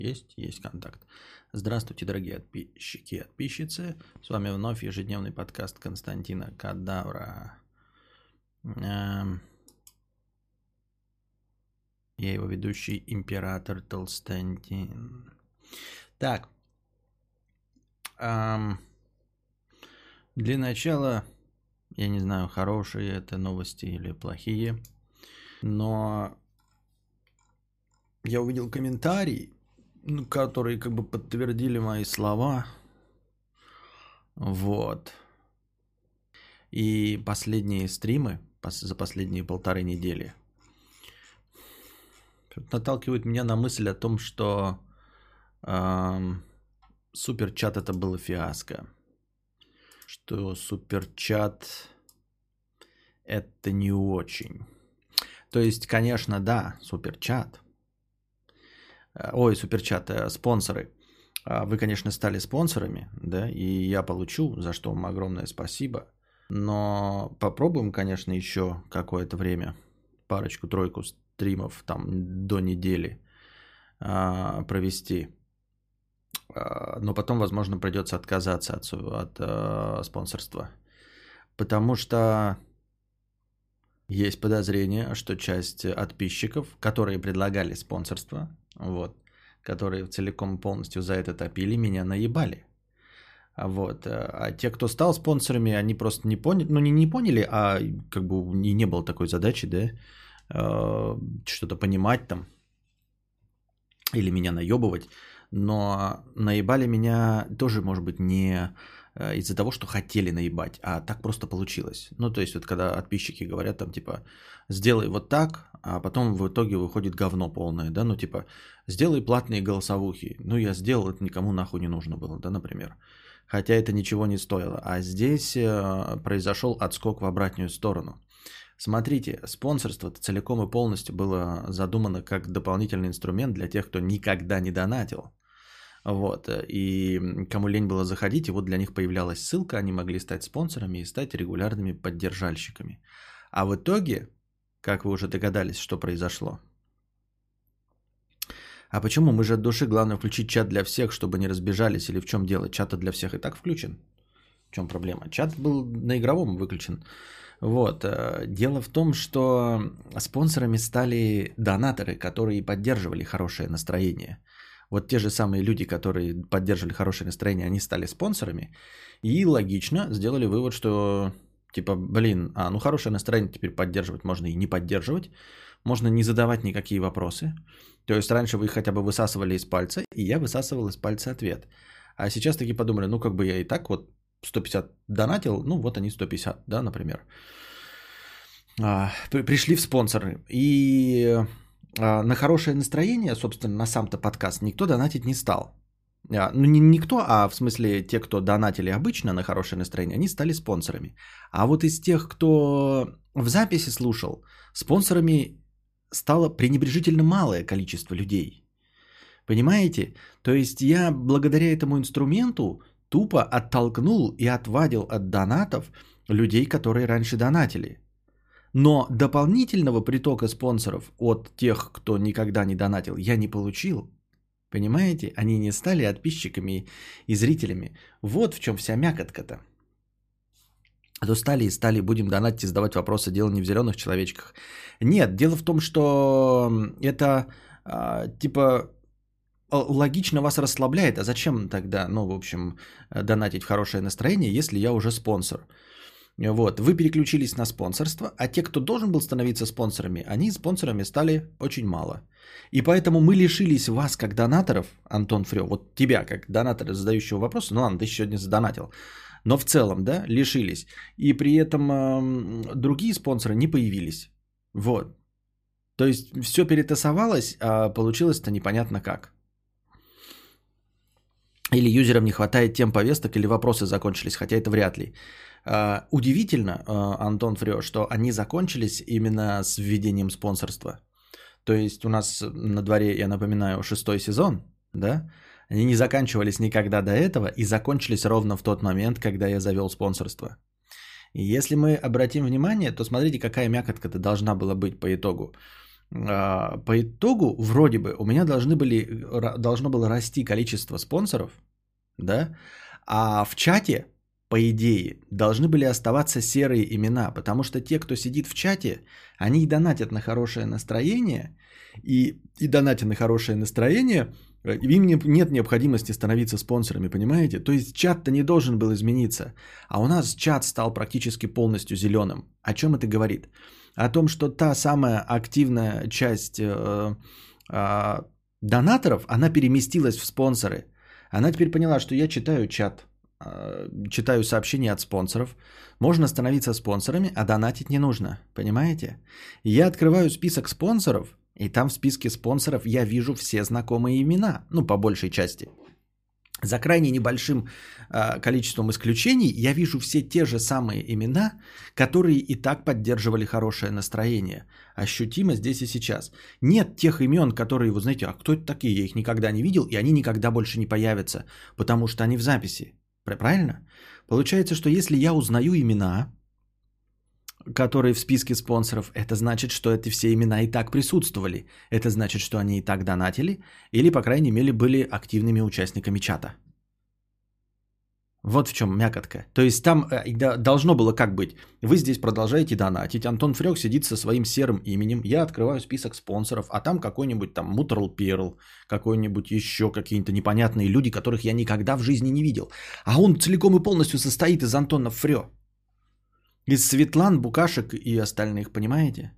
Есть контакт. Здравствуйте, дорогие подписчики и подписчицы. С вами вновь ежедневный подкаст Константина Кадавра. Я его ведущий, император Толстантин. Так. Для начала, я не знаю, хорошие это новости или плохие, но я увидел комментарий, которые как бы подтвердили мои слова. Вот. И последние стримы за последние 1,5 недели наталкивают меня на мысль о том, что суперчат это было фиаско. Что суперчат это не очень. То есть, конечно, да, суперчат. Суперчат, спонсоры. Вы, конечно, стали спонсорами, да, и я получу, за что вам огромное спасибо. Но попробуем, конечно, еще какое-то время, парочку-тройку стримов там до недели провести. Но потом, возможно, придется отказаться от спонсорства. Потому что есть подозрение, что часть подписчиков, которые предлагали спонсорство, вот, которые целиком и полностью за это топили, меня наебали. Вот. А те, кто стал спонсорами, они просто не поняли, не поняли, а как бы и не было такой задачи, да, что-то понимать там или меня наебывать. Но наебали меня тоже, может быть, не из-за того, что хотели наебать, а так просто получилось. Ну, то есть, вот когда подписчики говорят там, типа, сделай вот так, а потом в итоге выходит говно полное, да, ну, типа, сделай платные голосовухи. Ну, я сделал, это никому нахуй не нужно было, да, например. Хотя это ничего не стоило. А здесь произошел отскок в обратную сторону. Смотрите, спонсорство целиком и полностью было задумано как дополнительный инструмент для тех, кто никогда не донатил. Вот, и кому лень было заходить, и вот для них появлялась ссылка, они могли стать спонсорами и стать регулярными поддержальщиками. А в итоге, как вы уже догадались, что произошло? А почему? Мы же от души, главное включить чат для всех, чтобы не разбежались, или в чем дело? Чат для всех и так включен. В чем проблема? Чат был на игровом выключен. Вот, дело в том, что спонсорами стали донаторы, которые поддерживали хорошее настроение. Вот те же самые люди, которые поддерживали хорошее настроение, они стали спонсорами. И логично сделали вывод, что типа, хорошее настроение теперь поддерживать можно и не поддерживать. Можно не задавать никакие вопросы. То есть раньше вы их хотя бы высасывали из пальца, и я высасывал из пальца ответ. А сейчас таки подумали, я и так вот 150 донатил, вот они 150, да, например. Пришли в спонсоры. И на хорошее настроение, собственно, на сам-то подкаст никто донатить не стал. Не никто, а в смысле те, кто донатили обычно на хорошее настроение, они стали спонсорами. А вот из тех, кто в записи слушал, спонсорами стало пренебрежительно малое количество людей. Понимаете? То есть я благодаря этому инструменту тупо оттолкнул и отвадил от донатов людей, которые раньше донатили. Но дополнительного притока спонсоров от тех, кто никогда не донатил, я не получил. Понимаете? Они не стали подписчиками и зрителями. Вот в чем вся мякотка-то. А то стали, будем донатить и задавать вопросы. Дело не в зеленых человечках. Нет, дело в том, что это логично вас расслабляет. А зачем тогда, донатить в хорошее настроение, если я уже спонсор? Вот, вы переключились на спонсорство, а те, кто должен был становиться спонсорами, они спонсорами стали очень мало. И поэтому мы лишились вас, как донаторов, Антон Фрё, вот тебя, как донатора, задающего вопросы, ладно, ты сегодня задонатил, но в целом, да, лишились. И при этом другие спонсоры не появились. Вот. То есть все перетасовалось, а получилось-то непонятно как. Или юзерам не хватает тем повесток, или вопросы закончились, хотя это вряд ли. Удивительно, Антон Фрё, что они закончились именно с введением спонсорства. То есть у нас на дворе, я напоминаю, 6-й сезон, да? Они не заканчивались никогда до этого и закончились ровно в тот момент, когда я завел спонсорство. И если мы обратим внимание, то смотрите, какая мякотка-то должна была быть по итогу. по итогу, вроде бы, у меня должно было расти количество спонсоров, да, а в чате, по идее, должны были оставаться серые имена, потому что те, кто сидит в чате, они и донатят на хорошее настроение, и донатя на хорошее настроение, им нет необходимости становиться спонсорами, понимаете? То есть чат-то не должен был измениться, а у нас чат стал практически полностью зеленым. О чем это говорит? О том, что та самая активная часть донаторов, она переместилась в спонсоры. Она теперь поняла, что я читаю чат, читаю сообщения от спонсоров, можно становиться спонсорами, а донатить не нужно, понимаете? Я открываю список спонсоров, и там в списке спонсоров я вижу все знакомые имена, ну, по большей части. За крайне небольшим количеством исключений я вижу все те же самые имена, которые и так поддерживали хорошее настроение. Ощутимо здесь и сейчас. Нет тех имен, которые, вы знаете, а кто это такие? Я их никогда не видел, и они никогда больше не появятся, потому что они в записи. Правильно? Получается, что если я узнаю имена, которые в списке спонсоров, это значит, что эти все имена и так присутствовали. Это значит, что они и так донатили, или, по крайней мере, были активными участниками чата. Вот в чем мякотка. То есть там должно было как быть. Вы здесь продолжаете донатить, Антон Фрёк сидит со своим серым именем, я открываю список спонсоров, а там какой-нибудь там Мутерл Перл, какой-нибудь еще какие-то непонятные люди, которых я никогда в жизни не видел. А он целиком и полностью состоит из Антона Фрё. Из Светлан, Букашек и остальных, понимаете?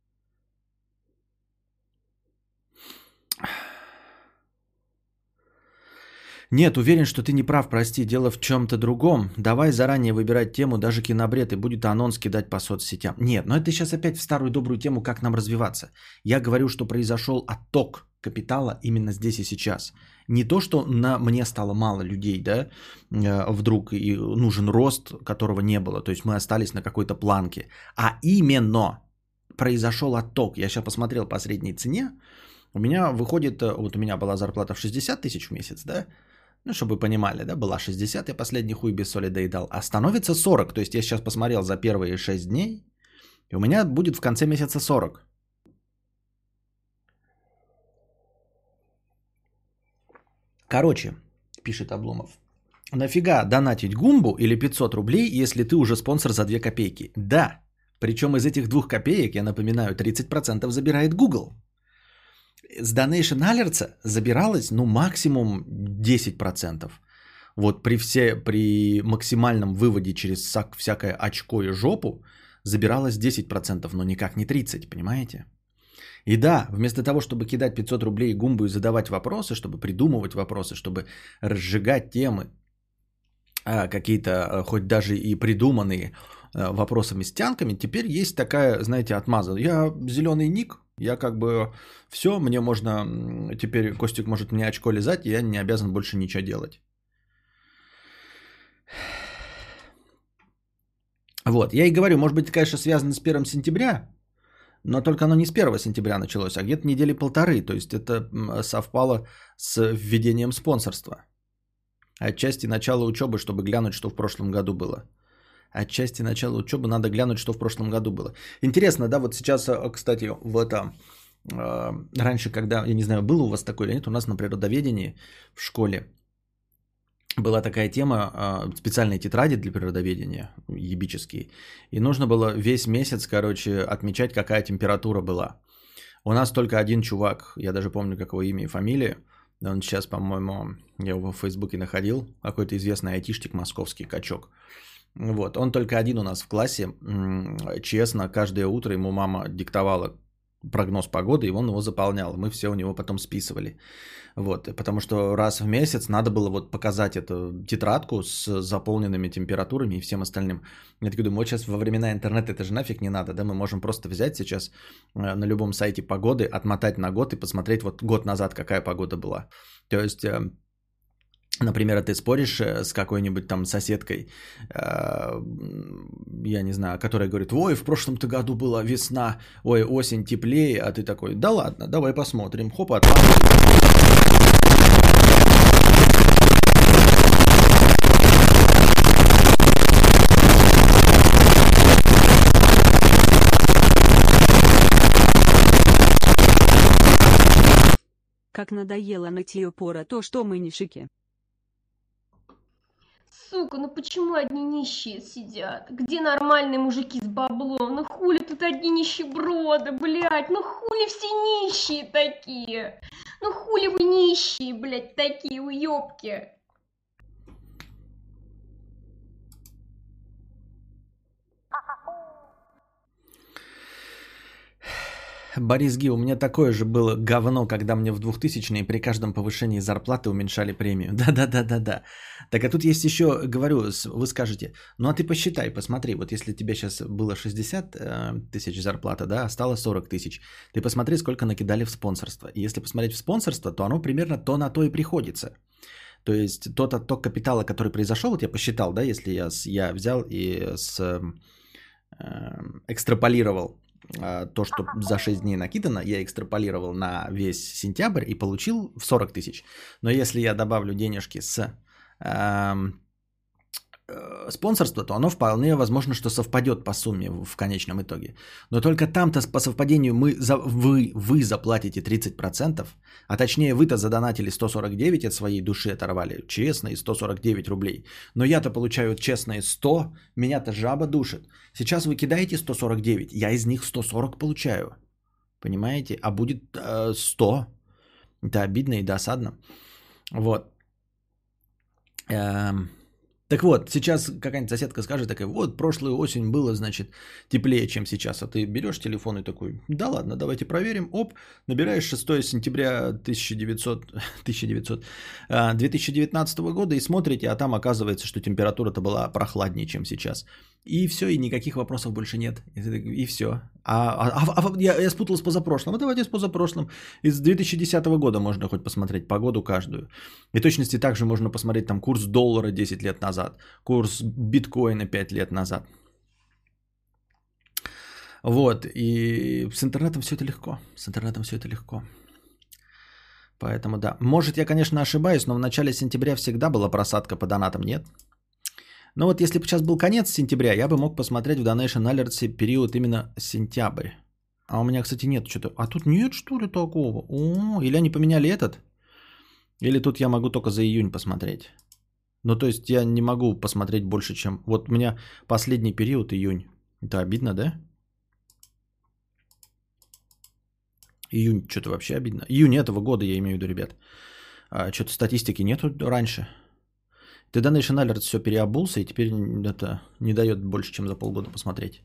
Нет, уверен, что ты не прав, прости, дело в чем-то другом. Давай заранее выбирать тему, даже кинобред, и будет анонс кидать по соцсетям. Нет, но это сейчас опять в старую добрую тему, как нам развиваться. Я говорю, что произошел отток капитала именно здесь и сейчас. Не то, что мне стало мало людей, да, вдруг и нужен рост, которого не было, то есть мы остались на какой-то планке, а именно произошел отток. Я сейчас посмотрел по средней цене, у меня выходит, вот у меня была зарплата в 60 тысяч в месяц, да, ну, чтобы вы понимали, да, была 60, я последний хуй без соли доедал, а становится 40, то есть я сейчас посмотрел за первые 6 дней, и у меня будет в конце месяца 40. Короче, пишет Обломов, нафига донатить Гумбу или 500 рублей, если ты уже спонсор за 2 копейки? Да, причем из этих 2 копеек, я напоминаю, 30% забирает Google. С Donation Alerts забиралось, ну, максимум 10%. Вот при максимальном выводе через всякое очко и жопу забиралось 10%, но никак не 30%, понимаете? И да, вместо того, чтобы кидать 500 рублей Гумбу и задавать вопросы, чтобы придумывать вопросы, чтобы разжигать темы, какие-то, хоть даже и придуманные вопросами с тянками, теперь есть такая, знаете, отмаза. Я зеленый ник, я как бы все, мне можно, теперь Костик может мне очко лизать, и я не обязан больше ничего делать. Вот, я и говорю, может быть, конечно, связано с 1 сентября, но только оно не с 1 сентября началось, а где-то недели 1,5. То есть это совпало с введением спонсорства. Отчасти начала учебы, чтобы глянуть, что в прошлом году было. Отчасти начала учебы надо глянуть, что в прошлом году было. Интересно, да, вот сейчас, кстати, раньше, когда, я не знаю, было у вас такое или нет, у нас на природоведении в школе была такая тема, специальные тетради для природоведения, ебические. И нужно было весь месяц, короче, отмечать, какая температура была. У нас только один чувак, я даже помню, как его имя и фамилия. Он сейчас, по-моему, я его в Фейсбуке находил, какой-то известный айтишник московский, качок. Вот, он только один у нас в классе. Честно, каждое утро ему мама диктовала прогноз погоды, и он его заполнял. Мы все у него потом списывали. Вот, потому что раз в месяц надо было вот показать эту тетрадку с заполненными температурами и всем остальным. Я так думаю, вот сейчас во времена интернета это же нафиг не надо, да, мы можем просто взять сейчас на любом сайте погоды, отмотать на год и посмотреть вот год назад, какая погода была. То есть, например, ты споришь с какой-нибудь там соседкой, я не знаю, которая говорит, ой, в прошлом-то году была весна, ой, осень теплее, а ты такой, да ладно, давай посмотрим, хоп, Как надоело нытье пора то, что мы нищики. Сука, ну почему одни нищие сидят? Где нормальные мужики с баблом? Ну хули тут одни нищеброды, блядь? Ну хули все нищие такие? Ну хули вы нищие, блядь, такие уёбки? Борис Ги, у меня такое же было говно, когда мне в 2000-е при каждом повышении зарплаты уменьшали премию. Да-да-да-да-да. Так а тут есть еще, говорю, вы скажете, ну а ты посчитай, посмотри, вот если тебе сейчас было 60 тысяч зарплата, да, а стало 40 тысяч, ты посмотри, сколько накидали в спонсорство. И если посмотреть в спонсорство, то оно примерно то на то и приходится. То есть тот отток капитала, который произошел, вот я посчитал, да, если я взял и экстраполировал то, что за 6 дней накидано, я экстраполировал на весь сентябрь и получил в 40 тысяч. Но если я добавлю денежки с спонсорства, то оно вполне возможно, что совпадет по сумме в конечном итоге. Но только там-то по совпадению вы заплатите 30%, а точнее вы-то задонатили 149 от своей души оторвали, честные 149 рублей. Но я-то получаю честные 100, меня-то жаба душит. Сейчас вы кидаете 149, я из них 140 получаю. Понимаете? А будет 100. Это обидно и досадно. Вот. Так вот, сейчас какая-нибудь соседка скажет такая, вот прошлую осень было, значит, теплее, чем сейчас. А ты берешь телефон и такой, да ладно, давайте проверим. Оп, набираешь 6 сентября 2019 года и смотрите, а там оказывается, что температура-то была прохладнее, чем сейчас. И все, и никаких вопросов больше нет. И все. Я спутал с позапрошлым. А давайте с позапрошлым. Из 2010 года можно хоть посмотреть погоду каждую. И точности также можно посмотреть там курс доллара 10 лет назад, курс биткоина 5 лет назад. Вот. И с интернетом все это легко. С интернетом все это легко. Поэтому да. Может, я, конечно, ошибаюсь, но в начале сентября всегда была просадка по донатам, нет? Но вот если бы сейчас был конец сентября, я бы мог посмотреть в Donation Alerts период именно сентябрь. А у меня, кстати, нет что-то. А тут нет, что ли, такого? О, или они поменяли этот? Или тут я могу только за июнь посмотреть? Ну, то есть я не могу посмотреть больше, чем... Вот у меня последний период июнь. Это обидно, да? Июнь что-то вообще обидно. Июнь этого года, я имею в виду, ребят. Что-то статистики нету раньше. Ты Donation Alert все переобулся, и теперь это не дает больше, чем за полгода посмотреть.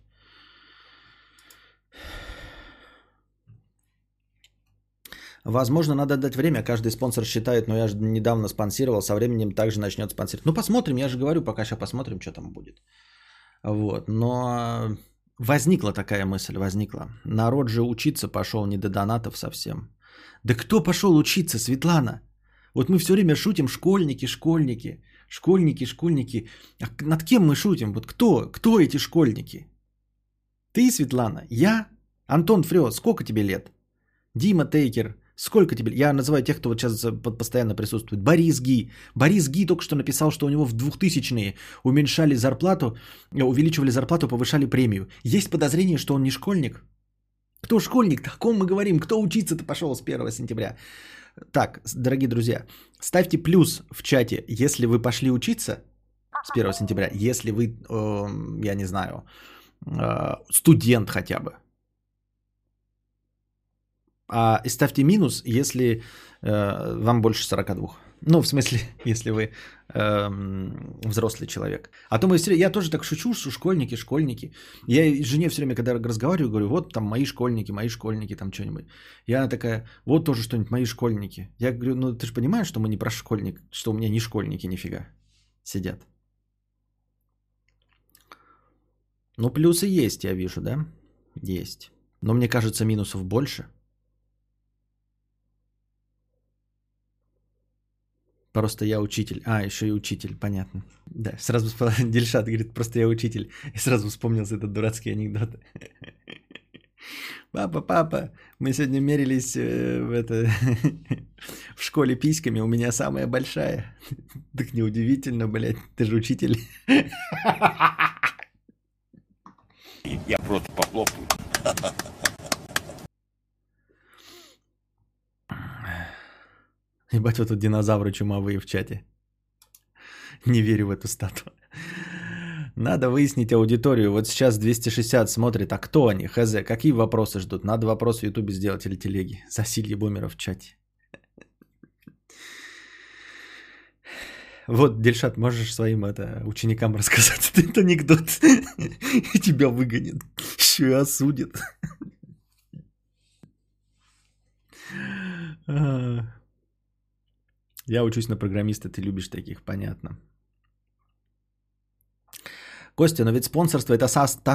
Возможно, надо дать время, каждый спонсор считает, но я же недавно спонсировал, со временем также начнет спонсировать. Ну, посмотрим, я же говорю, пока сейчас посмотрим, что там будет. Вот, но возникла такая мысль, возникла. Народ же учиться пошел не до донатов совсем. Да кто пошел учиться, Светлана? Вот мы все время шутим, школьники, школьники, школьники, школьники. А над кем мы шутим? Вот кто эти школьники? Ты, Светлана, я, Антон Фрё, сколько тебе лет? Дима Тейкер, сколько тебе? Я называю тех, кто вот сейчас постоянно присутствует. Борис Ги. Борис Ги только что написал, что у него в 2000-е уменьшали зарплату, увеличивали зарплату, повышали премию. Есть подозрение, что он не школьник? Кто школьник? О ком мы говорим? Кто учиться-то пошел с 1 сентября? Так, дорогие друзья, ставьте плюс в чате, если вы пошли учиться с 1 сентября, если вы, я не знаю, студент хотя бы. И ставьте минус, если вам больше 42. Ну, в смысле, если вы взрослый человек. А то я тоже так шучу, что школьники, школьники. Я жене все время, когда разговариваю, говорю, вот там мои школьники, там что-нибудь. И она такая, вот тоже что-нибудь, мои школьники. Я говорю, ну ты же понимаешь, что мы не про школьник, что у меня не школьники нифига сидят. Ну, плюсы есть, я вижу, да? Есть. Но мне кажется, минусов больше. Просто я учитель. Еще и учитель, понятно. Да, сразу Дильшат говорит, просто я учитель. И сразу вспомнился этот дурацкий анекдот. Папа, мы сегодня мерились в школе письками, у меня самая большая. Так неудивительно, блядь, ты же учитель. Я просто похлопаю. Ебать, вот тут динозавры чумовые в чате. Не верю в эту статую. Надо выяснить аудиторию. Вот сейчас 260 смотрит. А кто они? Хз. Какие вопросы ждут? Надо вопрос в Ютубе сделать или телеги. Засилье бумеров в чате. Вот, Дельшат, можешь своим ученикам рассказать этот анекдот? И тебя выгонят. Еще и осудят. Я учусь на программиста, ты любишь таких, понятно. Костя, но ведь спонсорство это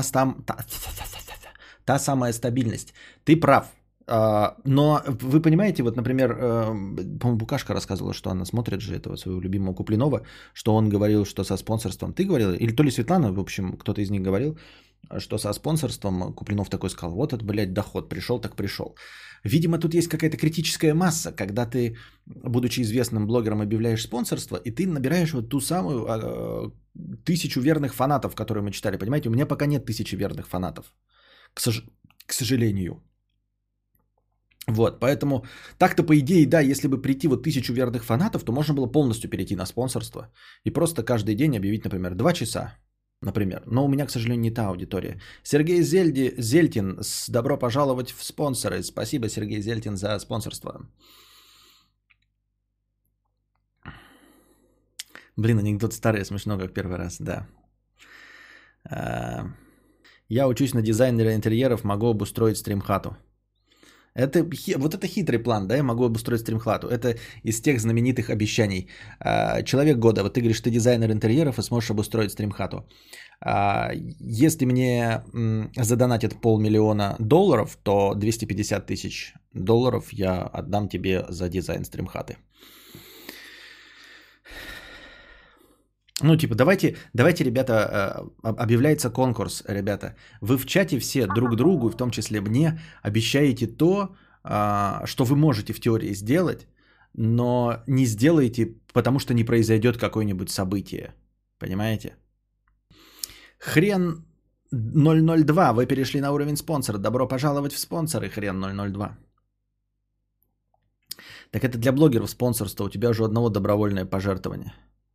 та самая стабильность. Ты прав. Но вы понимаете, вот, например, по-моему, Букашка рассказывала, что она смотрит же этого своего любимого Куплинова, что он говорил, что со спонсорством, ты говорил, или то ли Светлана, в общем, кто-то из них говорил, что со спонсорством Куплинов такой сказал, вот это, блядь, доход, пришел так пришел. Видимо, тут есть какая-то критическая масса, когда ты, будучи известным блогером, объявляешь спонсорство, и ты набираешь вот ту самую 1000 верных фанатов, которые мы читали, понимаете, у меня пока нет 1000 верных фанатов, к сожалению. Вот, поэтому так-то по идее, да, если бы прийти вот 1000 верных фанатов, то можно было полностью перейти на спонсорство и просто каждый день объявить, например, 2 часа, например. Но у меня, к сожалению, не та аудитория. Сергей Зельтин, добро пожаловать в спонсоры. Спасибо, Сергей Зельтин, за спонсорство. Блин, анекдот старый, смешно, как первый раз, да. Я учусь на дизайнера интерьеров, могу обустроить стримхату. Вот это хитрый план, да, я могу обустроить стримхату. Это из тех знаменитых обещаний. Человек года, вот ты говоришь, ты дизайнер интерьеров и сможешь обустроить стримхату. Если мне задонатят $500 000, то 250 000 $ я отдам тебе за дизайн стримхаты. Ну, типа, давайте, ребята, объявляется конкурс, ребята. Вы в чате все друг другу, в том числе мне, обещаете то, что вы можете в теории сделать, но не сделаете, потому что не произойдет какое-нибудь событие. Понимаете? Хрен 002, вы перешли на уровень спонсора. Добро пожаловать в спонсоры, Хрен 002. Так это для блогеров спонсорство, у тебя уже одного добровольное пожертвование.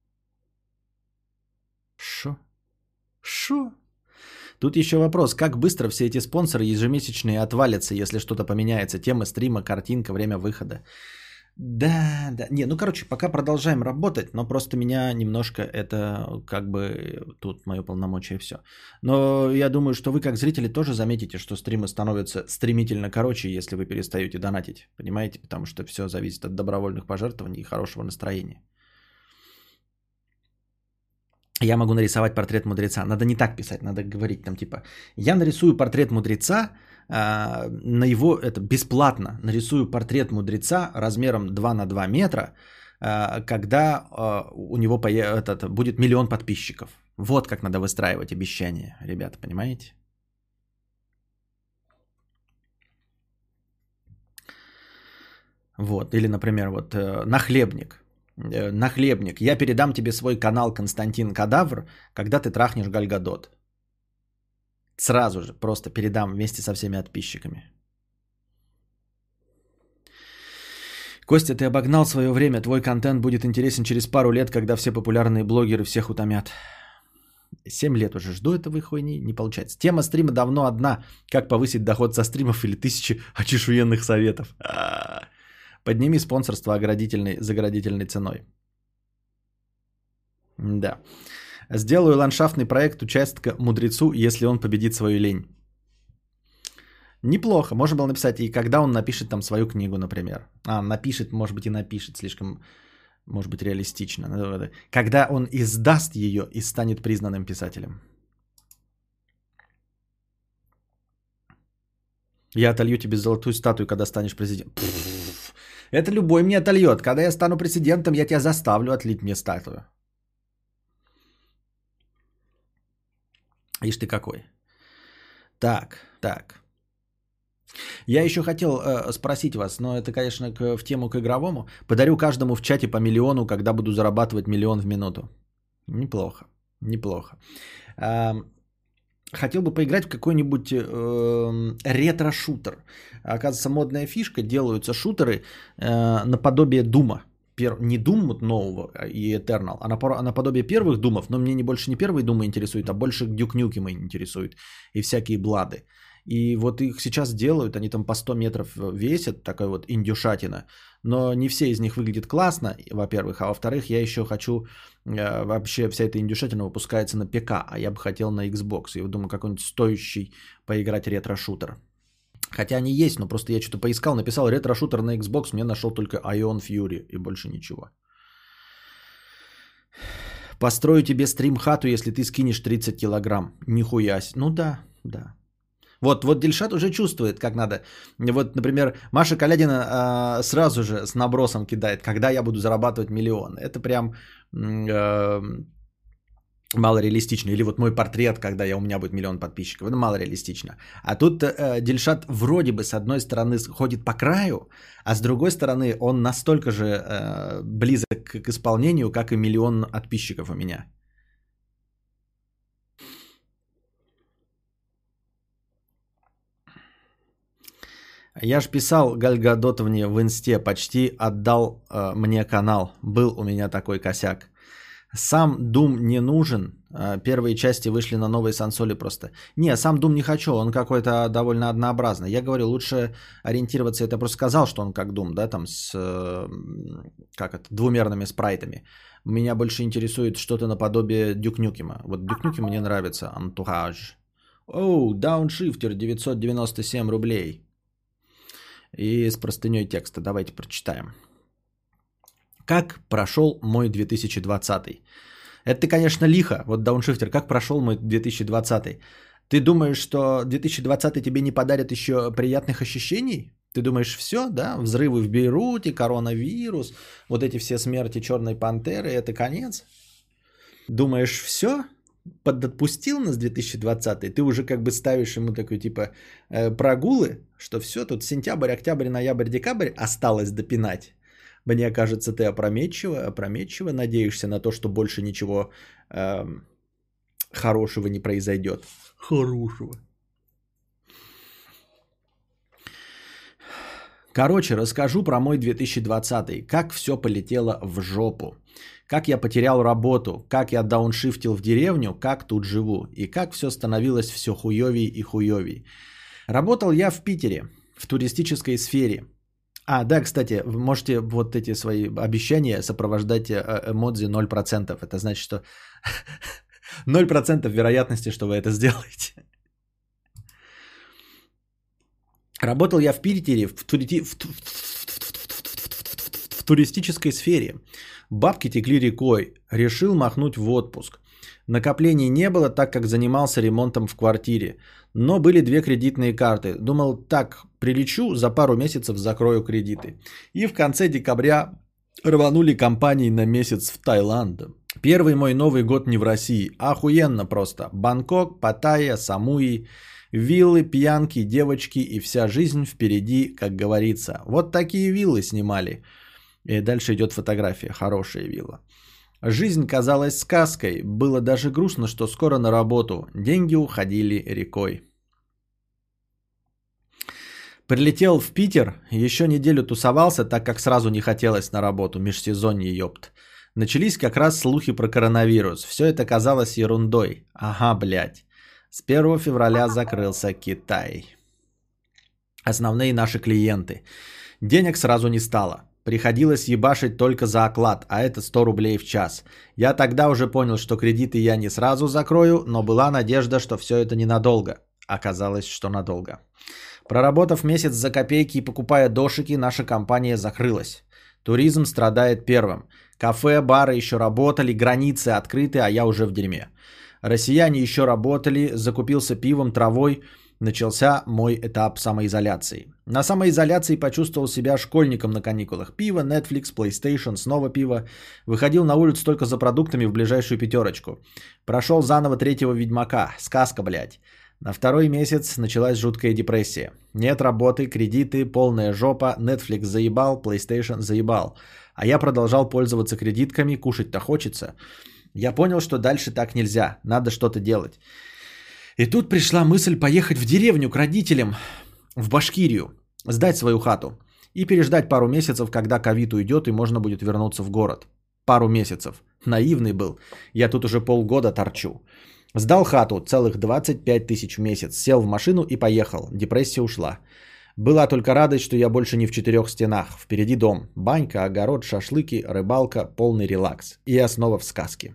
Шо? Тут еще вопрос, как быстро все эти спонсоры ежемесячные отвалятся, если что-то поменяется, тема стрима, картинка, время выхода. Да, не, ну короче, пока продолжаем работать, но просто меня немножко это как бы тут мое полномочие все. Но я думаю, что вы как зрители тоже заметите, что стримы становятся стремительно короче, если вы перестаете донатить, понимаете, потому что все зависит от добровольных пожертвований и хорошего настроения. Я могу нарисовать портрет мудреца. Надо не так писать, надо говорить там типа, я нарисую портрет мудреца, на его, это бесплатно, нарисую портрет мудреца размером 2 на 2 метра, когда у него будет 1 000 000 подписчиков. Вот как надо выстраивать обещания, ребята, понимаете? Вот, или, например, вот нахлебник. Нахлебник, я передам тебе свой канал Константин Кадавр, когда ты трахнешь Галь Гадот. Сразу же просто передам вместе со всеми подписчиками. Костя, ты обогнал свое время, твой контент будет интересен через пару лет, когда все популярные блогеры всех утомят. 7 лет уже жду этой хуйни, не получается. Тема стрима давно одна, как повысить доход со стримов или 1000 очешуенных советов. Подними спонсорство заградительной ценой. Да. Сделаю ландшафтный проект участка мудрецу, если он победит свою лень. Неплохо. Можно было написать, и когда он напишет там свою книгу, например. Напишет, может быть, и напишет. Слишком, может быть, реалистично. Когда он издаст ее и станет признанным писателем. Я отолью тебе золотую статую, когда станешь президентом. Это любой мне отольет. Когда я стану президентом, я тебя заставлю отлить мне статую. Ишь ты какой. Так. Я еще хотел спросить вас, но это, конечно, в тему к игровому. Подарю каждому в чате по 1 000 000, когда буду зарабатывать 1 000 000 в минуту. Неплохо. Хотел бы поиграть в какой-нибудь ретро-шутер. Оказывается, модная фишка. Делаются шутеры наподобие Дума. не Doom нового и Eternal, а наподобие первых Думов, но мне больше не первые Думы интересуют, а больше Duke Nukem интересуют и всякие Блады. И вот их сейчас делают, они там по 100 метров весят, такая вот индюшатина. Но не все из них выглядят классно, во-первых. А во-вторых, я еще хочу, вообще вся эта индюшатина выпускается на ПК, а я бы хотел на Xbox. И думаю, какой-нибудь стоящий поиграть ретро-шутер. Хотя они есть, но просто я что-то поискал, написал ретро-шутер на Xbox, мне нашел только Ion Fury и больше ничего. Построю тебе стрим-хату, если ты скинешь 30 килограмм. Нихуя себе. Ну да. Вот Дильшат уже чувствует, как надо. Вот, например, Маша Калядина сразу же с набросом кидает, когда я буду зарабатывать миллион. Это прям мало реалистично. Или вот мой портрет, когда у меня будет миллион подписчиков. Это мало реалистично. А тут Дильшат вроде бы с одной стороны ходит по краю, а с другой стороны он настолько же близок к исполнению, как и миллион подписчиков у меня. Я ж писал Гальгадотовне в инсте, почти отдал мне канал. Был у меня такой косяк. Сам Doom не нужен. Первые части вышли на новой консоли просто. Не, сам Doom не хочу, он какой-то довольно однообразный. Я говорю, лучше ориентироваться, это просто сказал, что он как Doom, да, там с двумерными спрайтами. Меня больше интересует что-то наподобие Duke Nukem. Вот Duke Nukem мне нравится, Entourage. Оу, Downshifter, 997 рублей. И с простыней текста. Давайте прочитаем. Как прошел мой 2020? Это ты, конечно, лихо. Вот Дауншифтер, как прошел мой 2020? Ты думаешь, что 2020 тебе не подарит еще приятных ощущений? Ты думаешь, все, да? Взрывы в Бейруте, коронавирус, вот эти все смерти Черной Пантеры, это конец? Думаешь, все? Подотпустил нас 2020, ты уже как бы ставишь ему такой типа прогулы, что все, тут сентябрь, октябрь, ноябрь, декабрь осталось допинать. Мне кажется, ты опрометчиво надеешься на то, что больше ничего хорошего не произойдет. Хорошего. Короче, расскажу про мой 2020. Как все полетело в жопу. Как я потерял работу, как я дауншифтил в деревню, как тут живу. И как все становилось все хуёвей и хуёвей. Работал я в Питере, в туристической сфере. А, да, кстати, вы можете вот эти свои обещания сопровождать эмодзи 0%. Это значит, что 0% вероятности, что вы это сделаете. Работал я в Питере в туристической сфере. Бабки текли рекой. Решил махнуть в отпуск. Накоплений не было, так как занимался ремонтом в квартире. Но были 2 кредитные карты. Думал, так, прилечу, за пару месяцев закрою кредиты. И в конце декабря рванули компании на месяц в Таиланд. Первый мой Новый год не в России. Охуенно просто. Бангкок, Паттайя, Самуи, виллы, пьянки, девочки и вся жизнь впереди, как говорится. Вот такие виллы снимали. И дальше идет фотография. Хорошая вилла. Жизнь казалась сказкой. Было даже грустно, что скоро на работу. Деньги уходили рекой. Прилетел в Питер. Еще неделю тусовался, так как сразу не хотелось на работу. Межсезонье, ёпт. Начались как раз слухи про коронавирус. Все это казалось ерундой. Ага, блядь. С 1 февраля закрылся Китай. Основные наши клиенты. Денег сразу не стало. Приходилось ебашить только за оклад, а это 100 рублей в час. Я тогда уже понял, что кредиты я не сразу закрою, но была надежда, что все это ненадолго. Оказалось, что надолго. Проработав месяц за копейки и покупая дошики, наша компания закрылась. Туризм страдает первым. Кафе, бары еще работали, границы открыты, а я уже в дерьме. Россияне еще работали, закупился пивом, травой. Начался мой этап самоизоляции. На самоизоляции почувствовал себя школьником на каникулах. Пиво, Netflix, PlayStation, снова пиво. Выходил на улицу только за продуктами в ближайшую пятерочку. Прошел заново 3-го Ведьмака. Сказка, блядь. На 2-й месяц началась жуткая депрессия. Нет работы, кредиты, полная жопа. Netflix заебал, PlayStation заебал. А я продолжал пользоваться кредитками, кушать-то хочется. Я понял, что дальше так нельзя. Надо что-то делать. И тут пришла мысль поехать в деревню к родителям в Башкирию, сдать свою хату. И переждать пару месяцев, когда ковид уйдет и можно будет вернуться в город. Пару месяцев. Наивный был. Я тут уже полгода торчу. Сдал хату, целых 25 тысяч в месяц. Сел в машину и поехал. Депрессия ушла. Была только радость, что я больше не в четырех стенах. Впереди дом. Банька, огород, шашлыки, рыбалка, полный релакс. И я снова в сказке.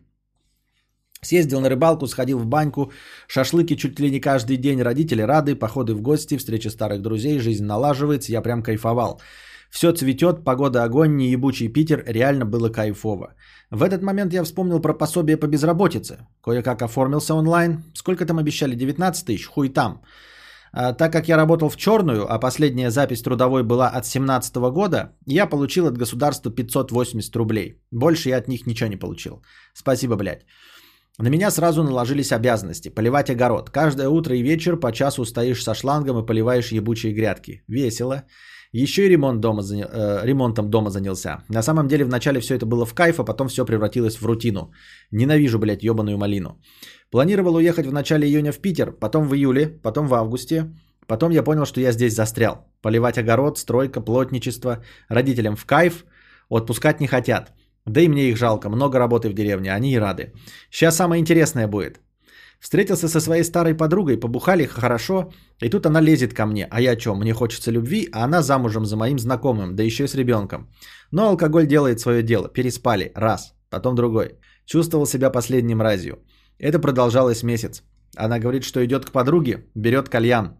Съездил на рыбалку, сходил в баньку, шашлыки чуть ли не каждый день, родители рады, походы в гости, встречи старых друзей, жизнь налаживается, я прям кайфовал. Все цветет, погода огонь, не ебучий Питер, реально было кайфово. В этот момент я вспомнил про пособие по безработице. Кое-как оформился онлайн. Сколько там обещали? 19 тысяч? Хуй там. Так как я работал в черную, а последняя запись трудовой была от 2017 года, я получил от государства 580 рублей. Больше я от них ничего не получил. Спасибо, блядь. На меня сразу наложились обязанности. Поливать огород. Каждое утро и вечер по часу стоишь со шлангом и поливаешь ебучие грядки. Весело. Еще и ремонтом дома занялся. На самом деле вначале все это было в кайф, а потом все превратилось в рутину. Ненавижу, блядь, ебаную малину. Планировал уехать в начале июня в Питер, потом в июле, потом в августе. Потом я понял, что я здесь застрял. Поливать огород, стройка, плотничество. Родителям в кайф, отпускать не хотят. Да и мне их жалко, много работы в деревне, они и рады. Сейчас самое интересное будет. Встретился со своей старой подругой, побухали хорошо, и тут она лезет ко мне. А я что, мне хочется любви, а она замужем за моим знакомым, да еще и с ребенком. Но алкоголь делает свое дело, переспали, раз, потом другой. Чувствовал себя последней мразью. Это продолжалось месяц. Она говорит, что идет к подруге, берет кальян.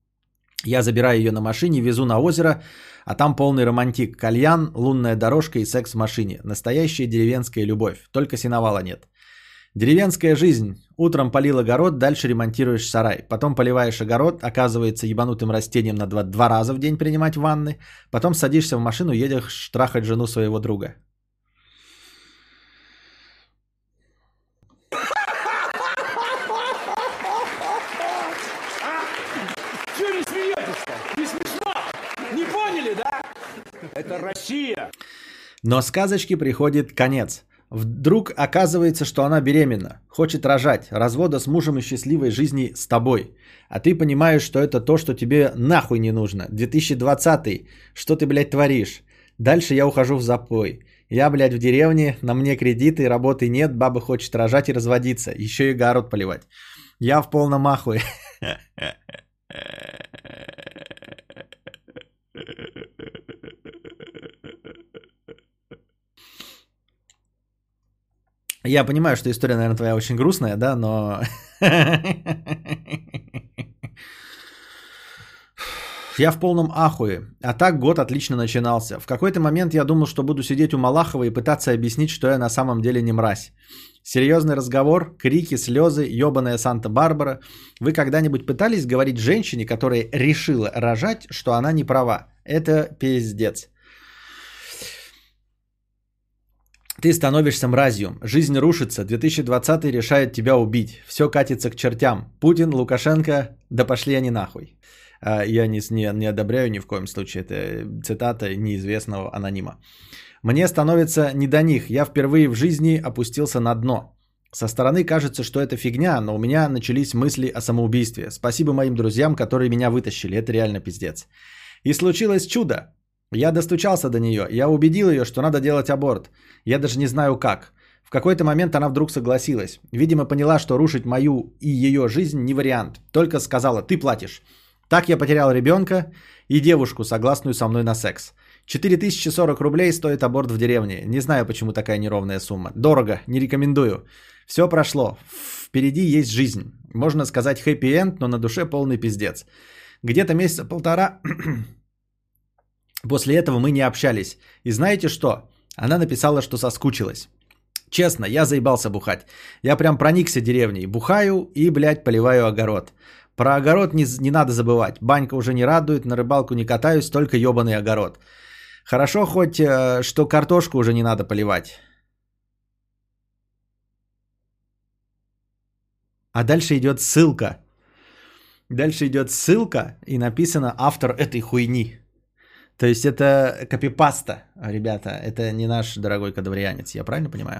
Я забираю ее на машине, везу на озеро, а там полный романтик. Кальян, лунная дорожка и секс в машине. Настоящая деревенская любовь, только сеновала нет. Деревенская жизнь. Утром полил огород, дальше ремонтируешь сарай. Потом поливаешь огород, оказывается ебанутым растением на два раза в день принимать ванны. Потом садишься в машину, едешь трахать жену своего друга. Чего не смеетесь-то? Не смешно? Не поняли, да? Это Россия. Но сказочке приходит конец. Вдруг оказывается, что она беременна, хочет рожать, развода с мужем и счастливой жизни с тобой. А ты понимаешь, что это то, что тебе нахуй не нужно. 2020, что ты, блядь, творишь? Дальше я ухожу в запой. Я, блядь, в деревне, на мне кредиты, работы нет, баба хочет рожать и разводиться, еще и огород поливать. Я в полном ахуе. Я понимаю, что история, наверное, твоя очень грустная, да, но... Я в полном ахуе. А так год отлично начинался. В какой-то момент я думал, что буду сидеть у Малахова и пытаться объяснить, что я на самом деле не мразь. Серьезный разговор, крики, слезы, ебаная Санта-Барбара. Вы когда-нибудь пытались говорить женщине, которая решила рожать, что она не права? Это пиздец. Ты становишься мразью, жизнь рушится, 2020 решает тебя убить, все катится к чертям. Путин, Лукашенко, да пошли они нахуй. Я не одобряю ни в коем случае, это цитата неизвестного анонима. Мне становится не до них, я впервые в жизни опустился на дно. Со стороны кажется, что это фигня, но у меня начались мысли о самоубийстве. Спасибо моим друзьям, которые меня вытащили, это реально пиздец. И случилось чудо. Я достучался до нее, я убедил ее, что надо делать аборт. Я даже не знаю как. В какой-то момент она вдруг согласилась. Видимо, поняла, что рушить мою и ее жизнь не вариант. Только сказала, ты платишь. Так я потерял ребенка и девушку, согласную со мной на секс. 4040 рублей стоит аборт в деревне. Не знаю, почему такая неровная сумма. Дорого, не рекомендую. Все прошло. Впереди есть жизнь. Можно сказать хэппи-энд, но на душе полный пиздец. Где-то месяца полтора... После этого мы не общались. И знаете что? Она написала, что соскучилась. Честно, я заебался бухать. Я прям проникся деревней. Бухаю и, блядь, поливаю огород. Про огород не надо забывать. Банька уже не радует, на рыбалку не катаюсь, только ебаный огород. Хорошо хоть, что картошку уже не надо поливать. А дальше идет ссылка. Дальше идет ссылка и написано автор этой хуйни. То есть это копипаста, ребята. Это не наш дорогой кадаврианец. Я правильно понимаю?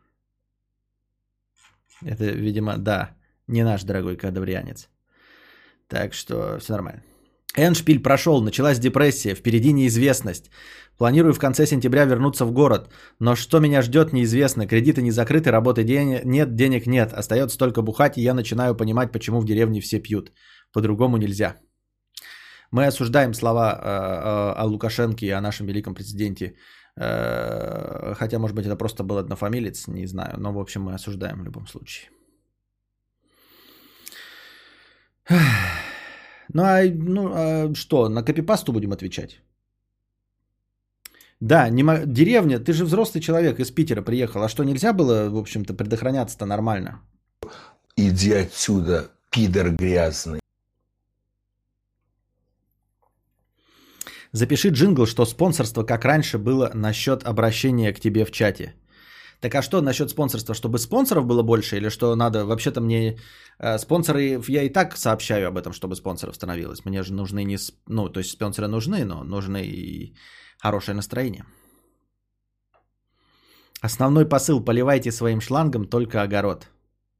Это, видимо, да, не наш дорогой кадаврианец. Так что все нормально. Эндшпиль прошел, началась депрессия, впереди неизвестность. Планирую в конце сентября вернуться в город, но что меня ждет, неизвестно. Кредиты не закрыты, работы нет, денег нет. Остается только бухать, и я начинаю понимать, почему в деревне все пьют. По-другому нельзя. Мы осуждаем слова о Лукашенке и о нашем великом президенте. Хотя, может быть, это просто был однофамилец, не знаю. Но, в общем, мы осуждаем в любом случае. Ну, что, на копипасту будем отвечать? Да, деревня, ты же взрослый человек из Питера приехал. А что, нельзя было, в общем-то, предохраняться-то нормально? Иди отсюда, пидор грязный. Запиши джингл, что спонсорство, как раньше, было насчет обращения к тебе в чате. Так а что насчет спонсорства? Чтобы спонсоров было больше или что надо? Вообще-то мне спонсоры, я и так сообщаю об этом, чтобы спонсоров становилось. Мне же нужны не... Ну, то есть спонсоры нужны, но нужны и хорошее настроение. Основной посыл: поливайте своим шлангом только огород.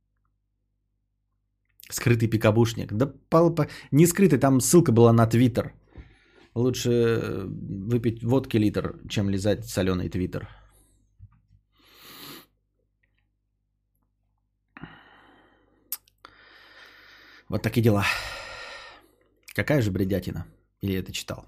Скрытый пикабушник. Да не скрытый, там ссылка была на Твиттер. Лучше выпить водки литр, чем лизать соленый Твиттер. Вот такие дела. Какая же бредятина? Или это читал?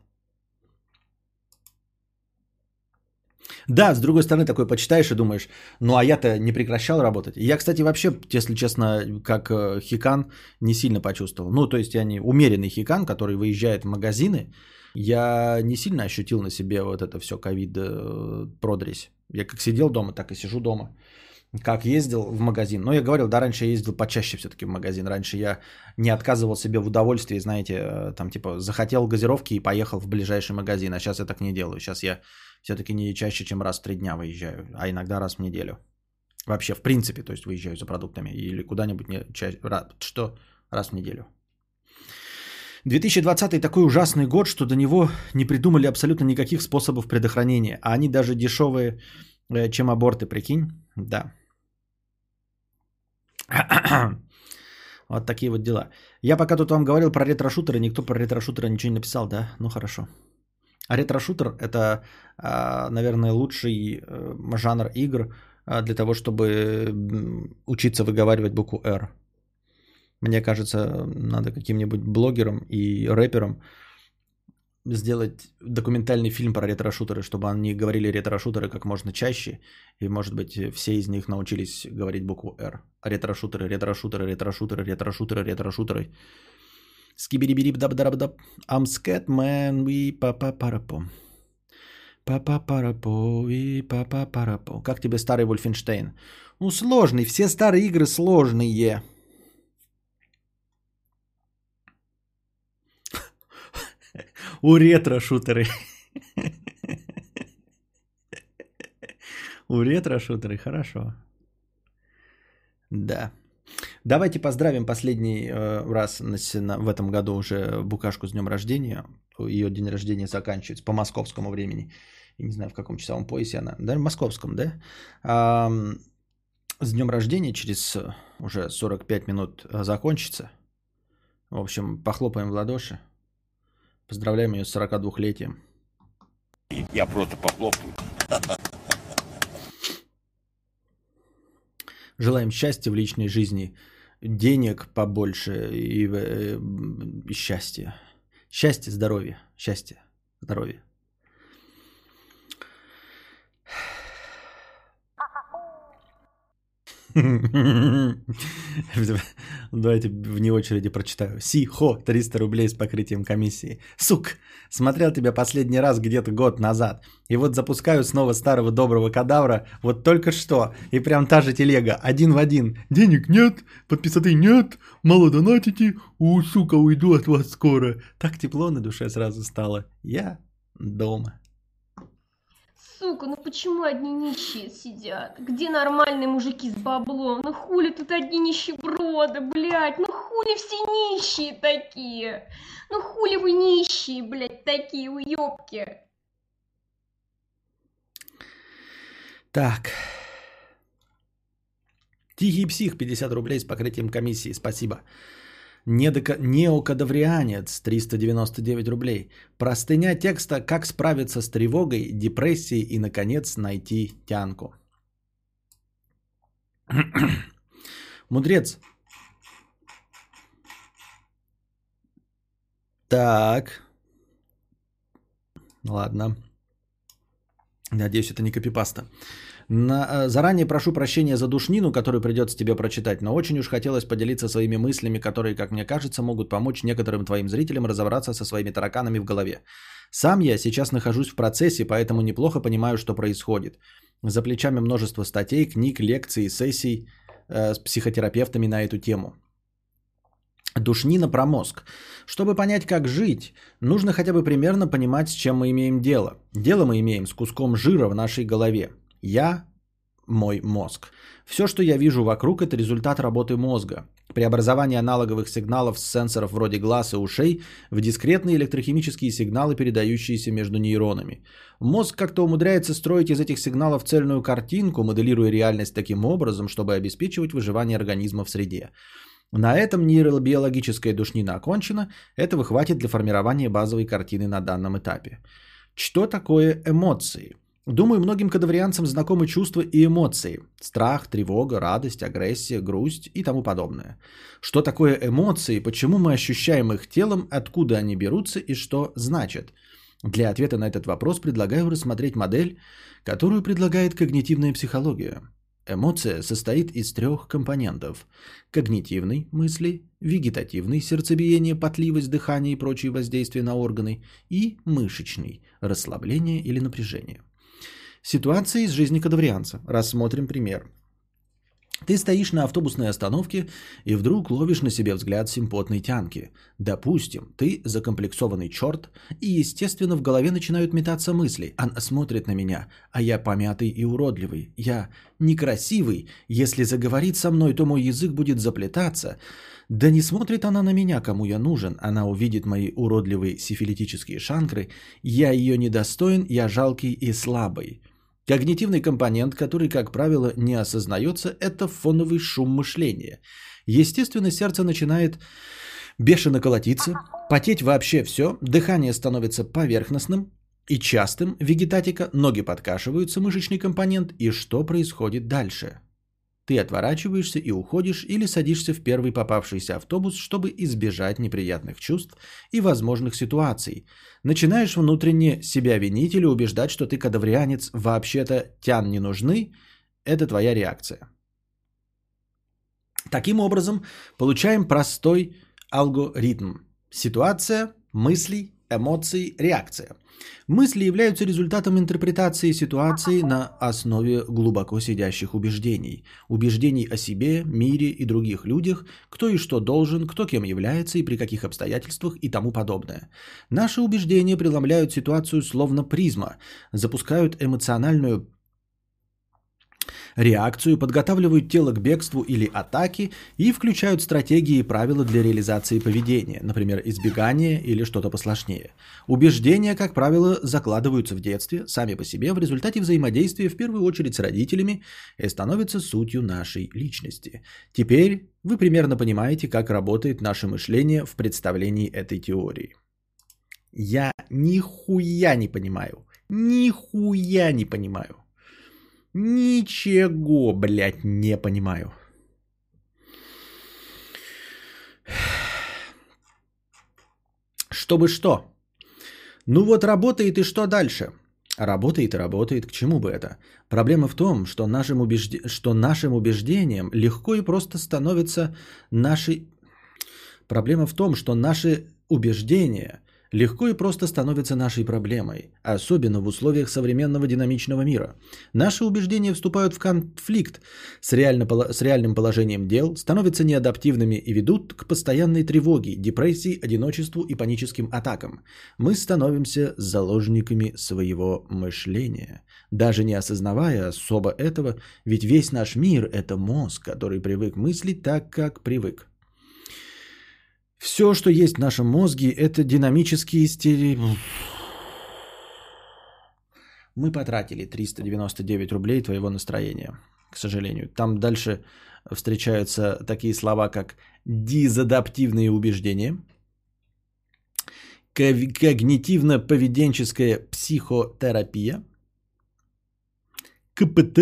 Да, с другой стороны, такой почитаешь и думаешь, ну а я-то не прекращал работать. Я, кстати, вообще, если честно, как хикан, не сильно почувствовал. Ну, то есть я не умеренный хикан, который выезжает в магазины. Я не сильно ощутил на себе вот это все ковид-продресь. Я как сидел дома, так и сижу дома. Как ездил в магазин. Но я говорил, да, раньше я ездил почаще все-таки в магазин. Раньше я не отказывал себе в удовольствии, знаете, там типа захотел газировки и поехал в ближайший магазин. А сейчас я так не делаю. Сейчас я все-таки не чаще, чем раз в 3 дня выезжаю, а иногда раз в неделю. Вообще, в принципе, то есть выезжаю за продуктами или куда-нибудь что раз в неделю. 2020 такой ужасный год, что до него не придумали абсолютно никаких способов предохранения. А они даже дешевые, чем аборты, прикинь. Да. Вот такие вот дела. Я пока тут вам говорил про ретро-шутеры, никто про ретро-шутеры ничего не написал, да? Ну хорошо. А ретро-шутер это, наверное, лучший жанр игр для того, чтобы учиться выговаривать букву R. Мне кажется, надо каким-нибудь блогером и рэпером сделать документальный фильм про ретро-шутеры, чтобы они говорили ретро-шутеры как можно чаще, и, может быть, все из них научились говорить букву R. Ретро-шутеры, ретро-шутеры, ретро-шутеры, ретро-шутеры, ретро-шутеры. Скибири-бирип даб-дараб-даб. I'm scared man, we па-па-парапо. Па-па-парапо, we па-па-парапо. Как тебе старый Wolfenstein? Ну, сложный, все старые игры сложные. У ретро-шутеры. У ретро-шутеры, хорошо. Да. Давайте поздравим последний раз в этом году уже Букашку с днем рождения. Ее день рождения заканчивается по московскому времени. Я не знаю, в каком часовом поясе она. Да, в московском, да? С днем рождения через уже 45 минут закончится. В общем, похлопаем в ладоши. Поздравляем ее с 42-летием. Я просто похлопаю. Желаем счастья в личной жизни, денег побольше и счастья. Счастье, здоровье. Счастье, здоровье. Давайте вне очереди прочитаю. Си-хо, 300 рублей с покрытием комиссии. Сук, смотрел тебя последний раз где-то год назад. И вот запускаю снова старого доброго кадавра. Вот только что. И прям та же телега. Один в один. Денег нет, подписоты нет, мало донатите. Сука, уйду от вас скоро. Так тепло на душе сразу стало. Я дома. Сука, ну почему одни нищие сидят? Где нормальные мужики с баблом? Ну хули тут одни нищеброды, блядь? Ну хули все нищие такие? Ну хули вы нищие, блядь, такие уёбки? Так. Тихий псих, 50 рублей с покрытием комиссии. Спасибо. Неокадаврианец, 399 рублей. Простыня текста «Как справиться с тревогой, депрессией и, наконец, найти тянку». Мудрец. Так. Ладно. Надеюсь, это не копипаста. Заранее прошу прощения за душнину, которую придется тебе прочитать, но очень уж хотелось поделиться своими мыслями, которые, как мне кажется, могут помочь некоторым твоим зрителям разобраться со своими тараканами в голове. Сам я сейчас нахожусь в процессе, поэтому неплохо понимаю, что происходит. За плечами множество статей, книг, лекций и сессий с психотерапевтами на эту тему. Душнина про мозг. Чтобы понять, как жить, нужно хотя бы примерно понимать, с чем мы имеем дело. Дело мы имеем с куском жира в нашей голове. Я – мой мозг. Все, что я вижу вокруг, это результат работы мозга. Преобразование аналоговых сигналов с сенсоров вроде глаз и ушей в дискретные электрохимические сигналы, передающиеся между нейронами. Мозг как-то умудряется строить из этих сигналов цельную картинку, моделируя реальность таким образом, чтобы обеспечивать выживание организма в среде. На этом нейробиологическая душнина окончена, этого хватит для формирования базовой картины на данном этапе. Что такое эмоции? Думаю, многим кадаврианцам знакомы чувства и эмоции. Страх, тревога, радость, агрессия, грусть и тому подобное. Что такое эмоции, почему мы ощущаем их телом, откуда они берутся и что значат? Для ответа на этот вопрос предлагаю рассмотреть модель, которую предлагает когнитивная психология. Эмоция состоит из 3 компонентов. Когнитивный – мысли, вегетативный – сердцебиение, потливость, дыхание и прочие воздействия на органы, и мышечный – расслабление или напряжение. Ситуация из жизни кадаврианца. Рассмотрим пример. Ты стоишь на автобусной остановке и вдруг ловишь на себе взгляд симпотной тянки. Допустим, ты закомплексованный черт, и естественно в голове начинают метаться мысли. Она смотрит на меня, а я помятый и уродливый. Я некрасивый. Если заговорит со мной, то мой язык будет заплетаться. Да не смотрит она на меня, кому я нужен. Она увидит мои уродливые сифилитические шанкры. Я ее недостоин, я жалкий и слабый. Когнитивный компонент, который, как правило, не осознается, это фоновый шум мышления. Естественно, сердце начинает бешено колотиться, потеть вообще все, дыхание становится поверхностным и частым, вегетатика, ноги подкашиваются, мышечный компонент, и что происходит дальше? Ты отворачиваешься и уходишь или садишься в первый попавшийся автобус, чтобы избежать неприятных чувств и возможных ситуаций. Начинаешь внутренне себя винить или убеждать, что ты кадаврианец, вообще-то тян не нужны. Это твоя реакция. Таким образом, получаем простой алгоритм. Ситуация, мысли, эмоции, реакция. Мысли являются результатом интерпретации ситуации на основе глубоко сидящих убеждений. Убеждений о себе, мире и других людях, кто и что должен, кто кем является и при каких обстоятельствах и тому подобное. Наши убеждения преломляют ситуацию словно призма, запускают эмоциональную реакцию, подготавливают тело к бегству или атаке и включают стратегии и правила для реализации поведения, например, избегание или что-то посложнее. Убеждения, как правило, закладываются в детстве, сами по себе, в результате взаимодействия в первую очередь с родителями и становятся сутью нашей личности. Теперь вы примерно понимаете, как работает наше мышление в представлении этой теории. Я нихуя не понимаю. Нихуя не понимаю. Ничего, блядь, не понимаю. Чтобы что? Ну вот работает и что дальше? Работает и работает. К чему бы это? Проблема в том, что нашим убеждением легко и просто становятся наши... Проблема в том, что наши убеждения легко и просто становятся нашей проблемой, особенно в условиях современного динамичного мира. Наши убеждения вступают в конфликт с реальным положением дел, становятся неадаптивными и ведут к постоянной тревоге, депрессии, одиночеству и паническим атакам. Мы становимся заложниками своего мышления, даже не осознавая особо этого, ведь весь наш мир – это мозг, который привык мыслить так, как привык. Все, что есть в нашем мозге, это динамические Мы потратили 399 рублей твоего настроения. к сожалению. Там дальше встречаются такие слова, как дизадаптивные убеждения, когнитивно-поведенческая психотерапия, КПТ.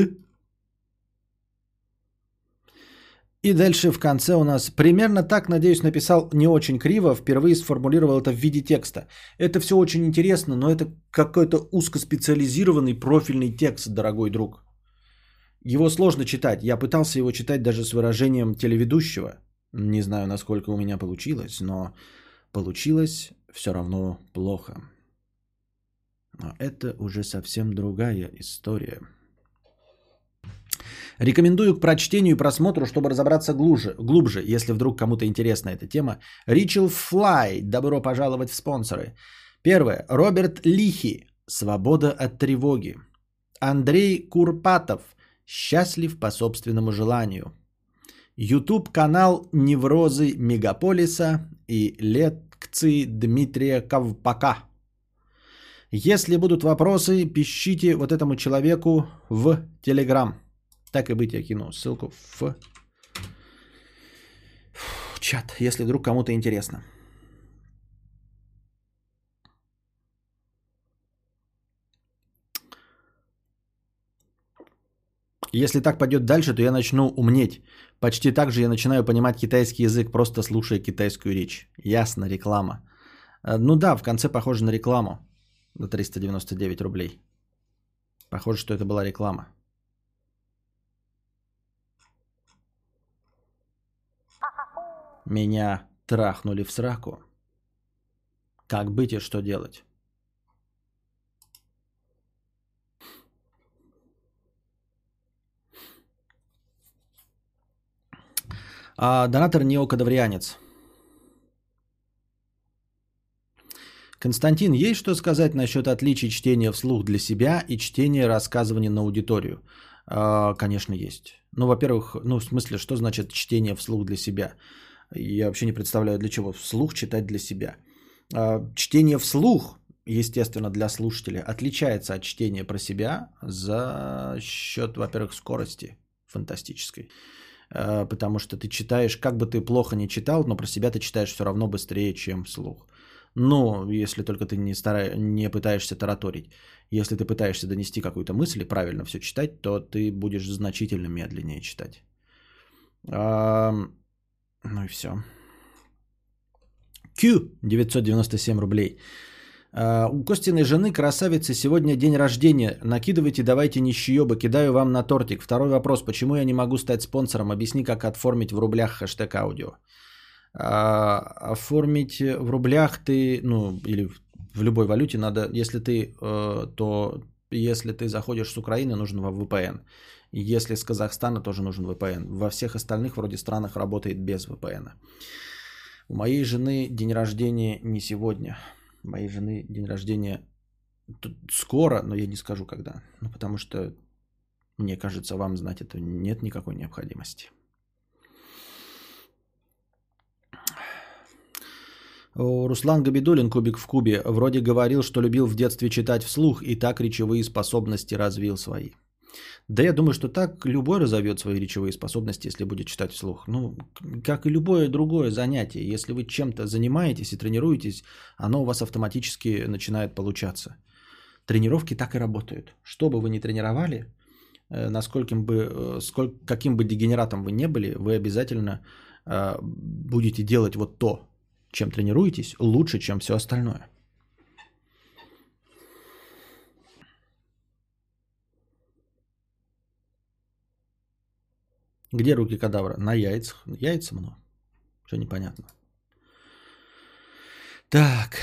И дальше в конце у нас примерно так, надеюсь, написал не очень криво, впервые сформулировал это в виде текста. Это все очень интересно, но это какой-то узкоспециализированный профильный текст, дорогой друг. Его сложно читать. Я пытался его читать даже с выражением телеведущего. Не знаю, насколько у меня получилось, но получилось все равно плохо. Но это уже совсем другая история. Рекомендую к прочтению и просмотру, чтобы разобраться глубже, если вдруг кому-то интересна эта тема. Ричел Флай, добро пожаловать в спонсоры. Первое. Роберт Лихи, свобода от тревоги. Андрей Курпатов, счастлив по собственному желанию. YouTube-канал «Неврозы мегаполиса» и лекции Дмитрия Ковпака. Если будут вопросы, пишите вот этому человеку в Telegram. Так и быть, я кину ссылку в чат, если вдруг кому-то интересно. Если так пойдет дальше, то я начну умнеть. Почти так же я начинаю понимать китайский язык, просто слушая китайскую речь. Ясно, реклама. Ну да, в конце похоже на рекламу. На 399 рублей. Похоже, что это была реклама. Меня трахнули в сраку. Как быть и что делать? Донатор неокадаврианец. Константин, есть что сказать насчет отличий чтения вслух для себя и чтения рассказывания на аудиторию? Конечно, есть. Ну, во-первых, в смысле, что значит чтение вслух для себя? Я вообще не представляю, для чего вслух читать для себя. Чтение вслух, естественно, для слушателя отличается от чтения про себя за счет, во-первых, скорости фантастической. Потому что ты читаешь, как бы ты плохо не читал, но про себя ты читаешь все равно быстрее, чем вслух. Ну, если только ты не пытаешься тараторить. Если ты пытаешься донести какую-то мысль и правильно все читать, то ты будешь значительно медленнее читать. Ну и все. Q, 997 рублей. У Костиной жены, красавицы, сегодня день рождения. Накидывайте, давайте нищеёбы. Кидаю вам на тортик. Второй вопрос. Почему я не могу стать спонсором? Объясни, как оформить в рублях хэштег аудио. Оформить в рублях ты, или в любой валюте надо, если ты заходишь с Украины, нужен VPN. Если с Казахстана, тоже нужен VPN. Во всех остальных вроде странах работает без VPN. У моей жены день рождения не сегодня. У моей жены день рождения скоро, но я не скажу когда. Потому что, мне кажется, вам знать это нет никакой необходимости. Руслан Габидуллин, кубик в кубе, вроде говорил, что любил в детстве читать вслух и так речевые способности развил свои. Да я думаю, что так любой разовьет свои речевые способности, если будет читать вслух. Как и любое другое занятие. Если вы чем-то занимаетесь и тренируетесь, оно у вас автоматически начинает получаться. Тренировки так и работают. Что бы вы ни тренировали, каким бы дегенератом вы не были, вы обязательно будете делать вот то, чем тренируетесь, лучше, чем все остальное. Где руки кадавра? На яйцах. Яйца много. Что непонятно. Так.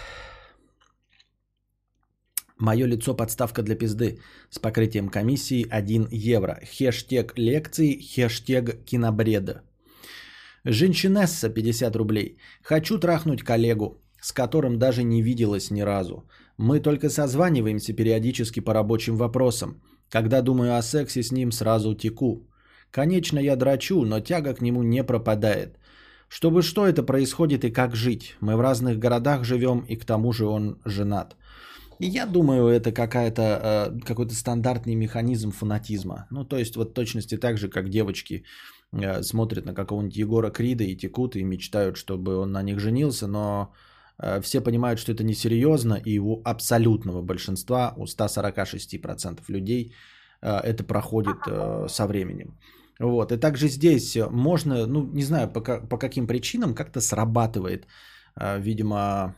Мое лицо подставка для пизды с покрытием комиссии 1 евро. Хэштег лекции, хэштег кинобреда. Женщинесса 50 рублей. Хочу трахнуть коллегу, с которым даже не виделась ни разу. Мы только созваниваемся периодически по рабочим вопросам. Когда думаю о сексе с ним, сразу теку. Конечно, я дрочу, но тяга к нему не пропадает. Чтобы что это происходит и как жить? Мы в разных городах живем, и к тому же он женат. И я думаю, это какой-то стандартный механизм фанатизма. Ну, то есть, вот точности так же, как девочки смотрят на какого-нибудь Егора Крида и текут, и мечтают, чтобы он на них женился, но все понимают, что это несерьезно, и у абсолютного большинства, у 146% людей это проходит со временем. Вот. И также здесь можно, ну, не знаю, по каким причинам, как-то срабатывает, видимо,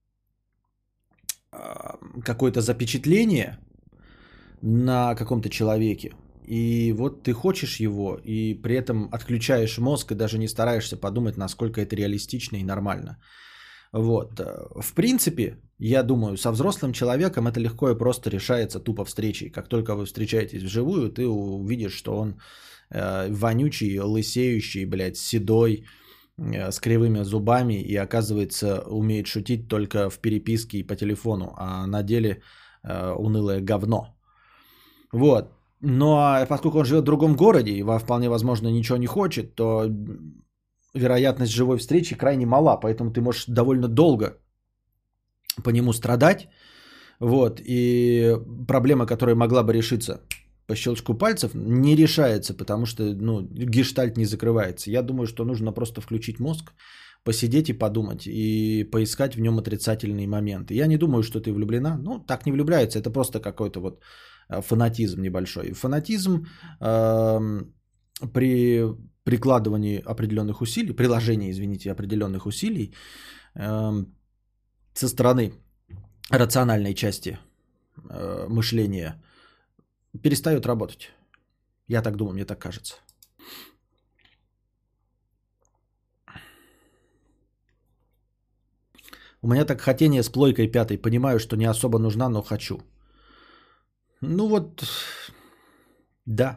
какое-то запечатление на каком-то человеке. И вот ты хочешь его, и при этом отключаешь мозг, и даже не стараешься подумать, насколько это реалистично и нормально. Вот. В принципе, я думаю, со взрослым человеком это легко и просто решается тупо встречей. Как только вы встречаетесь вживую, ты увидишь, что он вонючий, лысеющий, блядь, седой, с кривыми зубами и, оказывается, умеет шутить только в переписке и по телефону, а на деле унылое говно. Вот. Но поскольку он живет в другом городе и вполне возможно ничего не хочет, то вероятность живой встречи крайне мала, поэтому ты можешь довольно долго по нему страдать. Вот. И проблема, которая могла бы решиться по щелчку пальцев, не решается, потому что гештальт не закрывается. Я думаю, что нужно просто включить мозг, посидеть и подумать, и поискать в нем отрицательные моменты. Я не думаю, что ты влюблена. Ну, так не влюбляется, это просто какой-то вот фанатизм небольшой. Фанатизм при прикладывании определенных усилий, приложении, извините, определенных усилий со стороны рациональной части мышления перестает работать. Я так думаю, мне так кажется. У меня так хотение с плойкой пятой. Понимаю, что не особо нужна, но хочу. Ну вот, да.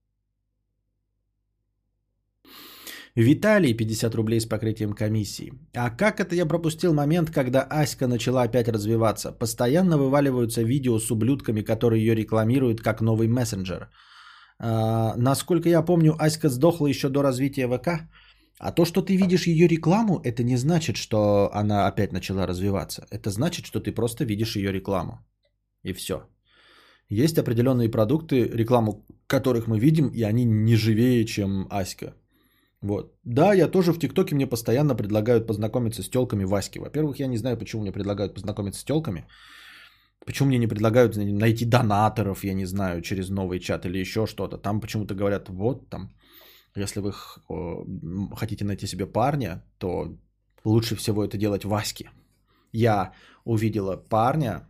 Виталий, 50 рублей с покрытием комиссии. А как это я пропустил момент, когда Аська начала опять развиваться? Постоянно вываливаются видео с ублюдками, которые ее рекламируют как новый мессенджер. Насколько я помню, Аська сдохла еще до развития ВК. А то, что ты видишь ее рекламу, это не значит, что она опять начала развиваться. Это значит, что ты просто видишь ее рекламу. И все. Есть определенные продукты, рекламу которых мы видим, и они не живее, чем Аська. Вот. Да, я тоже в ТикТоке, мне постоянно предлагают познакомиться с тёлками Васьки. Во-первых, я не знаю, почему мне предлагают познакомиться с тёлками. Почему мне не предлагают найти донаторов, я не знаю, через новый чат или еще что-то. Там почему-то говорят, вот там, если вы хотите найти себе парня, то лучше всего это делать Ваське. Я увидела парня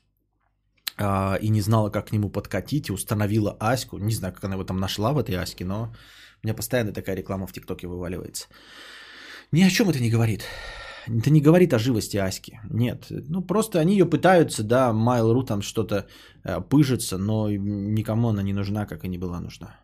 и не знала, как к нему подкатить, и установила Аську. Не знаю, как она его там нашла в этой Аське, но у меня постоянно такая реклама в ТикТоке вываливается. Ни о чем это не говорит. Это не говорит о живости Аськи. Нет. Ну, просто они ее пытаются, да, Mail.ru там что-то пыжится, но никому она не нужна, как и не была нужна.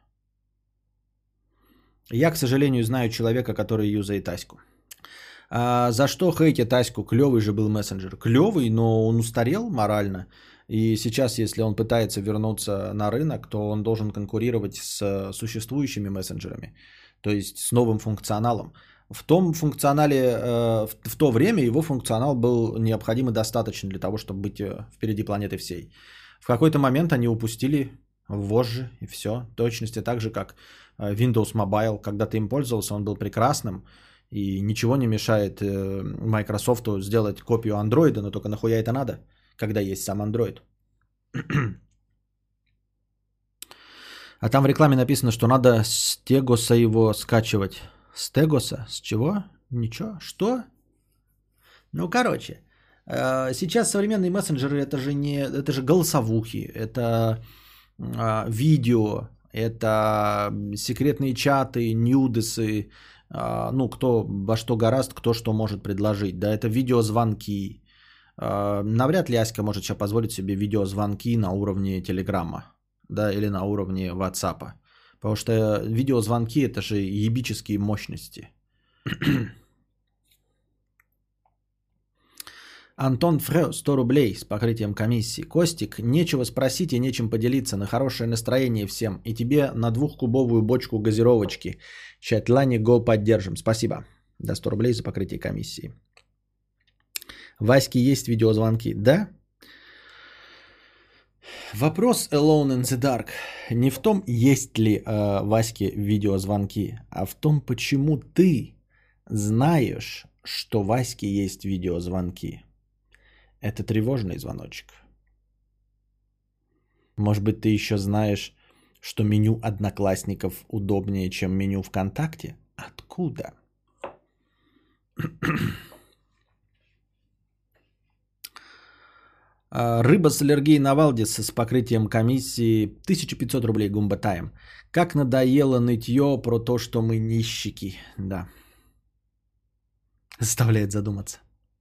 Я, к сожалению, знаю человека, который юзает Аську. За что хейтят Аську? Клевый же был мессенджер. Клевый, но он устарел морально. И сейчас, если он пытается вернуться на рынок, то он должен конкурировать с существующими мессенджерами. То есть с новым функционалом. В том функционале, в то время его функционал был необходим и достаточен для того, чтобы быть впереди планеты всей. В какой-то момент они упустили вожжи и все. В точности так же, как Windows Mobile. Когда ты им пользовался, он был прекрасным. И ничего не мешает Microsoft сделать копию Android, но только нахуя это надо, когда есть сам Android. А там в рекламе написано, что надо с Тегоса его скачивать. С Тегоса? С чего? Ничего? Что? Ну, короче. Сейчас современные мессенджеры это же голосовухи, это видео, это секретные чаты, нюдесы, ну, кто во что горазд, кто что может предложить. Да, это видеозвонки. Навряд ли Аська может сейчас позволить себе видеозвонки на уровне Телеграма, да, или на уровне WhatsApp. Потому что видеозвонки это же ебические мощности. Антон Фрё, 100 рублей с покрытием комиссии. Костик, нечего спросить и нечем поделиться. На хорошее настроение всем. И тебе на 2-кубовую бочку газировочки. Чатлане го поддержим. Спасибо. До 100 рублей за покрытие комиссии. Ваське есть видеозвонки. Да? Вопрос Alone in the Dark не в том, есть ли Ваське видеозвонки, а в том, почему ты знаешь, что Ваське есть видеозвонки. Это тревожный звоночек. Может быть, ты еще знаешь, что меню Одноклассников удобнее, чем меню ВКонтакте? Откуда? Рыба с аллергией на Валдис с покрытием комиссии 1500 рублей Гумба Тайм. Как надоело нытье про то, что мы нищики. Да. Заставляет задуматься.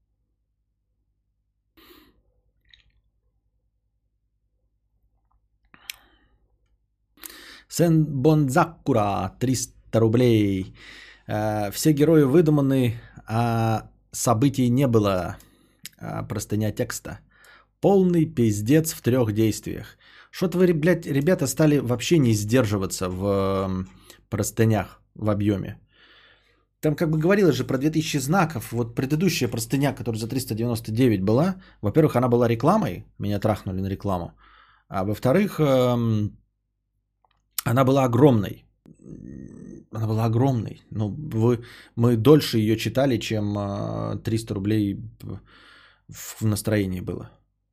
Сен Бонзакура 300 рублей. Все герои выдуманы, а событий не было. Простыня текста. Полный пиздец в 3 действиях. Что-то вы, блядь, ребята стали вообще не сдерживаться в простынях в объеме. Там как бы говорилось же про 2000 знаков. Вот предыдущая простыня, которая за 399 была, во-первых, она была рекламой. Меня трахнули на рекламу. А во-вторых, она была огромной. Она была огромной. Ну, мы дольше ее читали, чем 300 рублей в настроении было.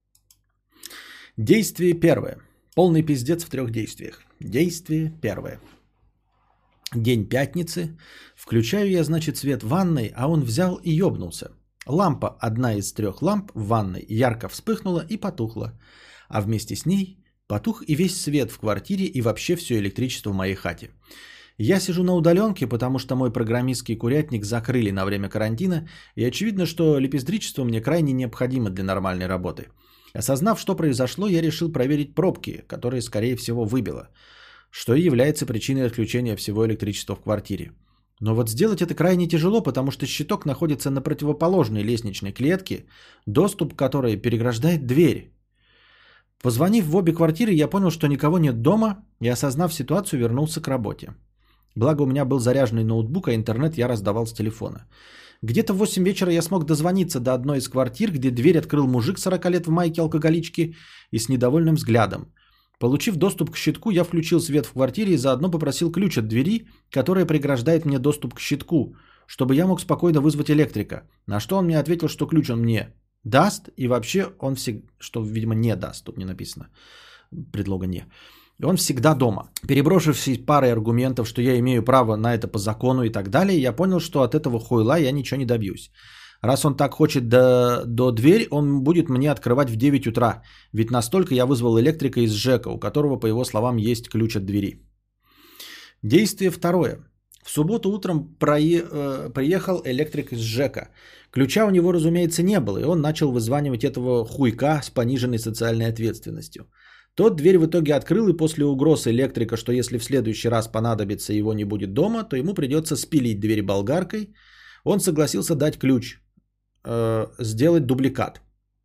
Действие первое. Полный пиздец в 3 действиях. Действие первое. День пятницы. Включаю я, значит, свет в ванной, а он взял и ёбнулся. Лампа, одна из 3 ламп в ванной, ярко вспыхнула и потухла. А вместе с ней потух и весь свет в квартире и вообще все электричество в моей хате. Я сижу на удаленке, потому что мой программистский курятник закрыли на время карантина, и очевидно, что лепездричество мне крайне необходимо для нормальной работы. Осознав, что произошло, я решил проверить пробки, которые, скорее всего, выбило, что и является причиной отключения всего электричества в квартире. Но вот сделать это крайне тяжело, потому что щиток находится на противоположной лестничной клетке, доступ к которой переграждает дверь. Позвонив в обе квартиры, я понял, что никого нет дома, и, осознав ситуацию, вернулся к работе. Благо у меня был заряженный ноутбук, а интернет я раздавал с телефона. Где-то в 8 вечера я смог дозвониться до одной из квартир, где дверь открыл мужик 40 лет в майке алкоголички и с недовольным взглядом. Получив доступ к щитку, я включил свет в квартире и заодно попросил ключ от двери, которая преграждает мне доступ к щитку, чтобы я мог спокойно вызвать электрика. На что он мне ответил, что ключ он мне даст, и вообще он всегда, что, видимо, не даст, тут не написано, предлога не. И он всегда дома. Переброшившись парой аргументов, что я имею право на это по закону и так далее, я понял, что от этого хуйла я ничего не добьюсь. Раз он так хочет до дверь, он будет мне открывать в 9 утра. Ведь настолько я вызвал электрика из ЖЭКа, у которого, по его словам, есть ключ от двери. Действие второе. В субботу утром приехал электрик из ЖЭКа. Ключа у него, разумеется, не было, и он начал вызванивать этого хуйка с пониженной социальной ответственностью. Тот дверь в итоге открыл, и после угроз электрика, что если в следующий раз понадобится его не будет дома, то ему придется спилить дверь болгаркой, он согласился дать ключ, сделать дубликат.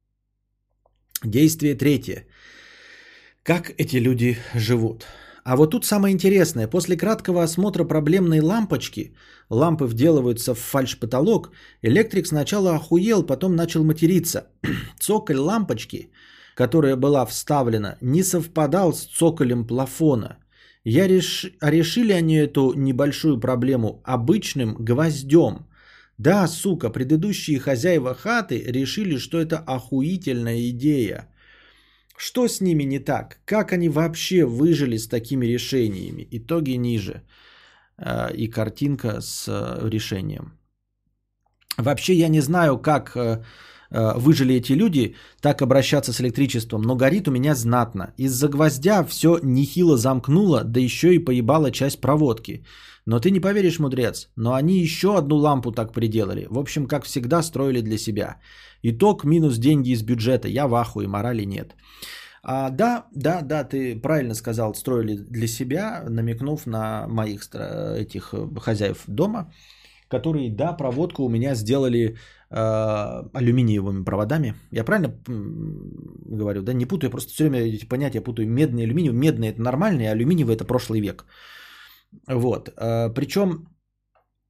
Действие третье. Как эти люди живут? А вот тут самое интересное. После краткого осмотра проблемной лампочки, лампы вделываются в фальш-потолок, электрик сначала охуел, потом начал материться. Цоколь лампочки, которая была вставлена, не совпадал с цоколем плафона. Решили они эту небольшую проблему обычным гвоздем. Да, сука, предыдущие хозяева хаты решили, что это охуительная идея. Что с ними не так? Как они вообще выжили с такими решениями? Итоги ниже. И картинка с решением. Вообще я не знаю, как выжили эти люди, так обращаться с электричеством, но горит у меня знатно. Из-за гвоздя все нехило замкнуло, да еще и поебала часть проводки. Но ты не поверишь, мудрец, но они еще одну лампу так приделали. В общем, как всегда, строили для себя. Итог минус деньги из бюджета. Я в ахуе, морали нет. Да, ты правильно сказал, строили для себя, намекнув на моих этих хозяев дома, которые, да, проводку у меня сделали алюминиевыми проводами. Я правильно говорю, да? Не путаю, просто все время эти понятия путаю. Медный и алюминиевый. Медный – это нормальный, а алюминиевый – это прошлый век. Вот. Причем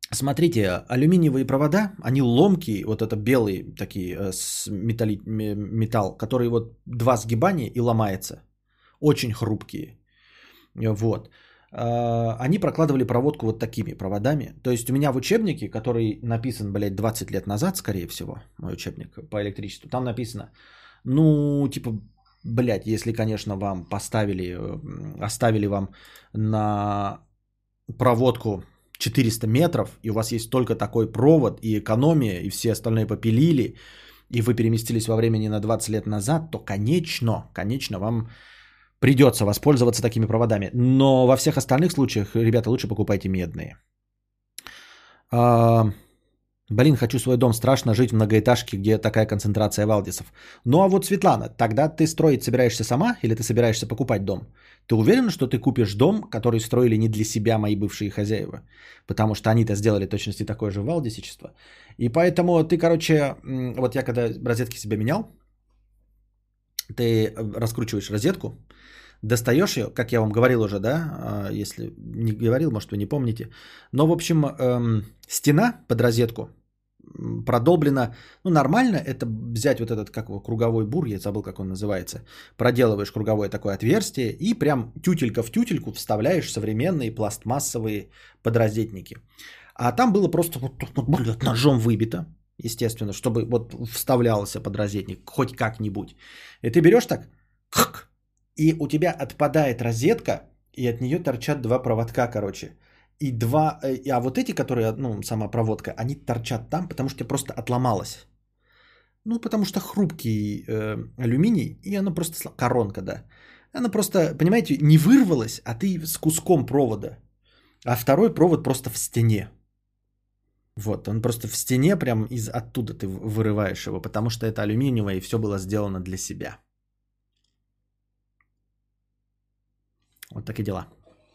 Смотрите, алюминиевые провода, они ломкие, вот это белые такие, металл, который вот два сгибания и ломается. Очень хрупкие. Вот. Они прокладывали проводку вот такими проводами. То есть у меня в учебнике, который написан, блядь, 20 лет назад, скорее всего, мой учебник по электричеству, там написано, ну, типа, блядь, если, конечно, вам оставили вам на проводку 400 метров, и у вас есть только такой провод и экономия, и все остальные попилили, и вы переместились во времени на 20 лет назад, то, конечно, вам придется воспользоваться такими проводами. Но во всех остальных случаях, ребята, лучше покупайте медные. Блин, хочу свой дом. Страшно жить в многоэтажке, где такая концентрация валдисов. Ну а вот, Светлана, тогда ты строить собираешься сама или ты собираешься покупать дом? Ты уверена, что ты купишь дом, который строили не для себя мои бывшие хозяева? Потому что они-то сделали точности такое же валдисичество. И поэтому ты, короче, вот я когда розетки себе менял, ты раскручиваешь розетку, достаешь ее, как я вам говорил уже, да, если не говорил, может вы не помните. Но, в общем, стена под розетку продолблена, ну, нормально, это взять вот этот, как его, круговой бур, я забыл, как он называется, проделываешь круговое такое отверстие и прям тютелька в тютельку вставляешь современные пластмассовые подрозетники. А там было просто вот ножом выбито, естественно, чтобы вот вставлялся подрозетник хоть как-нибудь. И ты берешь так, и у тебя отпадает розетка, и от нее торчат два проводка, короче. А вот эти, которые, ну, сама проводка, они торчат там, потому что просто отломалось. Ну, потому что хрупкий алюминий, и она просто, коронка, да. Она просто, понимаете, не вырвалась, а ты с куском провода. А второй провод просто в стене. Вот, он просто в стене, прям оттуда ты вырываешь его, потому что это алюминиевое, и все было сделано для себя. Вот такие дела.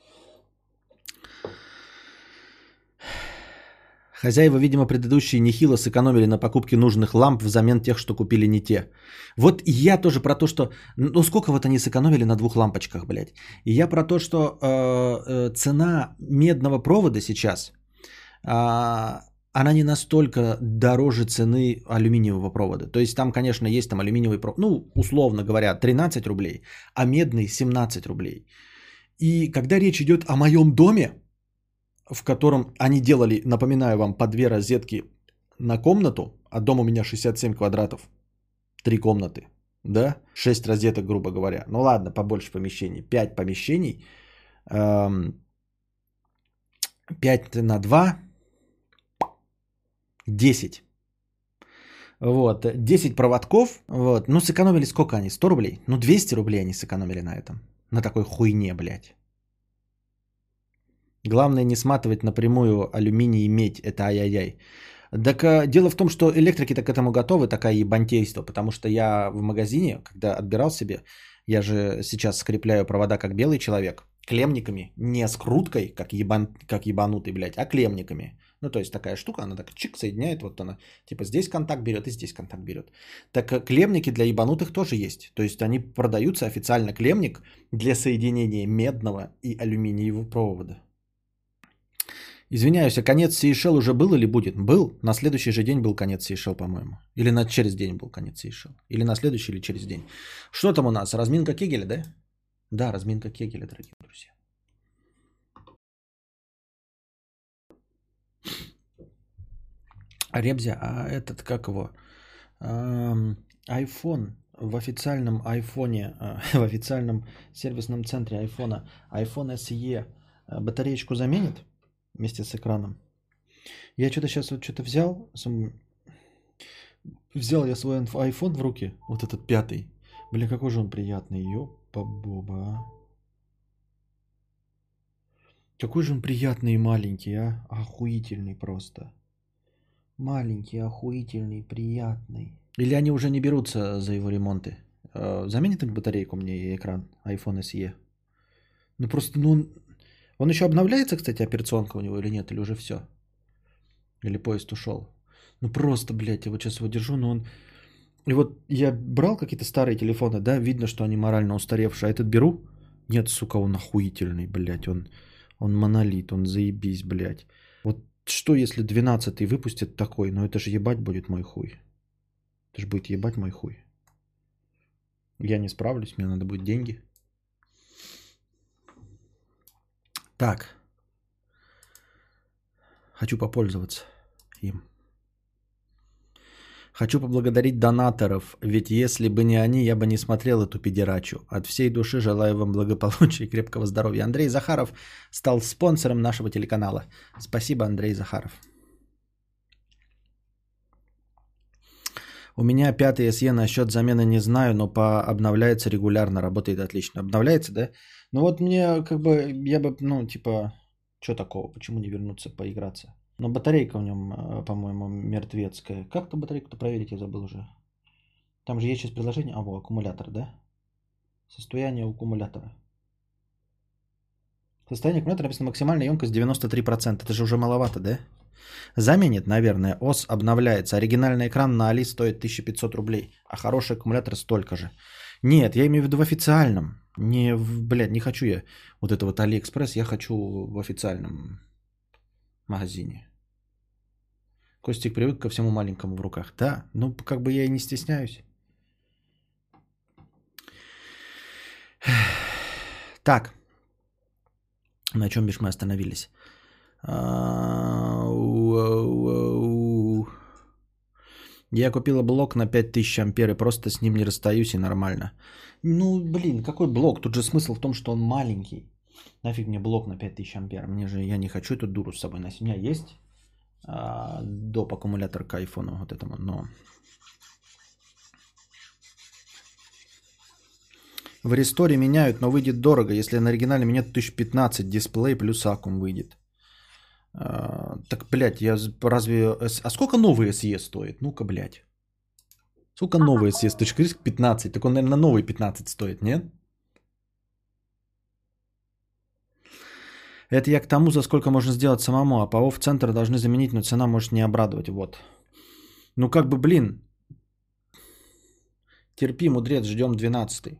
Хозяева, видимо, предыдущие нехило сэкономили на покупке нужных ламп взамен тех, что купили не те. Вот и я тоже про то, что... Ну, сколько вот они сэкономили на двух лампочках, блядь. И я про то, что цена медного провода сейчас, она не настолько дороже цены алюминиевого провода. То есть там, конечно, есть там алюминиевый провод, ну, условно говоря, 13 рублей, а медный 17 рублей. И когда речь идет о моем доме, в котором они делали, напоминаю вам, по 2 розетки на комнату, а дом у меня 67 квадратов, 3 комнаты, да, 6 розеток, грубо говоря. Ну ладно, побольше помещений, 5 помещений, 5 на 2, 10. Вот, 10 проводков, вот, ну сэкономили сколько они, 100 рублей? Ну 200 рублей они сэкономили на этом, на такой хуйне, блядь. Главное не сматывать напрямую алюминий и медь, это ай-яй-яй. Так дело в том, что электрики-то к этому готовы, такая ебантейство, потому что я в магазине, когда отбирал себе, я же сейчас скрепляю провода как белый человек, клемниками, не скруткой, как ебанутый, блядь, а клемниками. Ну, то есть такая штука, она так чик соединяет, вот она, типа здесь контакт берет и здесь контакт берет. Так клемники для ебанутых тоже есть. То есть они продаются официально, клемник для соединения медного и алюминиевого провода. Извиняюсь, а конец Сейшел уже был или будет? Был. На следующий же день был конец Сейшел, по-моему. Или через день был конец Сейшел. Или на следующий, или через день. Что там у нас? Разминка Кегеля, да? Да, разминка Кегеля, дорогие друзья. Ребзя, а этот, как его? iPhone в официальном айфоне, в официальном сервисном центре айфона, iPhone SE батареечку заменит? Вместе с экраном. Я что-то сейчас вот что-то взял я свой iPhone в руки, вот этот 5. Блин, какой же он приятный, ёпа-боба. Какой же он приятный и маленький, а? Охуительный просто. Маленький, охуительный, приятный. Или они уже не берутся за его ремонты? Заменит им батарейку мне и экран iPhone SE? Ну просто, он еще обновляется, кстати, операционка у него или нет? Или уже все? Или поезд ушел? Ну просто, блядь, я вот сейчас его держу, но он... И вот я брал какие-то старые телефоны, да, видно, что они морально устаревшие. А этот беру? Нет, сука, он охуительный, блядь. Он монолит, он заебись, блядь. Вот что если 12-й выпустят такой? Ну это же ебать будет мой хуй. Это же будет ебать мой хуй. Я не справлюсь, мне надо будет деньги. Так. Хочу попользоваться им. Хочу поблагодарить донаторов, ведь если бы не они, я бы не смотрел эту педерачу. От всей души желаю вам благополучия и крепкого здоровья. Андрей Захаров стал спонсором нашего телеканала. Спасибо, Андрей Захаров. У меня 5 СЕ насчет замены не знаю, но обновляется регулярно, работает отлично. Обновляется, да? Ну вот мне как бы, я бы, ну типа, что такого, почему не вернуться поиграться? Но батарейка в нем, по-моему, мертвецкая. Как-то батарейку-то проверить, я забыл уже. Там же есть сейчас приложение. А, вот, аккумулятор, да? Состояние аккумулятора. Состояние аккумулятора написано максимальная емкость 93%. Это же уже маловато, да? Заменит, наверное. ОС обновляется. Оригинальный экран на Али стоит 1500 рублей. А хороший аккумулятор столько же. Нет, я имею в виду в официальном. Не хочу я вот это вот Алиэкспресс. Я хочу в официальном магазине. Костик привык ко всему маленькому в руках. Да, ну как бы я и не стесняюсь. Так. На чем бишь мы остановились? Я купила блок на 5000 ампер и просто с ним не расстаюсь и нормально. Ну, блин, какой блок? Тут же смысл в том, что он маленький. Нафиг мне блок на 5000 ампер. Я не хочу эту дуру с собой носить. У меня есть доп. Аккумулятор к айфону вот этому, но... В ресторе меняют, но выйдет дорого. Если на оригинале меняют 1015, дисплей плюс аккум выйдет. Так, блядь, разве... А сколько новый SE стоит? Ну-ка, блядь. Сколько новый SE стоит? 15. Так он, наверное, новый 15 стоит, нет? Это я к тому, за сколько можно сделать самому. А ПАО в центр должны заменить, но цена может не обрадовать. Вот. Ну, как бы, блин. Терпи, мудрец, ждем 12-й.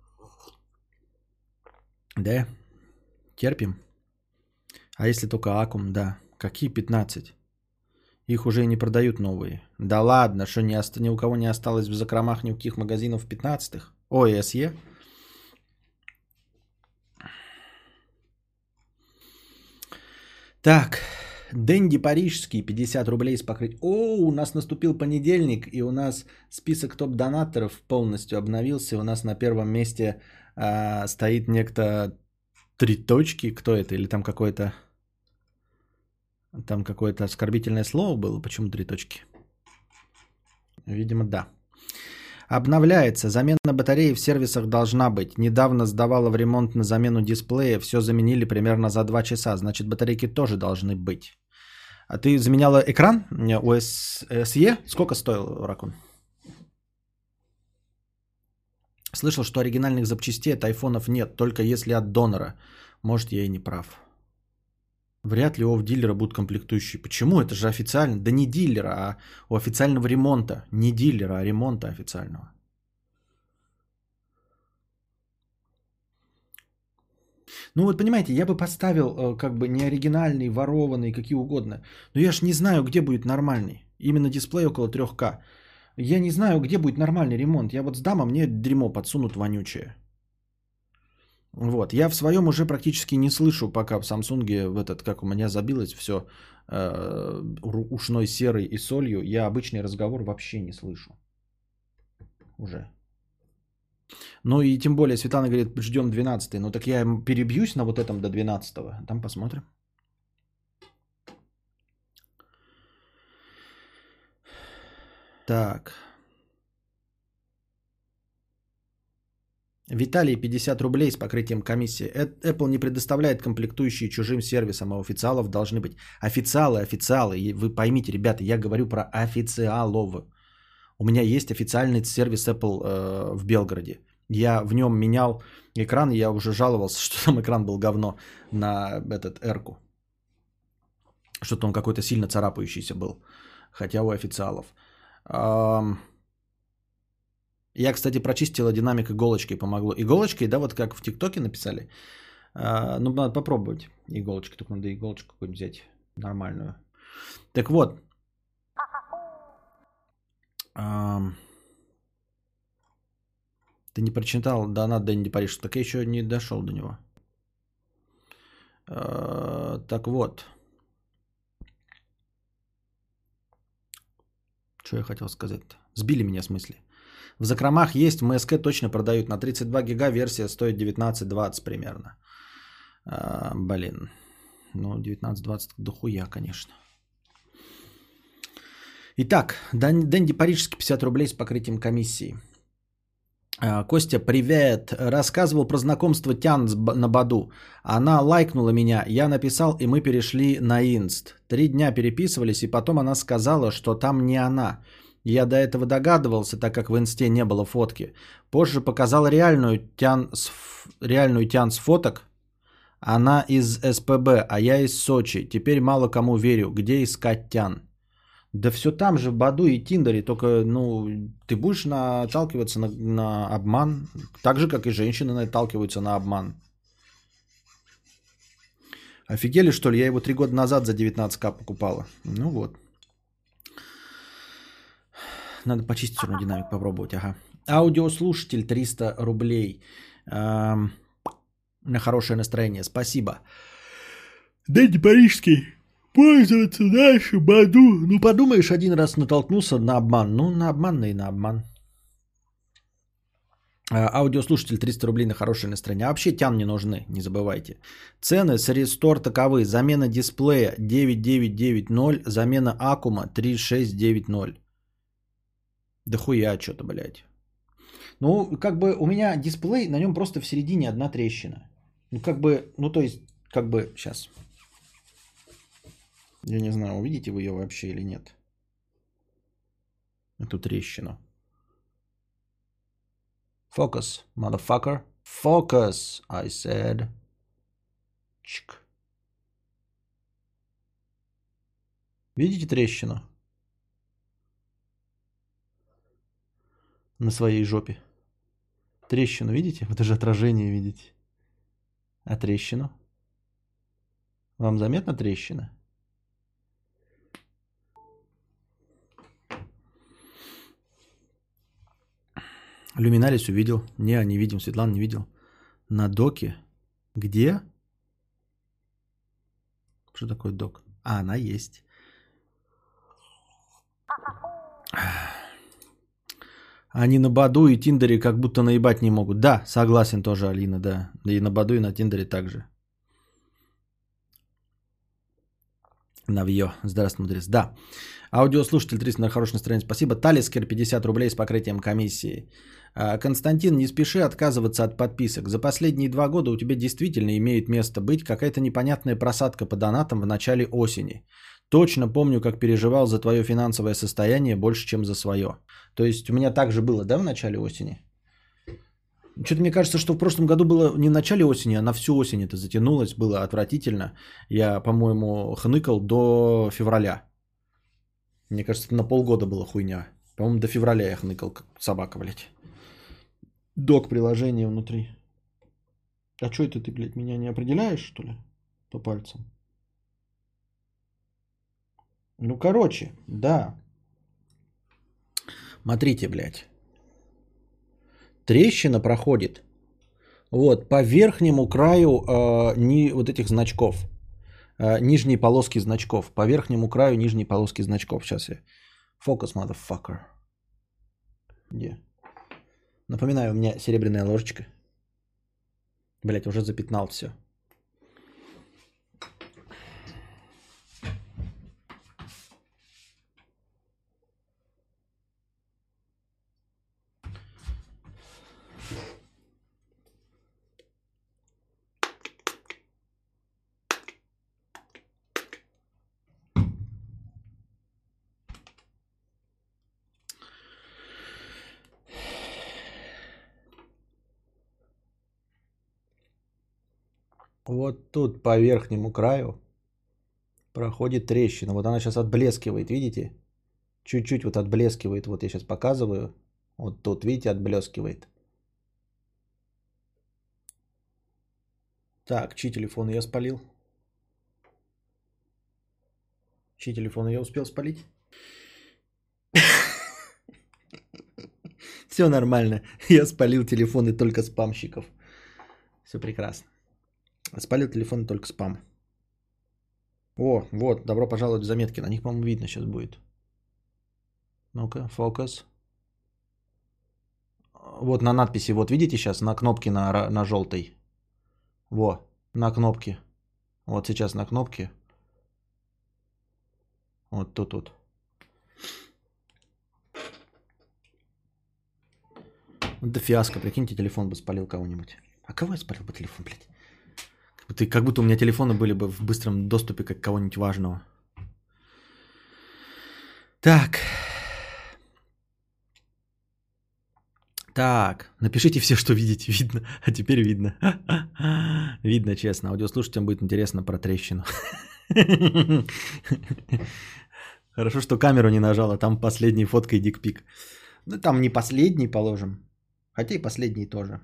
Да? Терпим. А если только аккум, да. Какие 15? Их уже и не продают новые. Да ладно, что ни у кого не осталось в закромах никаких магазинов 15-х? Ой, SE? Так, Дэнди Парижский, 50 рублей с покрытием. О, у нас наступил понедельник, и у нас список топ-донаторов полностью обновился. У нас на первом месте стоит некто 3 точки. Кто это? Или там какое-то... Там какое-то оскорбительное слово было? Почему 3 точки? Видимо, да. Обновляется. Замена батареи в сервисах должна быть. Недавно сдавала в ремонт на замену дисплея. Все заменили примерно за 2 часа. Значит, батарейки тоже должны быть. А ты заменяла экран у SE? Сколько стоил, Ракун? Слышал, что оригинальных запчастей от айфонов нет. Только если от донора. Может, я и не прав. Вряд ли у дилера будут комплектующие. Почему? Это же официально. Да не дилера, а у официального ремонта. Не дилера, а ремонта официального. Ну вот понимаете, я бы поставил как бы не оригинальный, ворованный, какие угодно. Но я ж не знаю, где будет нормальный. Именно дисплей около 3К. Я не знаю, где будет нормальный ремонт. Я вот сдам, а мне дерьмо подсунут вонючее. Вот, я в своем уже практически не слышу, пока в Samsung в этот, как у меня забилось все ушной серой и солью, я обычный разговор вообще не слышу. Уже. Ну и тем более Светлана говорит, ждем 12-й. Ну так я перебьюсь на вот этом до 12-го. Там посмотрим. Так. Виталий, 50 рублей с покрытием комиссии. Apple не предоставляет комплектующие чужим сервисам, а официалов должны быть. Официалы. Вы поймите, ребята, я говорю про официалов. У меня есть официальный сервис Apple в Белгороде. Я в нем менял экран, я уже жаловался, что там экран был говно на этот R-ку. Что-то он какой-то сильно царапающийся был. Хотя у официалов. Я, кстати, прочистила динамик иголочкой, помогло. Иголочкой, да, вот как в ТикТоке написали. Ну, надо попробовать иголочкой. Только надо иголочку какую-нибудь взять нормальную. Так вот. Ты не прочитал донат Дэнди Париж. Так я еще не дошел до него. Так вот. Что я хотел сказать-то? Сбили меня с мысли. В закромах есть, в МСК точно продают. На 32 гига версия стоит 19-20 примерно. Блин. Ну, 19-20 дохуя, конечно. Итак, Дэнди Парижский 50 рублей с покрытием комиссии. Костя, привет. Рассказывал про знакомство Тян на Баду. Она лайкнула меня, я написал, и мы перешли на инст. 3 дня переписывались, и потом она сказала, что там не она. Я до этого догадывался, так как в инсте не было фотки. Позже показал реальную Тян с фоток. Она из СПБ, а я из Сочи. Теперь мало кому верю. Где искать Тян? Да все там же, в Баду и Тиндере, только, ну, ты будешь наталкиваться на обман, так же, как и женщины наталкиваются на обман. Офигели, что ли? Я его 3 года назад за 19к покупала. Ну вот. Надо почистить все равно динамик, попробовать, ага. Аудиослушатель 300 рублей. На хорошее настроение, спасибо. Дэнди Парижский. Пользоваться нашим Баду. Ну, подумаешь, один раз натолкнулся на обман. Ну, на обман, и на обман. Аудиослушатель 300 рублей на хорошее настроение. А вообще Тян не нужны, не забывайте. Цены с Рестор таковы. Замена дисплея 9990, замена аккума 3690. Да хуя что-то, блядь. Ну, как бы у меня дисплей, на нем просто в середине одна трещина. Ну, как бы, ну, то есть, как бы, сейчас... Я не знаю, увидите вы ее вообще или нет. Эту трещину. Focus, motherfucker. Focus, I said. Чик. Видите трещину? На своей жопе. Трещину видите? Вот это же отражение видите. А трещину? Вам заметна трещина? Люминалис увидел. Не видим. Светлана не видел. На доке. Где? Что такое док? А, она есть. Они на Баду и Тиндере как будто наебать не могут. Да, согласен тоже, Алина, да. Да и на Баду, и на Тиндере также. Навье. Здравствуй, мудрец. Да. Аудиослушатель 300 на хорошее настроение. Спасибо. Талискер 50 рублей с покрытием комиссии. Константин, не спеши отказываться от подписок. За последние 2 года у тебя действительно имеет место быть какая-то непонятная просадка по донатам в начале осени. Точно помню, как переживал за твое финансовое состояние больше, чем за свое. То есть у меня так же было, да, в начале осени? Что-то мне кажется, что в прошлом году было не в начале осени, а на всю осень это затянулось, было отвратительно. Я, по-моему, хныкал до февраля. Мне кажется, это на полгода была хуйня. По-моему, до февраля я хныкал, как собака, блядь. Док-приложение внутри. А что это ты, блядь, меня не определяешь, что ли? По пальцам. Ну, короче, да. Смотрите, блядь. Трещина проходит. Вот, по верхнему краю вот этих значков. Нижней полоски значков. По верхнему краю нижней полоски значков. Сейчас я. Focus, motherfucker. Где? Напоминаю, у меня серебряная ложечка. Блять, уже запятнал все. Вот тут по верхнему краю проходит трещина. Вот она сейчас отблескивает, видите? Чуть-чуть вот отблескивает. Вот я сейчас показываю. Вот тут, видите, отблескивает. Так, чей телефон я спалил? Чьи телефоны я успел спалить? Все нормально. Я спалил телефоны только спамщиков. Все прекрасно. Спалил телефоны только спам. О, вот, добро пожаловать в заметки. На них, по-моему, видно сейчас будет. Ну-ка, фокус. Вот на надписи, вот видите сейчас на кнопке на желтой? Во, на кнопке. Вот сейчас на кнопке. Вот тут. Да фиаско, прикиньте, телефон бы спалил кого-нибудь. А кого я спалил бы телефон, блядь? Как будто у меня телефоны были бы в быстром доступе как кого-нибудь важного. Так, напишите все, что видите. Видно. А теперь видно. Видно, честно. Аудиослушателям будет интересно про трещину. Хорошо, что камеру не нажала. Там последней фоткой дикпик. Ну, там не последний, положим. Хотя и последний тоже.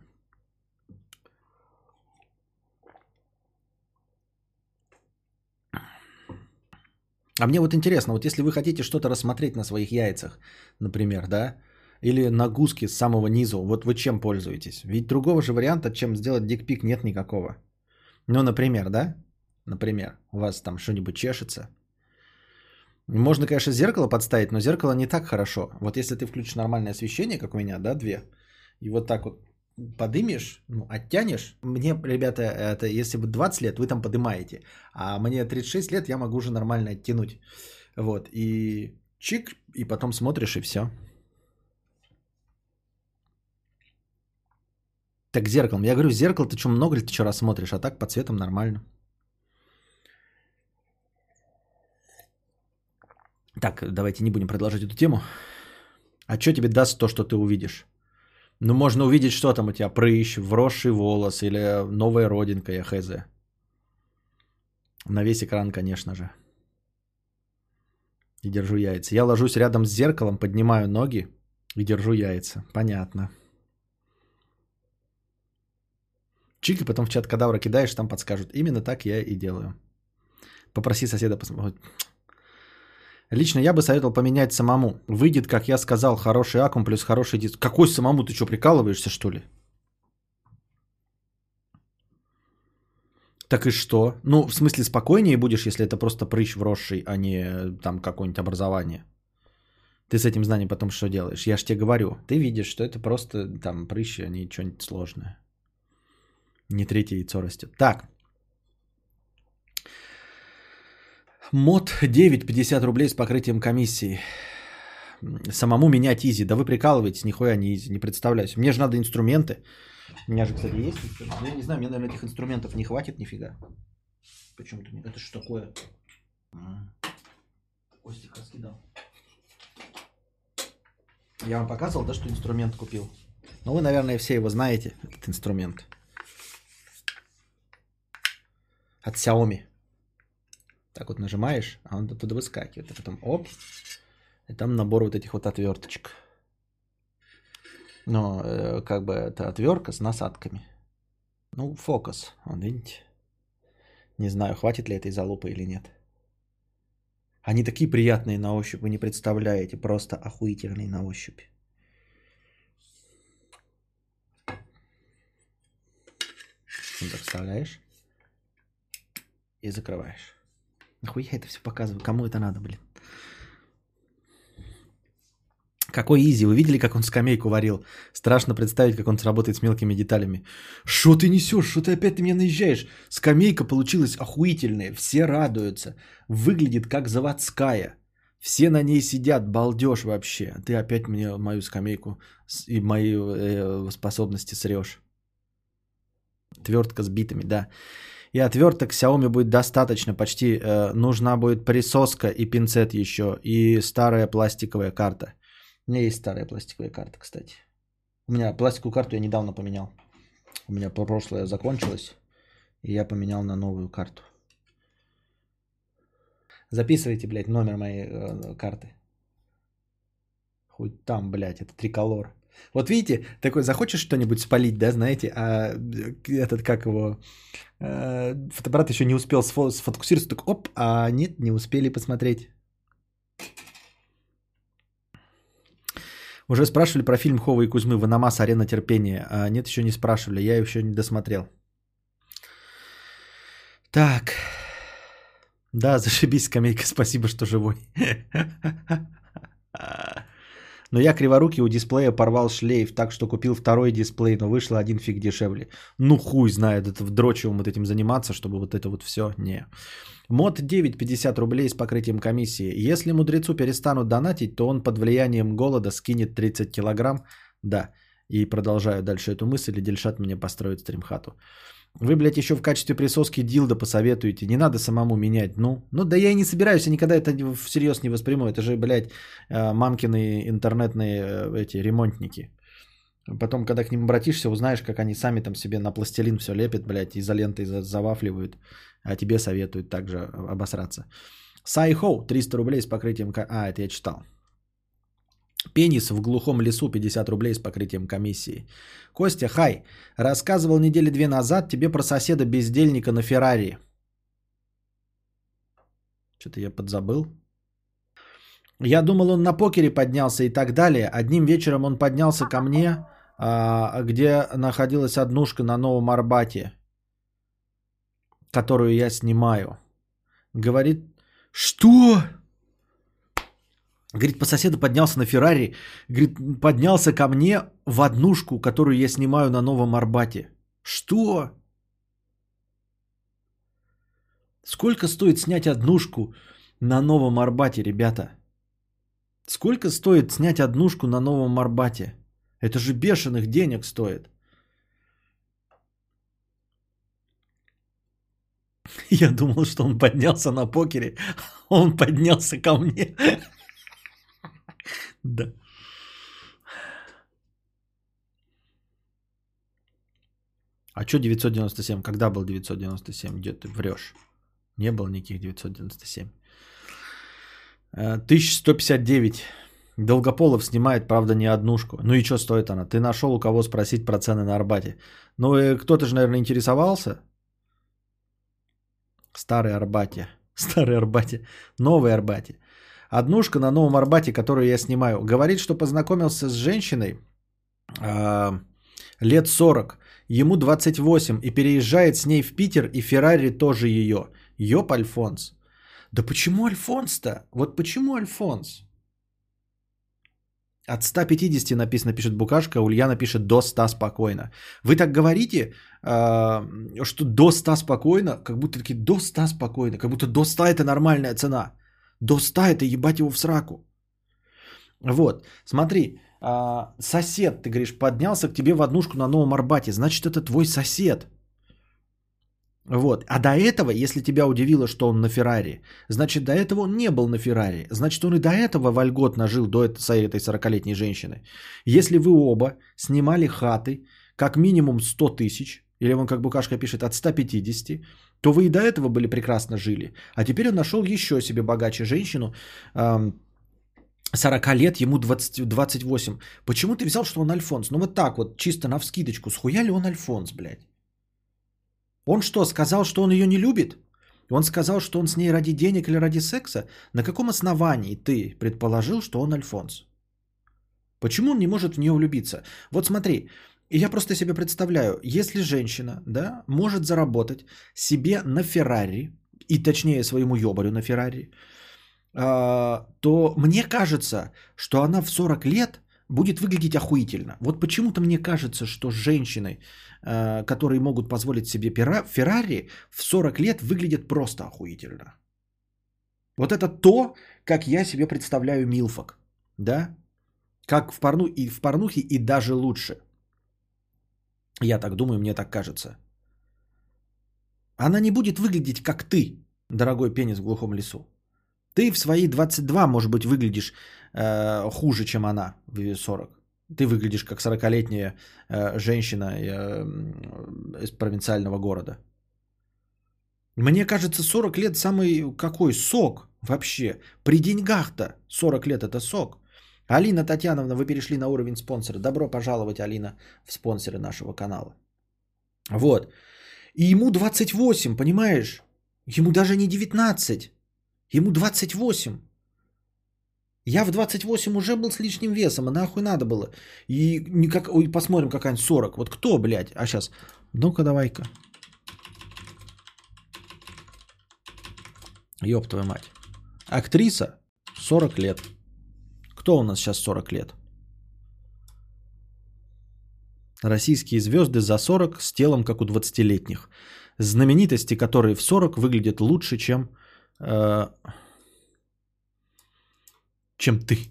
А мне вот интересно, вот если вы хотите что-то рассмотреть на своих яйцах, например, да, или на гуске с самого низу, вот вы чем пользуетесь? Ведь другого же варианта, чем сделать дикпик, нет никакого. Ну, например, да? Например, у вас там что-нибудь чешется. Можно, конечно, зеркало подставить, но зеркало не так хорошо. Вот если ты включишь нормальное освещение, как у меня, да, 2, и вот так вот подымешь, ну, оттянешь. Мне, ребята, это если бы 20 лет, вы там подымаете, а мне 36 лет, я могу уже нормально оттянуть. Вот, и чик, и потом смотришь, и все. Так зеркалом. Я говорю, зеркало ты что, много ли ты что раз смотришь, а так по цветам нормально. Так, давайте не будем продолжать эту тему. А что тебе даст то, что ты увидишь? Ну, можно увидеть, что там у тебя, прыщ, вросший волос или новая родинка, я хз. На весь экран, конечно же. И держу яйца. Я ложусь рядом с зеркалом, поднимаю ноги и держу яйца. Понятно. Чик, и потом в чат кадавра кидаешь, там подскажут. Именно так я и делаю. Попроси соседа посмотреть. Лично я бы советовал поменять самому. Выйдет, как я сказал, хороший аккум плюс хороший диск. Какой самому? Ты что, прикалываешься, что ли? Так и что? Ну, в смысле, спокойнее будешь, если это просто прыщ вросший, а не там какое-нибудь образование. Ты с этим знанием потом что делаешь? Я ж тебе говорю. Ты видишь, что это просто там прыщи, а не что-нибудь сложное. Не третье яйцо растет. Так. Мод 9, 50 рублей с покрытием комиссии. Самому менять изи. Да вы прикалываетесь, нихуя не изи, не представляюсь. Мне же надо инструменты. У меня же, кстати, есть инструменты. Я не знаю, мне, наверное, этих инструментов не хватит нифига. Почему-то не. Это что такое? Костик раскидал. Я вам показывал, да, что инструмент купил? Ну, вы, наверное, все его знаете, этот инструмент. От Xiaomi. Так вот нажимаешь, а он оттуда выскакивает. А потом оп, и там набор вот этих вот отверточек. Но как бы это отвертка с насадками. Ну, фокус, вон, видите. Не знаю, хватит ли этой залупы или нет. Они такие приятные на ощупь, вы не представляете. Просто охуительные на ощупь. Так вставляешь и закрываешь. Нахуя я это все показываю? Кому это надо, блин? Какой изи. Вы видели, как он скамейку варил? Страшно представить, как он сработает с мелкими деталями. Что ты несешь? Что ты опять меня наезжаешь? Скамейка получилась охуительная. Все радуются. Выглядит как заводская. Все на ней сидят. Балдеж вообще. Ты опять мне мою скамейку и мои способности срешь. Твертка с битами, да. И отверток Xiaomi будет достаточно. Почти нужна будет присоска и пинцет еще. И старая пластиковая карта. У меня есть старая пластиковая карта, кстати. У меня пластиковую карту я недавно поменял. У меня прошлая закончилась. И я поменял на новую карту. Записывайте, блядь, номер моей карты. Хоть там, блядь, это триколор. Вот видите, такой захочешь что-нибудь спалить, да, знаете, а этот, как его, фотоаппарат еще не успел сфокусироваться, так оп, а нет, не успели посмотреть. Уже спрашивали про фильм Хова и Кузьмы «Ваномас. Арена терпения». А нет, еще не спрашивали, я еще не досмотрел. Так. Да, зашибись, скамейка, спасибо, что живой. Но я криворукий у дисплея порвал шлейф, так что купил второй дисплей, но вышло один фиг дешевле. Ну хуй знает, это вдрочевым вот этим заниматься, чтобы вот это вот все, не. Мод 9, 50 рублей с покрытием комиссии. Если мудрецу перестанут донатить, то он под влиянием голода скинет 30 килограмм. Да, и продолжаю дальше эту мысль, и Дельшат мне построит стримхату. Вы, блядь, еще в качестве присоски дилда посоветуете. Не надо самому менять. Ну да я и не собираюсь, я никогда это всерьез не восприму. Это же, блядь, мамкины интернетные эти ремонтники. Потом, когда к ним обратишься, узнаешь, как они сами там себе на пластилин все лепят, блядь, изолентой завафливают. А тебе советуют также обосраться. Сайхоу, 300 рублей с покрытием... А, это я читал. Пенис в глухом лесу, 50 рублей с покрытием комиссии. Костя, хай, рассказывал недели 2 назад тебе про соседа-бездельника на Феррари. Что-то я подзабыл. Я думал, он на покере поднялся и так далее. Одним вечером он поднялся ко мне, где находилась однушка на Новом Арбате, которую я снимаю. Говорит, что? Говорит, по соседу поднялся на Феррари. Говорит, поднялся ко мне в однушку, которую я снимаю на Новом Арбате. Что? Сколько стоит снять однушку на Новом Арбате, ребята? Сколько стоит снять однушку на Новом Арбате? Это же бешеных денег стоит. Я думал, что он поднялся на покере. Он поднялся ко мне. Да. А что 997? Когда был 997? Где ты врешь? Не было никаких 997. 1159. Долгополов снимает, правда, не однушку. Ну и что стоит она? Ты нашел у кого спросить про цены на Арбате. Ну и кто-то же, наверное, интересовался. Старый Арбате. Старый Арбате. Новый Арбате. Однушка на Новом Арбате, которую я снимаю. Говорит, что познакомился с женщиной лет 40. Ему 28. И переезжает с ней в Питер. И Феррари тоже ее. Ёп, Альфонс. Да почему Альфонс-то? Вот почему Альфонс? От 150 написано, пишет Букашка, Ульяна пишет до 100 спокойно. Вы так говорите, что до 100 спокойно, как будто такие до 100 спокойно, как будто до 100 это нормальная цена. До 100 это ебать его в сраку. Вот, смотри, сосед, ты говоришь, поднялся к тебе в однушку на Новом Арбате, значит это твой сосед. Вот. А до этого, если тебя удивило, что он на Феррари, значит, до этого он не был на Феррари. Значит, он и до этого вольготно жил, до этой 40-летней женщины. Если вы оба снимали хаты как минимум 100 тысяч, или он, как Букашка пишет, от 150, то вы и до этого были прекрасно жили. А теперь он нашел еще себе богаче женщину, 40 лет, ему 28. Почему ты взял, что он Альфонс? Ну вот так вот, чисто навскидочку, схуя ли он Альфонс, блядь? Он что, сказал, что он ее не любит? Он сказал, что он с ней ради денег или ради секса? На каком основании ты предположил, что он Альфонс? Почему он не может в нее влюбиться? Вот смотри, я просто себе представляю, если женщина, да, может заработать себе на Феррари, и точнее своему ёбарю на Феррари, то мне кажется, что она в 40 лет будет выглядеть охуительно. Вот почему-то мне кажется, что женщины, которые могут позволить себе Феррари, в 40 лет выглядят просто охуительно. Вот это то, как я себе представляю милфок. Да? Как в порнухе и даже лучше. Я так думаю, мне так кажется. Она не будет выглядеть как ты, дорогой пенис в глухом лесу. Ты в свои 22, может быть, выглядишь хуже, чем она в 40. Ты выглядишь как 40-летняя женщина из провинциального города. Мне кажется, 40 лет самый какой сок вообще. При деньгах-то 40 лет это сок. Алина Татьяновна, вы перешли на уровень спонсора. Добро пожаловать, Алина, в спонсоры нашего канала. Вот. И ему 28, понимаешь? Ему даже не 19. Ему 28. Я в 28 уже был с лишним весом, а нахуй надо было. И никак... Ой, посмотрим, какая-нибудь 40. Вот кто, блядь? А сейчас, ну-ка давай-ка. Ёб твою мать. Актриса 40 лет. Кто у нас сейчас 40 лет? Российские звезды за 40 с телом, как у 20-летних. Знаменитости, которые в 40 выглядят лучше, чем ты.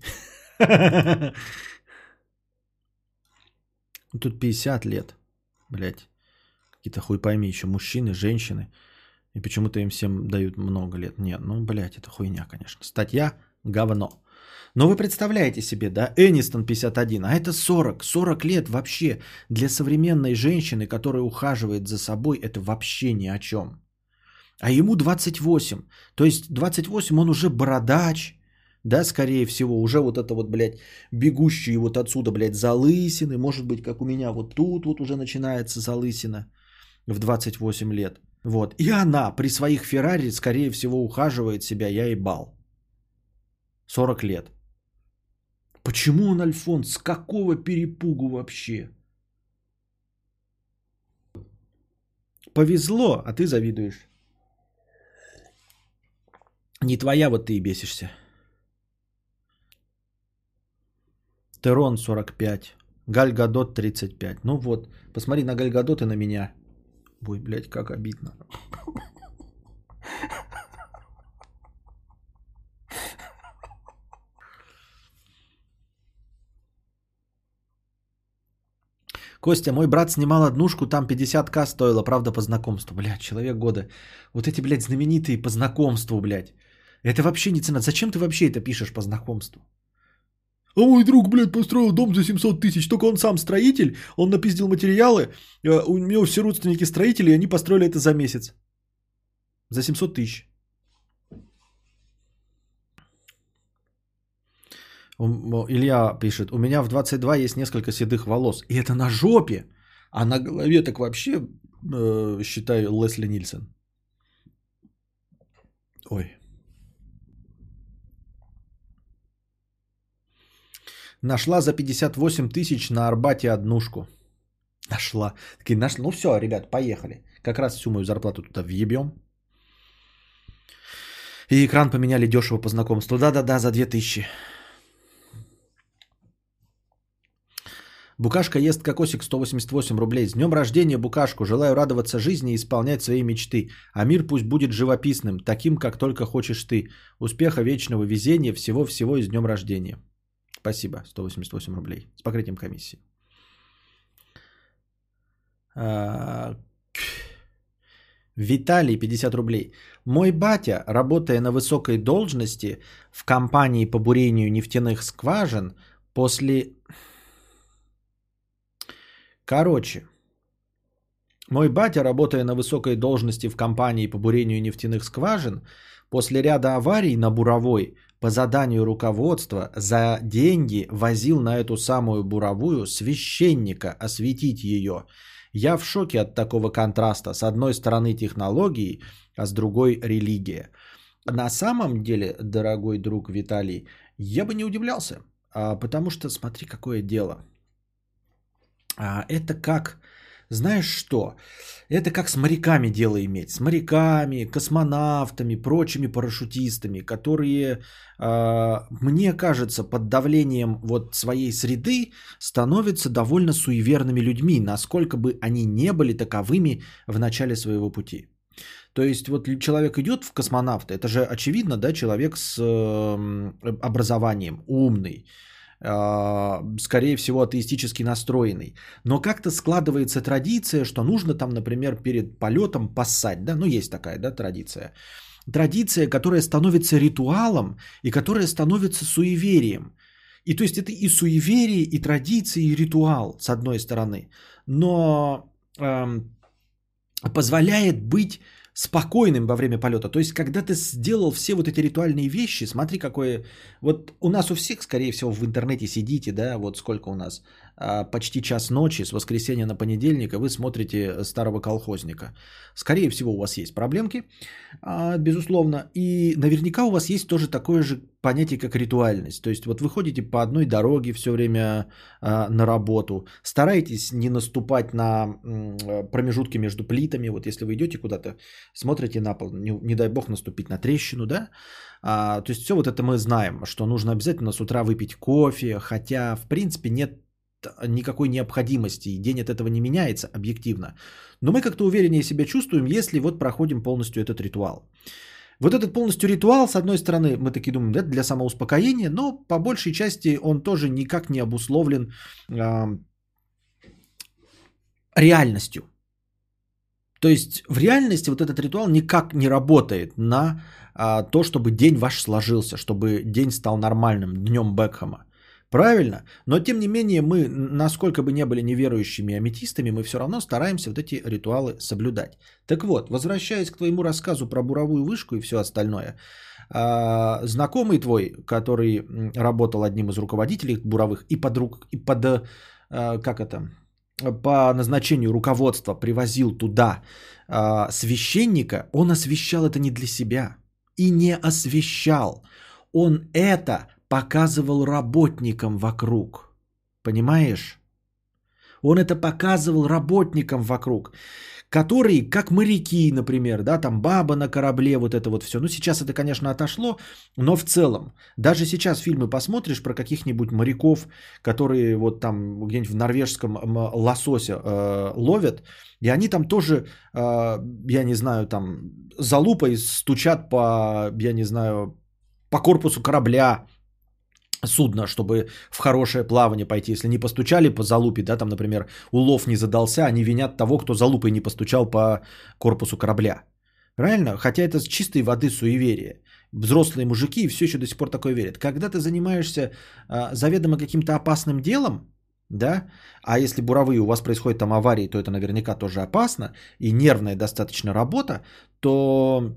Тут 50 лет. Блять. Какие-то хуй пойми еще мужчины, женщины. И почему-то им всем дают много лет. Нет, ну, блядь, это хуйня, конечно. Статья говно. Но вы представляете себе, да, Энистон 51, а это 40. 40 лет вообще для современной женщины, которая ухаживает за собой, это вообще ни о чем. А ему 28. То есть 28 он уже бородач, да, скорее всего, уже вот это вот, блядь, бегущие вот отсюда, блядь, залысины. Может быть, как у меня вот тут вот уже начинается залысина в 28 лет. Вот. И она при своих Феррари, скорее всего, ухаживает себя, я ебал. 40 лет. Почему он Альфонс? С какого перепугу вообще? Повезло, а ты завидуешь. Не твоя, вот ты и бесишься. Терон 45. Галь Гадот 35. Ну вот, посмотри на Галь Гадот и на меня. Ой, блядь, как обидно. Костя, мой брат снимал однушку, там 50к стоило, правда, по знакомству. Блядь, человек года. Вот эти, блядь, знаменитые по знакомству, блядь. Это вообще не цена. Зачем ты вообще это пишешь по знакомству? А мой друг, блядь, построил дом за 700 тысяч. Только он сам строитель, он напиздил материалы. У него все родственники строители, и они построили это за месяц. За 700 тысяч. Илья пишет, у меня в 22 есть несколько седых волос. И это на жопе. А на голове так вообще, считаю, Лесли Нильсон. Ой. Нашла за 58 тысяч на Арбате однушку. Нашла. Такие, нашла. Ну все, ребят, поехали. Как раз всю мою зарплату туда въебем. И экран поменяли дешево по знакомству. Да-да-да, за 2000. Букашка ест кокосик 188 рублей. С днем рождения, Букашку. Желаю радоваться жизни и исполнять свои мечты. А мир пусть будет живописным, таким, как только хочешь ты. Успеха, вечного везения, всего-всего и с днем рождения. Спасибо, 188 рублей. С покрытием комиссии. Виталий, 50 рублей. Мой батя, работая на высокой должности в компании по бурению нефтяных скважин, мой батя, работая на высокой должности в компании по бурению нефтяных скважин, после ряда аварий на буровой по заданию руководства за деньги возил на эту самую буровую священника осветить ее. Я в шоке от такого контраста. С одной стороны технологии, а с другой религия. На самом деле, дорогой друг Виталий, я бы не удивлялся, потому что смотри, какое дело. Это как, знаешь что? Это как с моряками дело иметь. С моряками, космонавтами, прочими парашютистами, которые, мне кажется, под давлением вот своей среды становятся довольно суеверными людьми, насколько бы они не были таковыми в начале своего пути. То есть вот человек идет в космонавты, это же очевидно, да, человек с образованием, умный, скорее всего, атеистически настроенный. Но как-то складывается традиция, что нужно там, например, перед полетом поссать. Да? Ну, есть такая, да, традиция. Традиция, которая становится ритуалом и которая становится суеверием. И то есть это и суеверие, и традиция, и ритуал, с одной стороны. Но позволяет быть спокойным во время полета. То есть, когда ты сделал все вот эти ритуальные вещи, смотри, какое... Вот у нас у всех, скорее всего, в интернете сидите, да, вот сколько у нас, почти час ночи, с воскресенья на понедельник, и вы смотрите старого колхозника. Скорее всего, у вас есть проблемки, безусловно, и наверняка у вас есть тоже такое же понятие, как ритуальность. То есть, вот вы ходите по одной дороге все время на работу, старайтесь не наступать на промежутки между плитами, вот если вы идете куда-то, смотрите на пол, не дай бог наступить на трещину, да, то есть все вот это мы знаем, что нужно обязательно с утра выпить кофе, хотя в принципе нет никакой необходимости, и день от этого не меняется объективно, но мы как-то увереннее себя чувствуем, если вот проходим полностью этот ритуал. Вот этот полностью ритуал, с одной стороны, мы таки думаем, да, для самоуспокоения, но по большей части он тоже никак не обусловлен реальностью. То есть в реальности вот этот ритуал никак не работает на то, чтобы день ваш сложился, чтобы день стал нормальным, днем Бекхэма. Правильно? Но тем не менее мы, насколько бы не были неверующими аметистами, мы все равно стараемся вот эти ритуалы соблюдать. Так вот, возвращаясь к твоему рассказу про буровую вышку и все остальное, знакомый твой, который работал одним из руководителей буровых и по назначению руководства привозил туда священника, он освещал это не для себя и не освещал. Он это показывал работникам вокруг. Понимаешь? Он это показывал работникам вокруг, которые, как моряки, например, да, там баба на корабле, вот это вот все. Ну, сейчас это, конечно, отошло, но в целом, даже сейчас фильмы посмотришь про каких-нибудь моряков, которые вот там где-нибудь в норвежском лосося ловят, и они там тоже, я не знаю, там залупой стучат по, я не знаю, по корпусу корабля, судно, чтобы в хорошее плавание пойти. Если не постучали по залупе, да, там, например, улов не задался, они винят того, кто залупой не постучал по корпусу корабля. Правильно? Хотя это с чистой воды суеверие. Взрослые мужики все еще до сих пор такое верят. Когда ты занимаешься заведомо каким-то опасным делом, да, а если буровые у вас происходят там аварии, то это наверняка тоже опасно, и нервная достаточно работа, то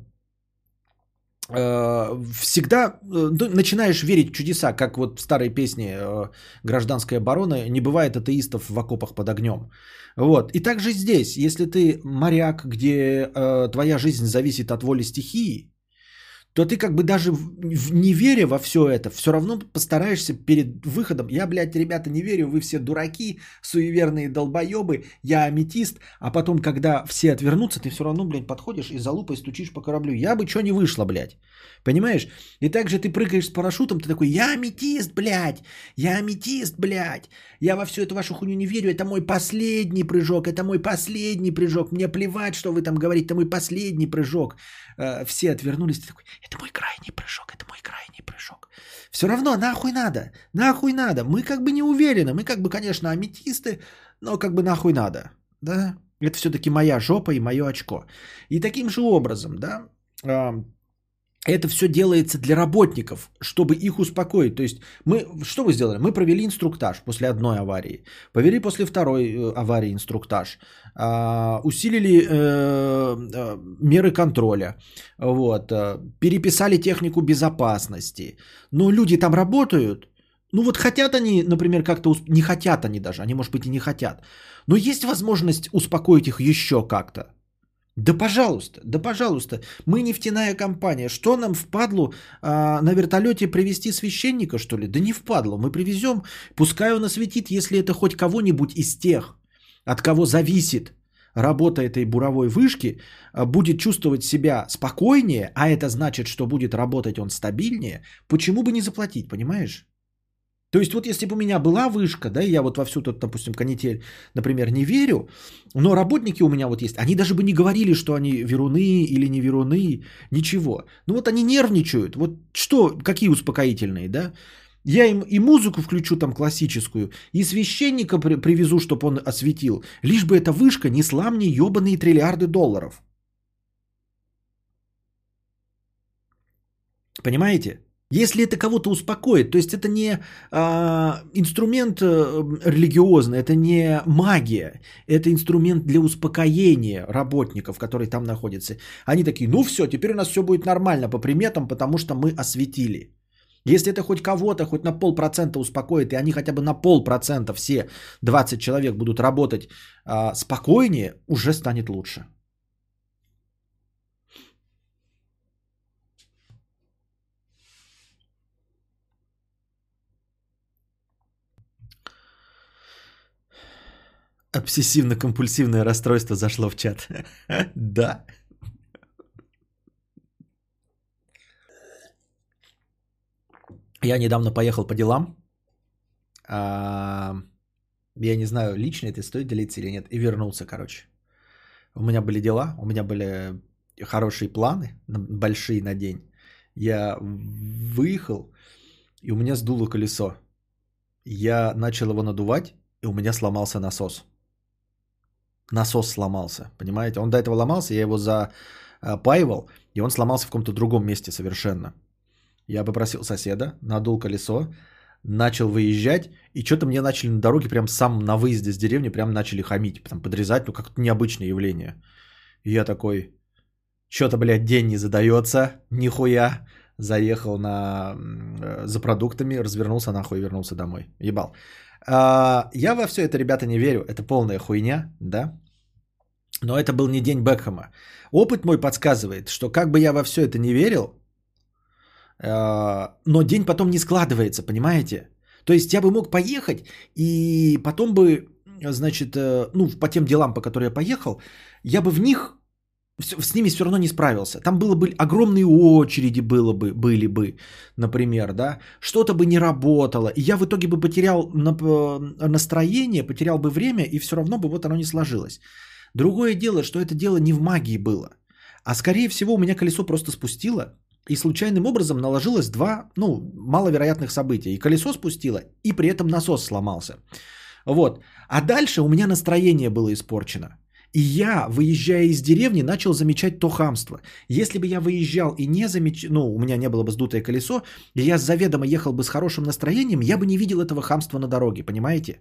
всегда начинаешь верить в чудеса, как вот в старой песне «Гражданская оборона» «Не бывает атеистов в окопах под огнем». Вот. И также здесь, если ты моряк, где твоя жизнь зависит от воли стихии, то ты как бы даже не веря во все это, все равно постараешься перед выходом. Я, блядь, ребята, не верю, вы все дураки, суеверные долбоебы, я аметист. А потом, когда все отвернутся, ты все равно, блядь, подходишь и залупой стучишь по кораблю. Я бы что не вышло, блядь. Понимаешь? И также ты прыгаешь с парашютом, ты такой, я аметист, блядь, я аметист, блядь. Я во всю эту вашу хуйню не верю, это мой последний прыжок, это мой последний прыжок. Мне плевать, что вы там говорите, это мой последний прыжок. Все отвернулись, ты такой, это мой крайний прыжок, это мой крайний прыжок. Все равно нахуй надо, нахуй надо. Мы как бы не уверены, мы как бы, конечно, аметисты, но как бы нахуй надо, да. Это все-таки моя жопа и мое очко. И таким же образом, да, это все делается для работников, чтобы их успокоить. То есть что мы сделали? Мы провели инструктаж после одной аварии, провели после второй аварии инструктаж, усилили меры контроля, вот, переписали технику безопасности. Но люди там работают. Ну вот хотят они, например, как-то, не хотят они даже, они, может быть, и не хотят. Но есть возможность успокоить их еще как-то. Да пожалуйста, да пожалуйста. Мы нефтяная компания. Что нам впадлу на вертолете привезти священника, что ли? Да не впадлу. Мы привезем, пускай он осветит, если это хоть кого-нибудь из тех, от кого зависит работа этой буровой вышки, будет чувствовать себя спокойнее, а это значит, что будет работать он стабильнее, почему бы не заплатить, понимаешь? То есть вот если бы у меня была вышка, да, и я вот во всю тут, допустим, канитель, например, не верю, но работники у меня вот есть, они даже бы не говорили, что они веруны или не веруны, ничего. Ну вот они нервничают, вот что, какие успокоительные, да? Я им и музыку включу там классическую, и священника привезу, чтобы он осветил, лишь бы эта вышка несла мне ебаные триллиарды долларов. Понимаете? Если это кого-то успокоит, то есть это не инструмент религиозный, это не магия, это инструмент для успокоения работников, которые там находятся. Они такие, ну все, теперь у нас все будет нормально по приметам, потому что мы осветили. Если это хоть кого-то, хоть на 0,5% успокоит, и они хотя бы на 0,5% все 20 человек будут работать спокойнее, уже станет лучше. Обсессивно-компульсивное расстройство зашло в чат. Да. Я недавно поехал по делам. Я не знаю, лично это стоит делиться или нет. И вернулся, короче. У меня были дела, у меня были хорошие планы, большие на день. Я выехал, и у меня сдуло колесо. Я начал его надувать, и у меня сломался насос. Насос сломался, понимаете? Он до этого ломался, я его запаивал, и он сломался в каком-то другом месте совершенно. Я попросил соседа, надул колесо, начал выезжать, и что-то мне начали на дороге, прям сам на выезде с деревни, прям начали хамить, там, подрезать, ну, как-то необычное явление. И я такой, что-то, блядь, день не задается, нихуя. Заехал за продуктами, развернулся нахуй и вернулся домой. Ебал. Я во все это, ребята, не верю. Это полная хуйня, да? Но это был не день Бекхэма. Опыт мой подсказывает, что как бы я во все это не верил, но день потом не складывается, понимаете? То есть я бы мог поехать, и потом бы, значит, ну, по тем делам, по которым я поехал, я бы в них, с ними все равно не справился. Там было бы огромные очереди, были бы, например, да, что-то бы не работало, и я в итоге бы потерял настроение, потерял бы время, и все равно бы вот оно не сложилось. Другое дело, что это дело не в магии было, а скорее всего у меня колесо просто спустило, и случайным образом наложилось два, ну, маловероятных события. И колесо спустило, и при этом насос сломался. Вот. А дальше у меня настроение было испорчено. И я, выезжая из деревни, начал замечать то хамство. Если бы я выезжал и не замечал, ну, у меня не было бы сдутое колесо, и я заведомо ехал бы с хорошим настроением, я бы не видел этого хамства на дороге, понимаете?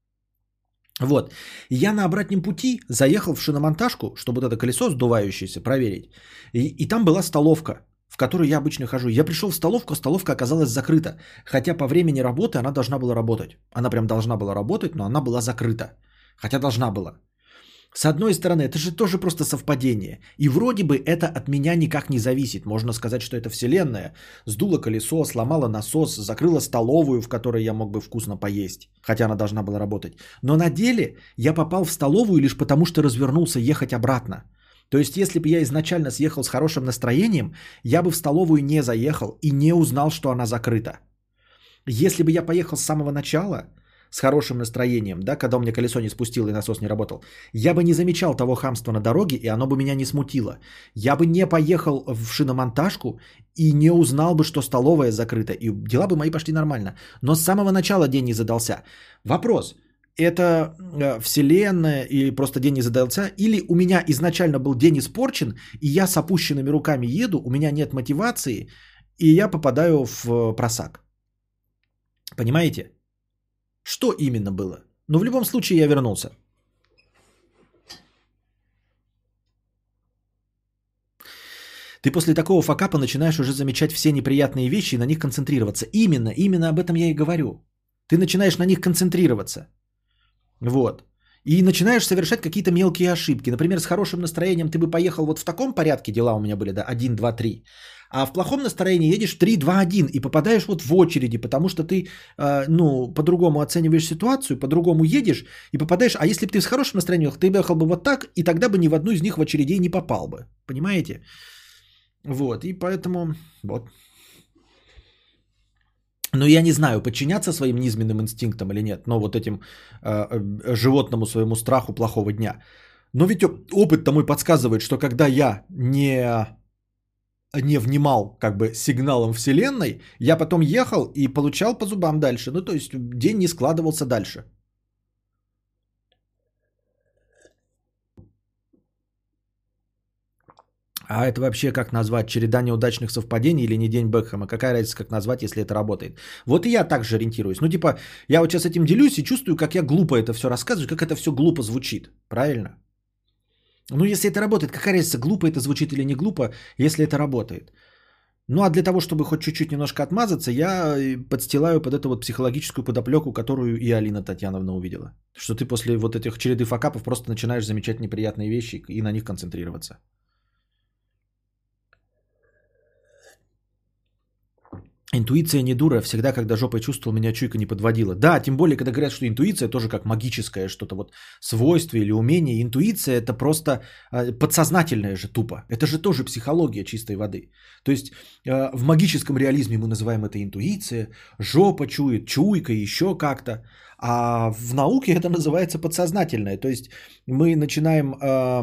Вот. Я на обратном пути заехал в шиномонтажку, чтобы вот это колесо сдувающееся проверить. И там была столовка, в которую я обычно хожу. Я пришел в столовку, а столовка оказалась закрыта. Хотя по времени работы она должна была работать. Она прям должна была работать, но она была закрыта. Хотя должна была. С одной стороны, это же тоже просто совпадение. И вроде бы это от меня никак не зависит. Можно сказать, что это вселенная. Сдула колесо, сломала насос, закрыла столовую, в которой я мог бы вкусно поесть. Хотя она должна была работать. Но на деле я попал в столовую лишь потому, что развернулся ехать обратно. То есть, если бы я изначально съехал с хорошим настроением, я бы в столовую не заехал и не узнал, что она закрыта. Если бы я поехал с самого начала, с хорошим настроением, да, когда у меня колесо не спустило и насос не работал, я бы не замечал того хамства на дороге, и оно бы меня не смутило. Я бы не поехал в шиномонтажку и не узнал бы, что столовая закрыта, и дела бы мои пошли нормально. Но с самого начала день не задался. Вопрос. Это вселенная и просто день не задался, или у меня изначально был день испорчен, и я с опущенными руками еду, у меня нет мотивации, и я попадаю в просак. Понимаете? Что именно было? Но в любом случае я вернулся. Ты после такого факапа начинаешь уже замечать все неприятные вещи и на них концентрироваться. Именно об этом я и говорю. Ты начинаешь на них концентрироваться. Вот. И начинаешь совершать какие-то мелкие ошибки. Например, с хорошим настроением ты бы поехал вот в таком порядке, дела у меня были, да, 1, 2, 3. А в плохом настроении едешь 3, 2, 1 и попадаешь вот в очереди, потому что ты, ну, по-другому оцениваешь ситуацию, по-другому едешь и попадаешь. А если бы ты с хорошим настроением, ты ехал бы вот так, и тогда бы ни в одну из них в очередей не попал бы. Понимаете? Вот, и поэтому, вот. Ну, я не знаю, подчиняться своим низменным инстинктам или нет, но вот этим животному своему страху плохого дня. Но ведь опыт-то мой подсказывает, что когда я не внимал как бы сигналом Вселенной, я потом ехал и получал по зубам дальше. Ну, то есть день не складывался дальше. А это вообще как назвать? Череда неудачных совпадений или не день Бекхэма? Какая разница, как назвать, если это работает? Вот и я также ориентируюсь. Ну, типа, я вот сейчас этим делюсь и чувствую, как я глупо это все рассказываю, как это все глупо звучит. Правильно? Ну, если это работает, какая разница, глупо это звучит или не глупо, если это работает? Ну, а для того, чтобы хоть чуть-чуть немножко отмазаться, я подстилаю под эту вот психологическую подоплеку, которую и Алина Татьяновна увидела. Что ты после вот этих череды факапов просто начинаешь замечать неприятные вещи и на них концентрироваться. Интуиция не дура, всегда, когда жопой чувствовал, меня чуйка не подводила. Да, тем более, когда говорят, что интуиция тоже как магическое что-то, вот свойство или умение. Интуиция это просто подсознательное же тупо. Это же тоже психология чистой воды. То есть в магическом реализме мы называем это интуиция, жопа чует, чуйка, еще как-то. А в науке это называется подсознательное. То есть мы начинаем,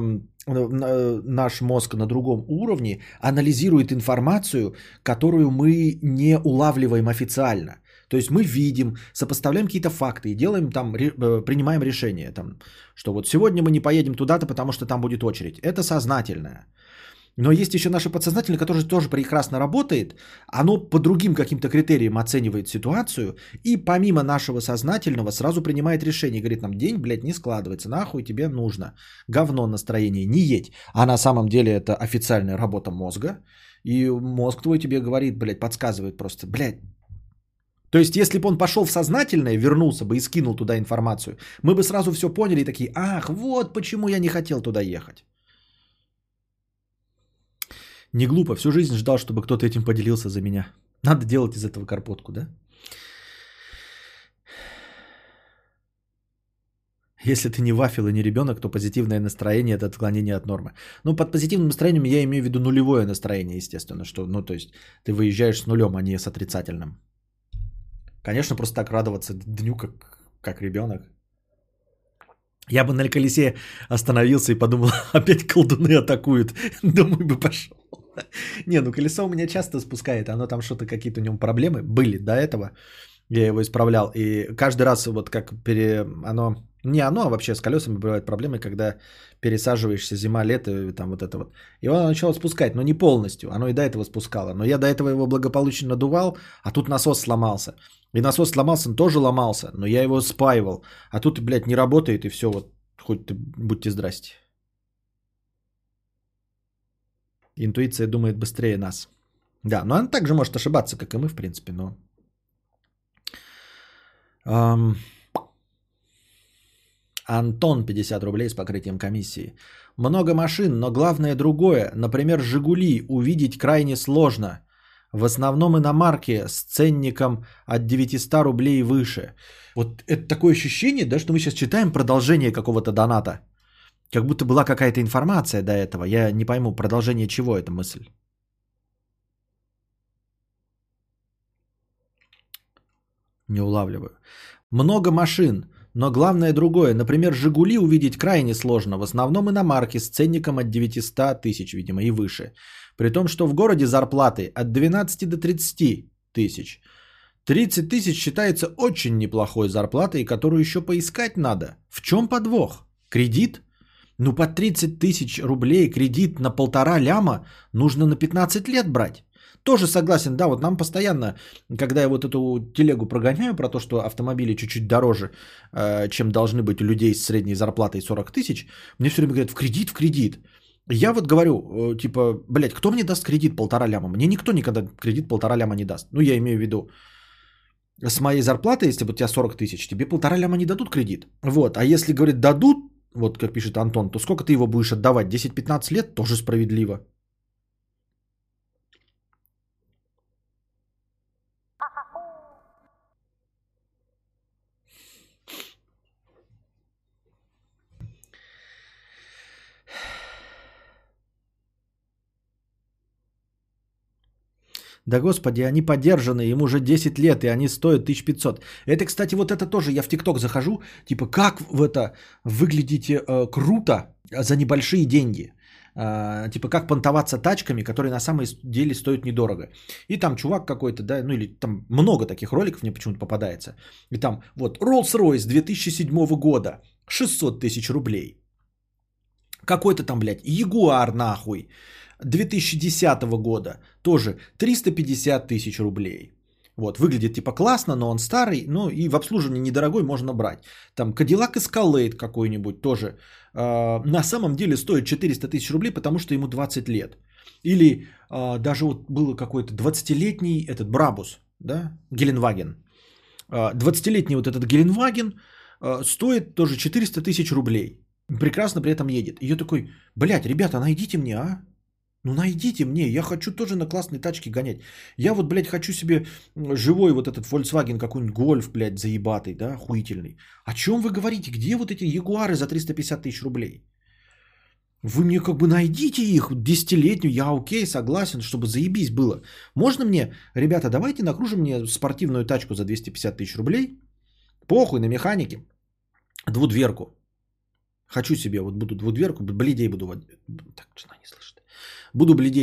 наш мозг на другом уровне анализирует информацию, которую мы не улавливаем официально. То есть мы видим, сопоставляем какие-то факты и делаем там, принимаем решение, там, что вот сегодня мы не поедем туда-то, потому что там будет очередь. Это сознательное. Но есть еще наше подсознательное, которое тоже прекрасно работает. Оно по другим каким-то критериям оценивает ситуацию. И помимо нашего сознательного сразу принимает решение. Говорит нам, день, блядь, не складывается. Нахуй тебе нужно. Говно настроение, не едь. А на самом деле это официальная работа мозга. И мозг твой тебе говорит, блядь, подсказывает просто, блядь. То есть, если бы он пошел в сознательное, вернулся бы и скинул туда информацию, мы бы сразу все поняли и такие, ах, вот почему я не хотел туда ехать. Не глупо, всю жизнь ждал, чтобы кто-то этим поделился за меня. Надо делать из этого карпотку, да? Если ты не вафел и не ребенок, то позитивное настроение – это отклонение от нормы. Ну, под позитивным настроением я имею в виду нулевое настроение, естественно. Что, ну, то есть ты выезжаешь с нулем, а не с отрицательным. Конечно, просто так радоваться дню, как ребенок. Я бы на колесе остановился и подумал, опять колдуны атакуют. Думаю, бы пошел. Не, ну колесо у меня часто спускает. Оно там что-то, какие-то у него проблемы были до этого. Я его исправлял. И каждый раз вот как оно... Не оно, а вообще с колесами бывают проблемы, когда пересаживаешься зима-лето, там вот это вот. И оно начало спускать, но не полностью. Оно и до этого спускало. Но я до этого его благополучно надувал, а тут насос сломался. И насос сломался, он тоже ломался, но я его спаивал. А тут, блядь, не работает, и все, вот, хоть ты, будьте здрасте. Интуиция думает быстрее нас. Да, но она также может ошибаться, как и мы, в принципе, но... Антон, 50 рублей с покрытием комиссии. Много машин, но главное другое. Например, «Жигули» увидеть крайне сложно. В основном иномарки с ценником от 900 рублей и выше. Вот это такое ощущение, да, что мы сейчас читаем продолжение какого-то доната. Как будто была какая-то информация до этого. Я не пойму, продолжение чего эта мысль. Не улавливаю. Много машин, но главное другое. Например, «Жигули» увидеть крайне сложно. В основном иномарки с ценником от 900 тысяч, видимо, и выше. При том, что в городе зарплаты от 12 до 30 тысяч. 30 тысяч считается очень неплохой зарплатой, которую еще поискать надо. В чем подвох? Кредит? Ну, по 30 тысяч рублей кредит на 1,5 ляма нужно на 15 лет брать. Тоже согласен, да, вот нам постоянно, когда я вот эту телегу прогоняю про то, что автомобили чуть-чуть дороже, чем должны быть у людей с средней зарплатой 40 тысяч, мне все время говорят, в кредит. Я вот говорю, типа, блядь, кто мне даст кредит 1,5 ляма? Мне никто никогда кредит 1,5 ляма не даст. Ну, я имею в виду, с моей зарплатой, если бы у тебя 40 тысяч, тебе 1,5 ляма не дадут кредит. Вот, а если, говорит, дадут, вот как пишет Антон, то сколько ты его будешь отдавать? 10-15 лет? Тоже справедливо. Да господи, они подержаны, им уже 10 лет, и они стоят 1500. Это, кстати, вот это тоже, я в ТикТок захожу, типа, как в это выглядите круто за небольшие деньги. Типа, как понтоваться тачками, которые на самом деле стоят недорого. И там чувак какой-то, да, ну или там много таких роликов мне почему-то попадается. И там вот Rolls-Royce 2007 года, 600 тысяч рублей. Какой-то там, блядь, Ягуар нахуй. 2010 года, тоже 350 тысяч рублей. Вот, выглядит типа классно, но он старый, ну и в обслуживании недорогой, можно брать. Там Cadillac Escalade какой-нибудь тоже на самом деле стоит 400 тысяч рублей, потому что ему 20 лет. Или даже вот был какой-то 20-летний этот Брабус, да, Геленваген. 20-летний вот этот Геленваген стоит тоже 400 тысяч рублей. Прекрасно при этом едет. И я такой, блядь, ребята, найдите мне, а? Ну найдите мне, я хочу тоже на классной тачке гонять. Я вот, блядь, хочу себе живой вот этот Volkswagen, какой-нибудь Гольф, блядь, заебатый, да, охуительный. О чем вы говорите? Где вот эти Ягуары за 350 тысяч рублей? Вы мне как бы найдите их, 10-летнюю, я окей, согласен, чтобы заебись было. Можно мне, ребята, давайте накружим мне спортивную тачку за 250 тысяч рублей. Похуй на механике. Двудверку. Хочу себе, вот буду двудверку, бледей буду водить. Так, жена не слышит. Буду бледей,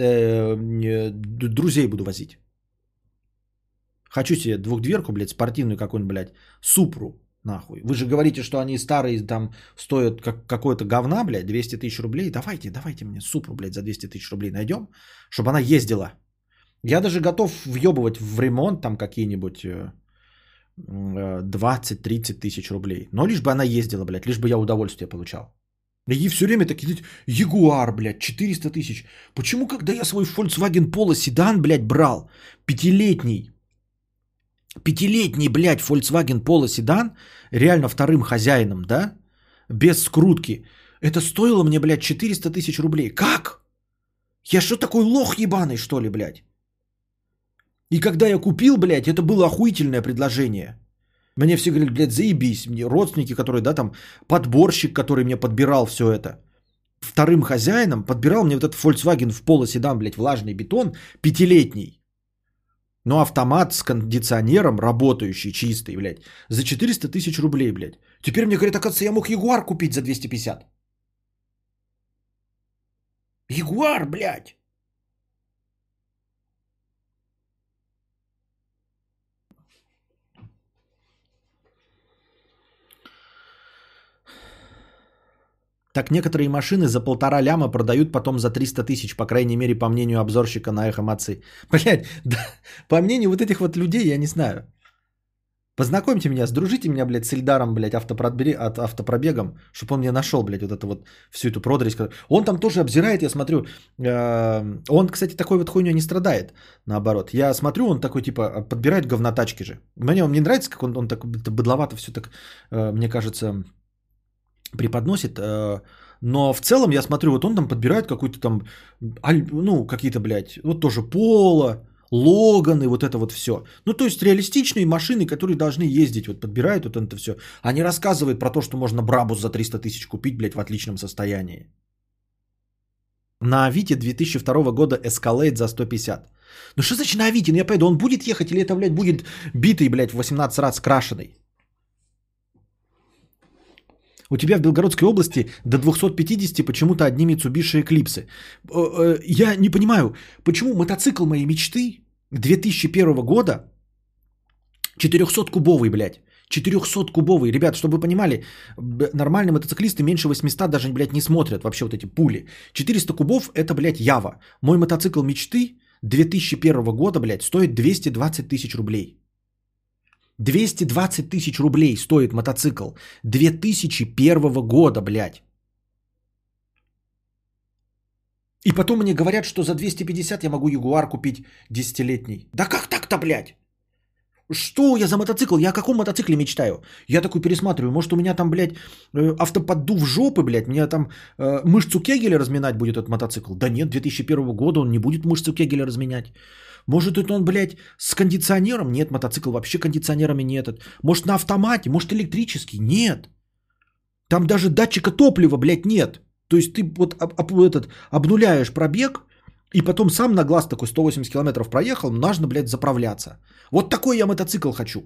друзей буду возить. Хочу себе двухдверку, блядь, спортивную какую-нибудь, блядь, Супру, нахуй. Вы же говорите, что они старые, там, стоят как какое-то говна, блядь, 200 тысяч рублей. Давайте мне Супру, блядь, за 200 тысяч рублей найдем, чтобы она ездила. Я даже готов въебывать в ремонт там какие-нибудь 20-30 тысяч рублей. Но лишь бы она ездила, блядь, лишь бы я удовольствие получал. И все время такие, Ягуар, блядь, 400 тысяч. Почему, когда я свой Volkswagen Polo седан, блядь, брал, пятилетний, блядь, Volkswagen Polo седан, реально вторым хозяином, да, без скрутки, это стоило мне, блядь, 400 тысяч рублей. Как? Я что, такой лох ебаный, что ли, блядь? И когда я купил, блядь, это было охуительное предложение. Мне все говорили, блядь, заебись. Мне родственники, которые, да, там, подборщик, который мне подбирал все это. Вторым хозяином подбирал мне вот этот Volkswagen в Polo седан, блядь, влажный бетон, пятилетний. Но автомат с кондиционером, работающий, чистый, блядь, за 400 тысяч рублей, блядь. Теперь мне говорят, оказывается, я мог Ягуар купить за 250. Ягуар, блядь. Так некоторые машины за 1,5 ляма продают потом за 300 тысяч, по крайней мере, по мнению обзорщика на Эхо Моцы. Блядь, да, по мнению вот этих вот людей, я не знаю. Познакомьте меня, сдружите меня, блядь, с Ильдаром, блядь, автопробегом, чтобы он мне нашел, блядь, вот это вот, всю эту продресь. Он там тоже обзирает, я смотрю, он, кстати, такой вот хуйней не страдает, наоборот. Я смотрю, он такой, типа, подбирает говнотачки же. Мне он не нравится, как он так быдловато все так, мне кажется, преподносит, но в целом я смотрю, вот он там подбирает какой-то там, ну, какие-то, блядь, вот тоже Поло, Логаны, вот это вот все. Ну, то есть реалистичные машины, которые должны ездить, вот подбирают вот это все. А не рассказывает про то, что можно Брабус за 300 тысяч купить, блядь, в отличном состоянии. На Авито 2002 года Escalade за 150. Ну, что значит на Авито? Ну, я пойду, он будет ехать или это, блядь, будет битый, блядь, в 18 раз крашеный? У тебя в Белгородской области до 250 почему-то одни Mitsubishi Eclipse. Я не понимаю, почему мотоцикл моей мечты 2001 года 400-кубовый, блядь. 400-кубовый. Ребят, чтобы вы понимали, нормальные мотоциклисты меньше 800 даже, блядь, не смотрят вообще вот эти пули. 400 кубов это, блядь, Ява. Мой мотоцикл мечты 2001 года, блядь, стоит 220 тысяч рублей. 220 тысяч рублей стоит мотоцикл 2001 года, блядь. И потом мне говорят, что за 250 я могу Ягуар купить 10-летний. Да как так-то, блядь? Что я за мотоцикл? Я о каком мотоцикле мечтаю? Я такой пересматриваю. Может, у меня там, блядь, автоподдув жопы, блядь. Меня там мышцу Кегеля разминать будет этот мотоцикл. Да нет, 2001 года он не будет мышцу Кегеля разминять. Может, это он, блядь, с кондиционером? Нет, мотоцикл вообще кондиционерами не этот. Может, на автомате? Может, электрический? Нет. Там даже датчика топлива, блядь, нет. То есть ты вот обнуляешь пробег, и потом сам на глаз такой 180 километров проехал, нужно, блядь, заправляться. Вот такой я мотоцикл хочу.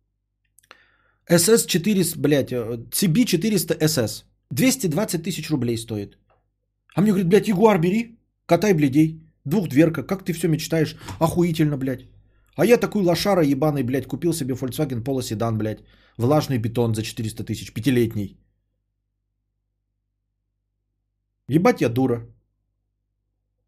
SS400, блядь, CB400 SS. 220 тысяч рублей стоит. А мне говорит, блядь, Ягуар бери, катай, блядей. Двухдверка, как ты все мечтаешь, охуительно, блядь. А я такой лошара ебаный, блядь, купил себе Volkswagen Polo седан, блядь, влажный бетон за 400 тысяч, пятилетний. Ебать я дура.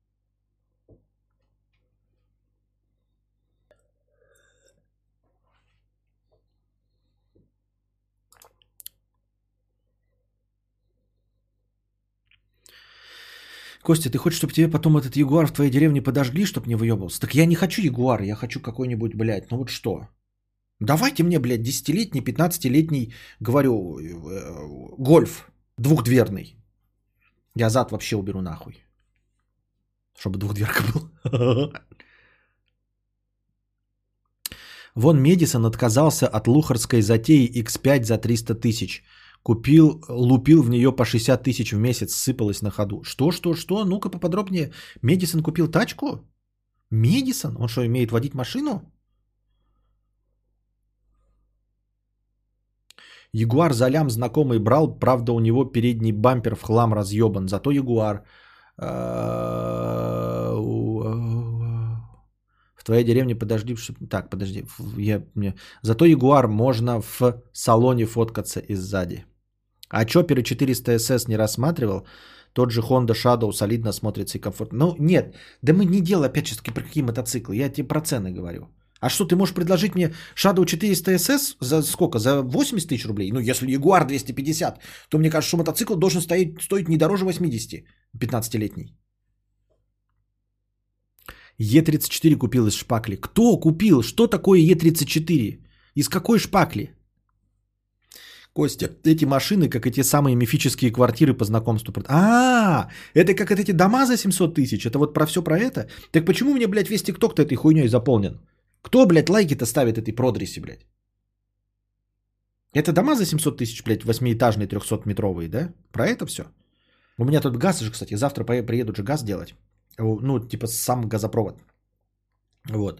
Костя, ты хочешь, чтобы тебе потом этот Ягуар в твоей деревне подожгли, чтобы не выебывался? Так я не хочу Ягуар, я хочу какой-нибудь, блядь, ну вот что? Давайте мне, блядь, 10-летний, 15-летний, говорю, гольф двухдверный. Я зад вообще уберу нахуй. Чтобы двухдверка был. Вон Медисон отказался от лухарской затеи X5 за 300 тысяч. Лупил в нее по 60 тысяч в месяц, сыпалось на ходу. Что? Ну-ка поподробнее. Медисон купил тачку? Медисон? Он что, умеет водить машину? Ягуар за лям знакомый брал, правда у него передний бампер в хлам разъебан. Зато Ягуар... В твоей деревне подожди... Так, подожди. Зато Ягуар можно в салоне фоткаться и сзади. А Чопперы 400 SS не рассматривал? Тот же Honda Shadow солидно смотрится и комфортно. Ну, нет. Да мы не делаем, опять же, про какие мотоциклы. Я тебе про цены говорю. А что, ты можешь предложить мне Shadow 400 SS за сколько? За 80 тысяч рублей? Ну, если Ягуар 250, то мне кажется, что мотоцикл должен стоить не дороже 80. 15-летний. Е34 купил из шпакли. Кто купил? Что такое Е34? Из какой шпакли? Костя, эти машины, как эти самые мифические квартиры по знакомству. Это как эти дома за 700 тысяч? Это вот про все про это? Так почему мне, блядь, весь ТикТок-то этой хуйней заполнен? Кто, блядь, лайки-то ставит этой продреси, блядь? Это дома за 700 тысяч, блядь, 8-этажные, 300-метровые, да? Про это все? У меня тут газ же, кстати, завтра приедут же газ делать. Ну, типа сам газопровод. Вот.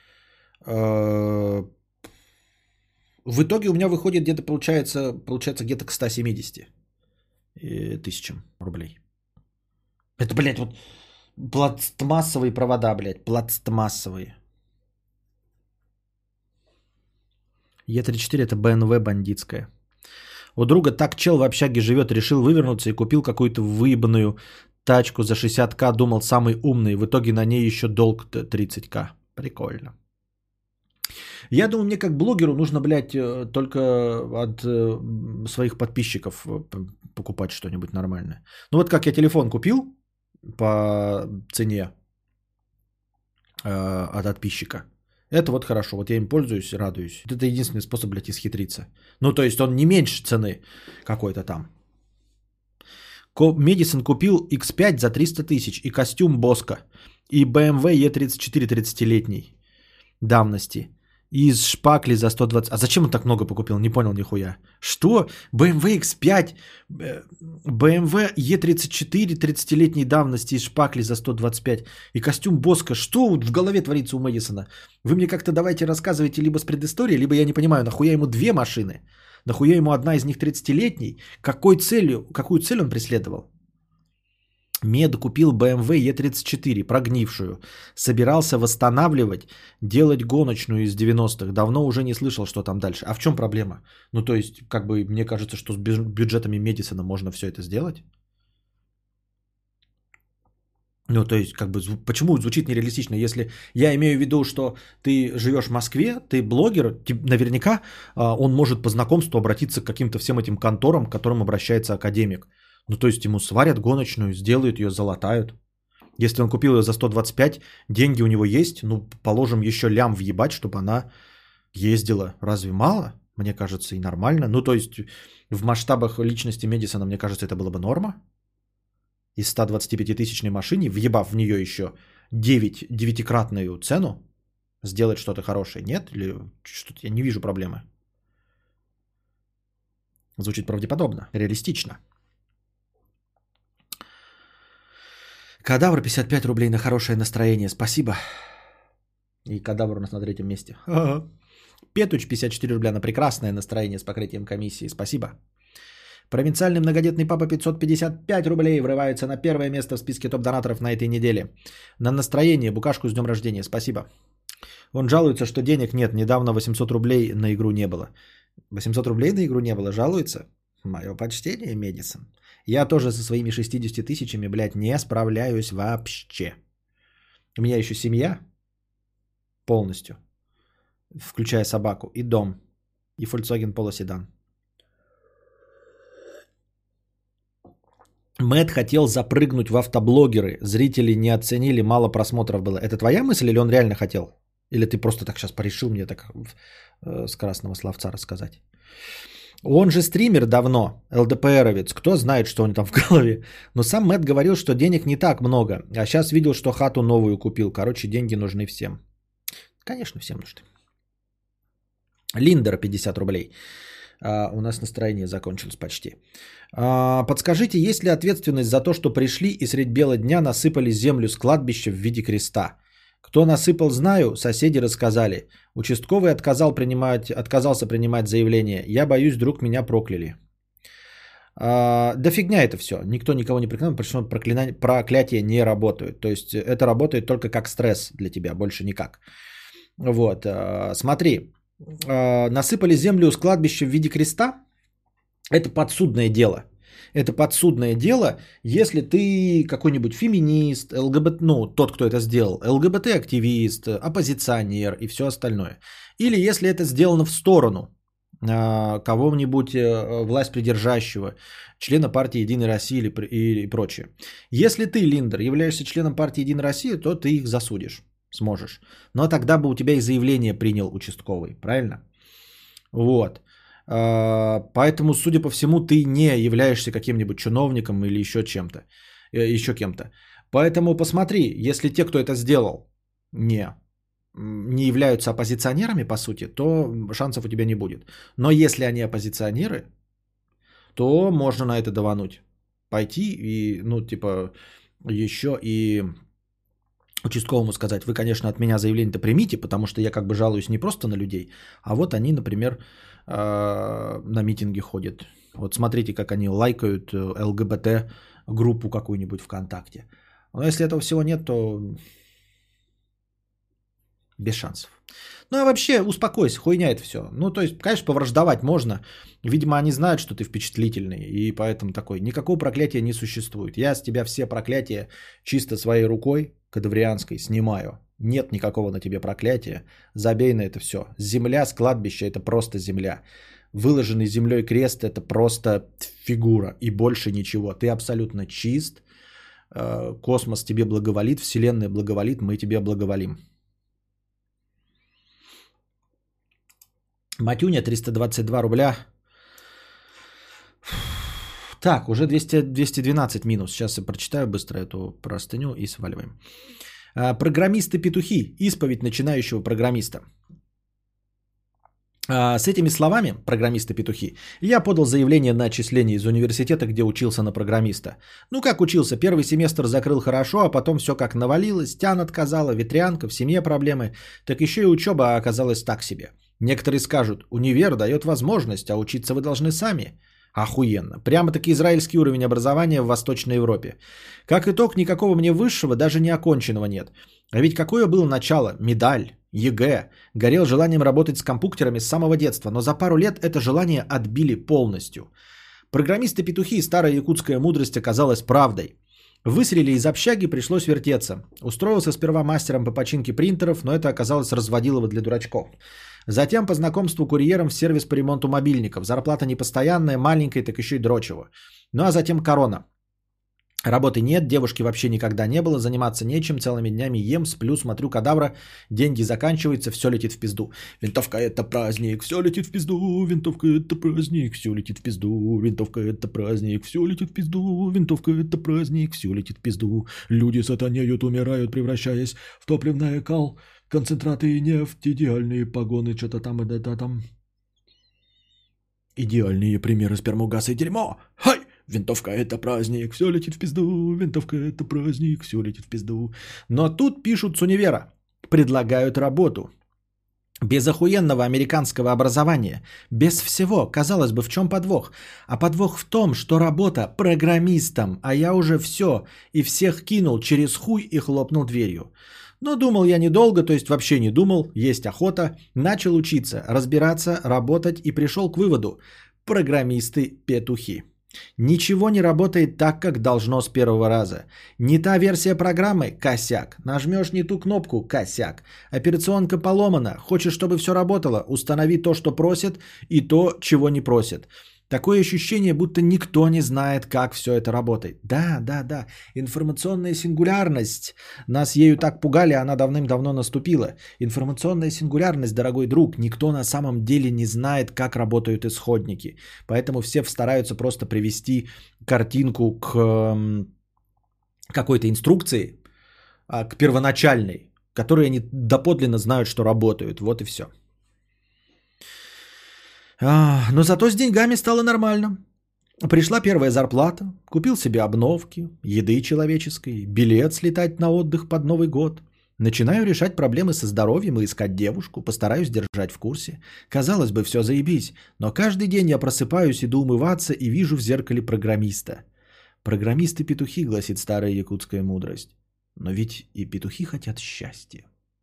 В итоге у меня выходит где-то, получается где-то к 170 тысячам рублей. Это, блядь, вот пластмассовые провода, блядь, пластмассовые. Е34 это БНВ бандитская. У друга так чел в общаге живет, решил вывернуться и купил какую-то выебанную тачку за 60к, думал самый умный, в итоге на ней еще долг 30к. Прикольно. Я думаю, мне как блогеру нужно, блядь, только от своих подписчиков покупать что-нибудь нормальное. Ну вот как я телефон купил по цене от подписчика. Это вот хорошо, вот я им пользуюсь, радуюсь. Это единственный способ, блядь, исхитриться. Ну то есть он не меньше цены какой-то там. Медисон купил X5 за 300 тысяч и костюм Боска. И BMW E34 30-летний давности. И из шпакли за 120. А зачем он так много покупил? Не понял нихуя. Что? BMW X5, BMW E34 30-летней давности из шпакли за 125. И костюм Боска. Что в голове творится у Мэдисона? Вы мне как-то давайте рассказывайте либо с предысторией, либо я не понимаю, нахуя ему две машины? Нахуя ему одна из них 30-летней? Какую цель он преследовал? Мед купил BMW E34, прогнившую. Собирался восстанавливать, делать гоночную из 90-х. Давно уже не слышал, что там дальше. А в чем проблема? Ну, то есть, как бы, мне кажется, что с бюджетами Медисона можно все это сделать. Ну, то есть, как бы, почему звучит нереалистично? Если я имею в виду, что ты живешь в Москве, ты блогер, наверняка он может по знакомству обратиться к каким-то всем этим конторам, к которым обращается академик. Ну, то есть, ему сварят гоночную, сделают ее, залатают. Если он купил ее за 125, деньги у него есть, ну, положим, еще лям въебать, чтобы она ездила. Разве мало? Мне кажется, и нормально. Ну, то есть, в масштабах личности Медисона, мне кажется, это было бы норма. Из 125-тысячной машины, въебав в нее еще 9-кратную цену, сделать что-то хорошее. Нет? Или что-то я не вижу проблемы. Звучит правдеподобно, реалистично. Кадавр 55 рублей на хорошее настроение. Спасибо. И кадавр у нас на третьем месте. Петуч 54 рубля на прекрасное настроение с покрытием комиссии. Спасибо. Провинциальный многодетный папа 555 рублей врывается на первое место в списке топ-донаторов на этой неделе. На настроение, букашку с днем рождения. Спасибо. Он жалуется, что денег нет. Недавно 800 рублей на игру не было. 800 рублей на игру не было? Жалуется? Мое почтение, Медисон. Я тоже со своими 60 тысячами, блядь, не справляюсь вообще. У меня еще семья полностью, включая собаку, и дом, и Volkswagen Polo седан. Мэтт хотел запрыгнуть в автоблогеры. Зрители не оценили, мало просмотров было. Это твоя мысль или он реально хотел? Или ты просто так сейчас порешил мне так с красного словца рассказать? Он же стример давно, ЛДПРовец. Кто знает, что он там в голове. Но сам Мэтт говорил, что денег не так много. А сейчас видел, что хату новую купил. Короче, деньги нужны всем. Конечно, всем нужны. Линдер 50 рублей. У нас настроение закончилось почти. Подскажите, есть ли ответственность за то, что пришли и средь бела дня насыпали землю с кладбища в виде креста? Кто насыпал, знаю, соседи рассказали. Участковый отказался принимать заявление. Я боюсь, вдруг меня прокляли. Да фигня это все. Никто никого не проклинает, потому что проклятия не работают. То есть это работает только как стресс для тебя, больше никак. Вот, смотри. Насыпали землю с кладбища в виде креста. Это подсудное дело. Это подсудное дело, если ты какой-нибудь феминист, ЛГБТ, ну, тот, кто это сделал, ЛГБТ-активист, оппозиционер и все остальное. Или если это сделано в сторону кого-нибудь власть придержащего, члена партии «Единая Россия» или прочее. Если ты, Линдер, являешься членом партии «Единая Россия», то ты их засудишь, сможешь. Но тогда бы у тебя и заявление принял участковый, правильно? Вот. Поэтому, судя по всему, ты не являешься каким-нибудь чиновником или еще чем-то, еще кем-то. Поэтому посмотри, если те, кто это сделал, не являются оппозиционерами, по сути, то шансов у тебя не будет. Но если они оппозиционеры, то можно на это давануть. Пойти и, ну, типа, еще и участковому сказать: вы, конечно, от меня заявление-то примите, потому что я как бы жалуюсь не просто на людей, а вот они, например, на митинги ходят. Вот смотрите, как они лайкают ЛГБТ группу какую-нибудь ВКонтакте. Но если этого всего нет, то без шансов. Ну а вообще успокойся, хуйня это все. Ну то есть, конечно, повраждовать можно. Видимо, они знают, что ты впечатлительный, и поэтому такой. Никакого проклятия не существует. Я с тебя все проклятия чисто своей рукой кадаврианской снимаю. Нет никакого на тебе проклятия. Забей на это все. Земля с кладбища — это просто земля. Выложенный землей крест — это просто фигура и больше ничего. Ты абсолютно чист. Космос тебе благоволит, Вселенная благоволит, мы тебе благоволим. Матюня, 322 рубля. Так, уже 212 минус. Сейчас я прочитаю быстро эту простыню и сваливаем. Программисты-петухи. Исповедь начинающего программиста. С этими словами, программисты-петухи, я подал заявление на отчисление из университета, где учился на программиста. Ну как учился, первый семестр закрыл хорошо, а потом все как навалилось, тян отказала, ветрянка, в семье проблемы, так еще и учеба оказалась так себе. Некоторые скажут, универ дает возможность, а учиться вы должны сами. Охуенно. Прямо-таки израильский уровень образования в Восточной Европе. Как итог, никакого мне высшего, даже не оконченного нет. А ведь какое было начало? Медаль, ЕГЭ. Горел желанием работать с компьютерами с самого детства, но за пару лет это желание отбили полностью. Программисты-петухи и старая якутская мудрость оказалась правдой. Выселили из общаги, пришлось вертеться. Устроился сперва мастером по починке принтеров, но это оказалось разводилово для дурачков. Затем по знакомству курьером в сервис по ремонту мобильников. Зарплата не постоянная, маленькая, так еще и дрочево. Ну а затем корона. Работы нет, девушки вообще никогда не было, заниматься нечем, целыми днями ем, сплю, смотрю кадавра, деньги заканчиваются, все летит в пизду. Винтовка это праздник, все летит в пизду, винтовка это праздник, все летит в пизду, винтовка это праздник, все летит в пизду, винтовка это праздник, все летит в пизду. Люди сатанеют, умирают, превращаясь в топливная кал, концентраты и нефть, идеальные погоны, что-то там и да там. Идеальные примеры спермогаза и дерьмо. Хай! Винтовка это праздник, все летит в пизду, винтовка это праздник, все летит в пизду. Но тут пишут с универа, предлагают работу. Без охуенного американского образования, без всего, казалось бы, в чем подвох? А подвох в том, что работа программистом, а я уже все и всех кинул через хуй и хлопнул дверью. Но думал я недолго, то есть вообще не думал, есть охота, начал учиться, разбираться, работать и пришел к выводу: программисты-петухи. Ничего не работает так, как должно с первого раза. Не та версия программы – косяк. Нажмешь не ту кнопку – косяк. Операционка поломана. Хочешь, чтобы все работало? Установи то, что просят, и то, чего не просят. Такое ощущение, будто никто не знает, как все это работает. Да. Информационная сингулярность. Нас ею так пугали, она давным-давно наступила. Информационная сингулярность, дорогой друг. Никто на самом деле не знает, как работают исходники. Поэтому все стараются просто привести картинку к какой-то инструкции, к первоначальной, которые они доподлинно знают, что работают. Вот и все. Но зато с деньгами стало нормально. Пришла первая зарплата, купил себе обновки, еды человеческой, билет слетать на отдых под Новый год. Начинаю решать проблемы со здоровьем и искать девушку, постараюсь держать в курсе. Казалось бы, все заебись, но каждый день я просыпаюсь, иду умываться и вижу в зеркале программиста. Программисты-петухи, гласит старая якутская мудрость. Но ведь и петухи хотят счастья.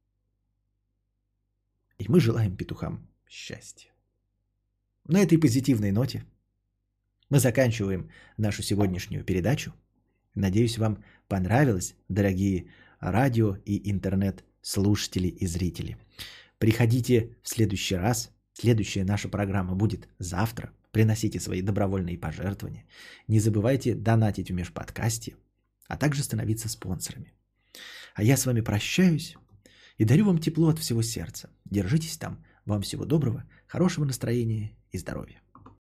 И мы желаем петухам счастья. На этой позитивной ноте мы заканчиваем нашу сегодняшнюю передачу. Надеюсь, вам понравилось, дорогие радио и интернет-слушатели и зрители. Приходите в следующий раз. Следующая наша программа будет завтра. Приносите свои добровольные пожертвования. Не забывайте донатить в межподкасте, а также становиться спонсорами. А я с вами прощаюсь и дарю вам тепло от всего сердца. Держитесь там. Вам всего доброго, хорошего настроения и здоровья.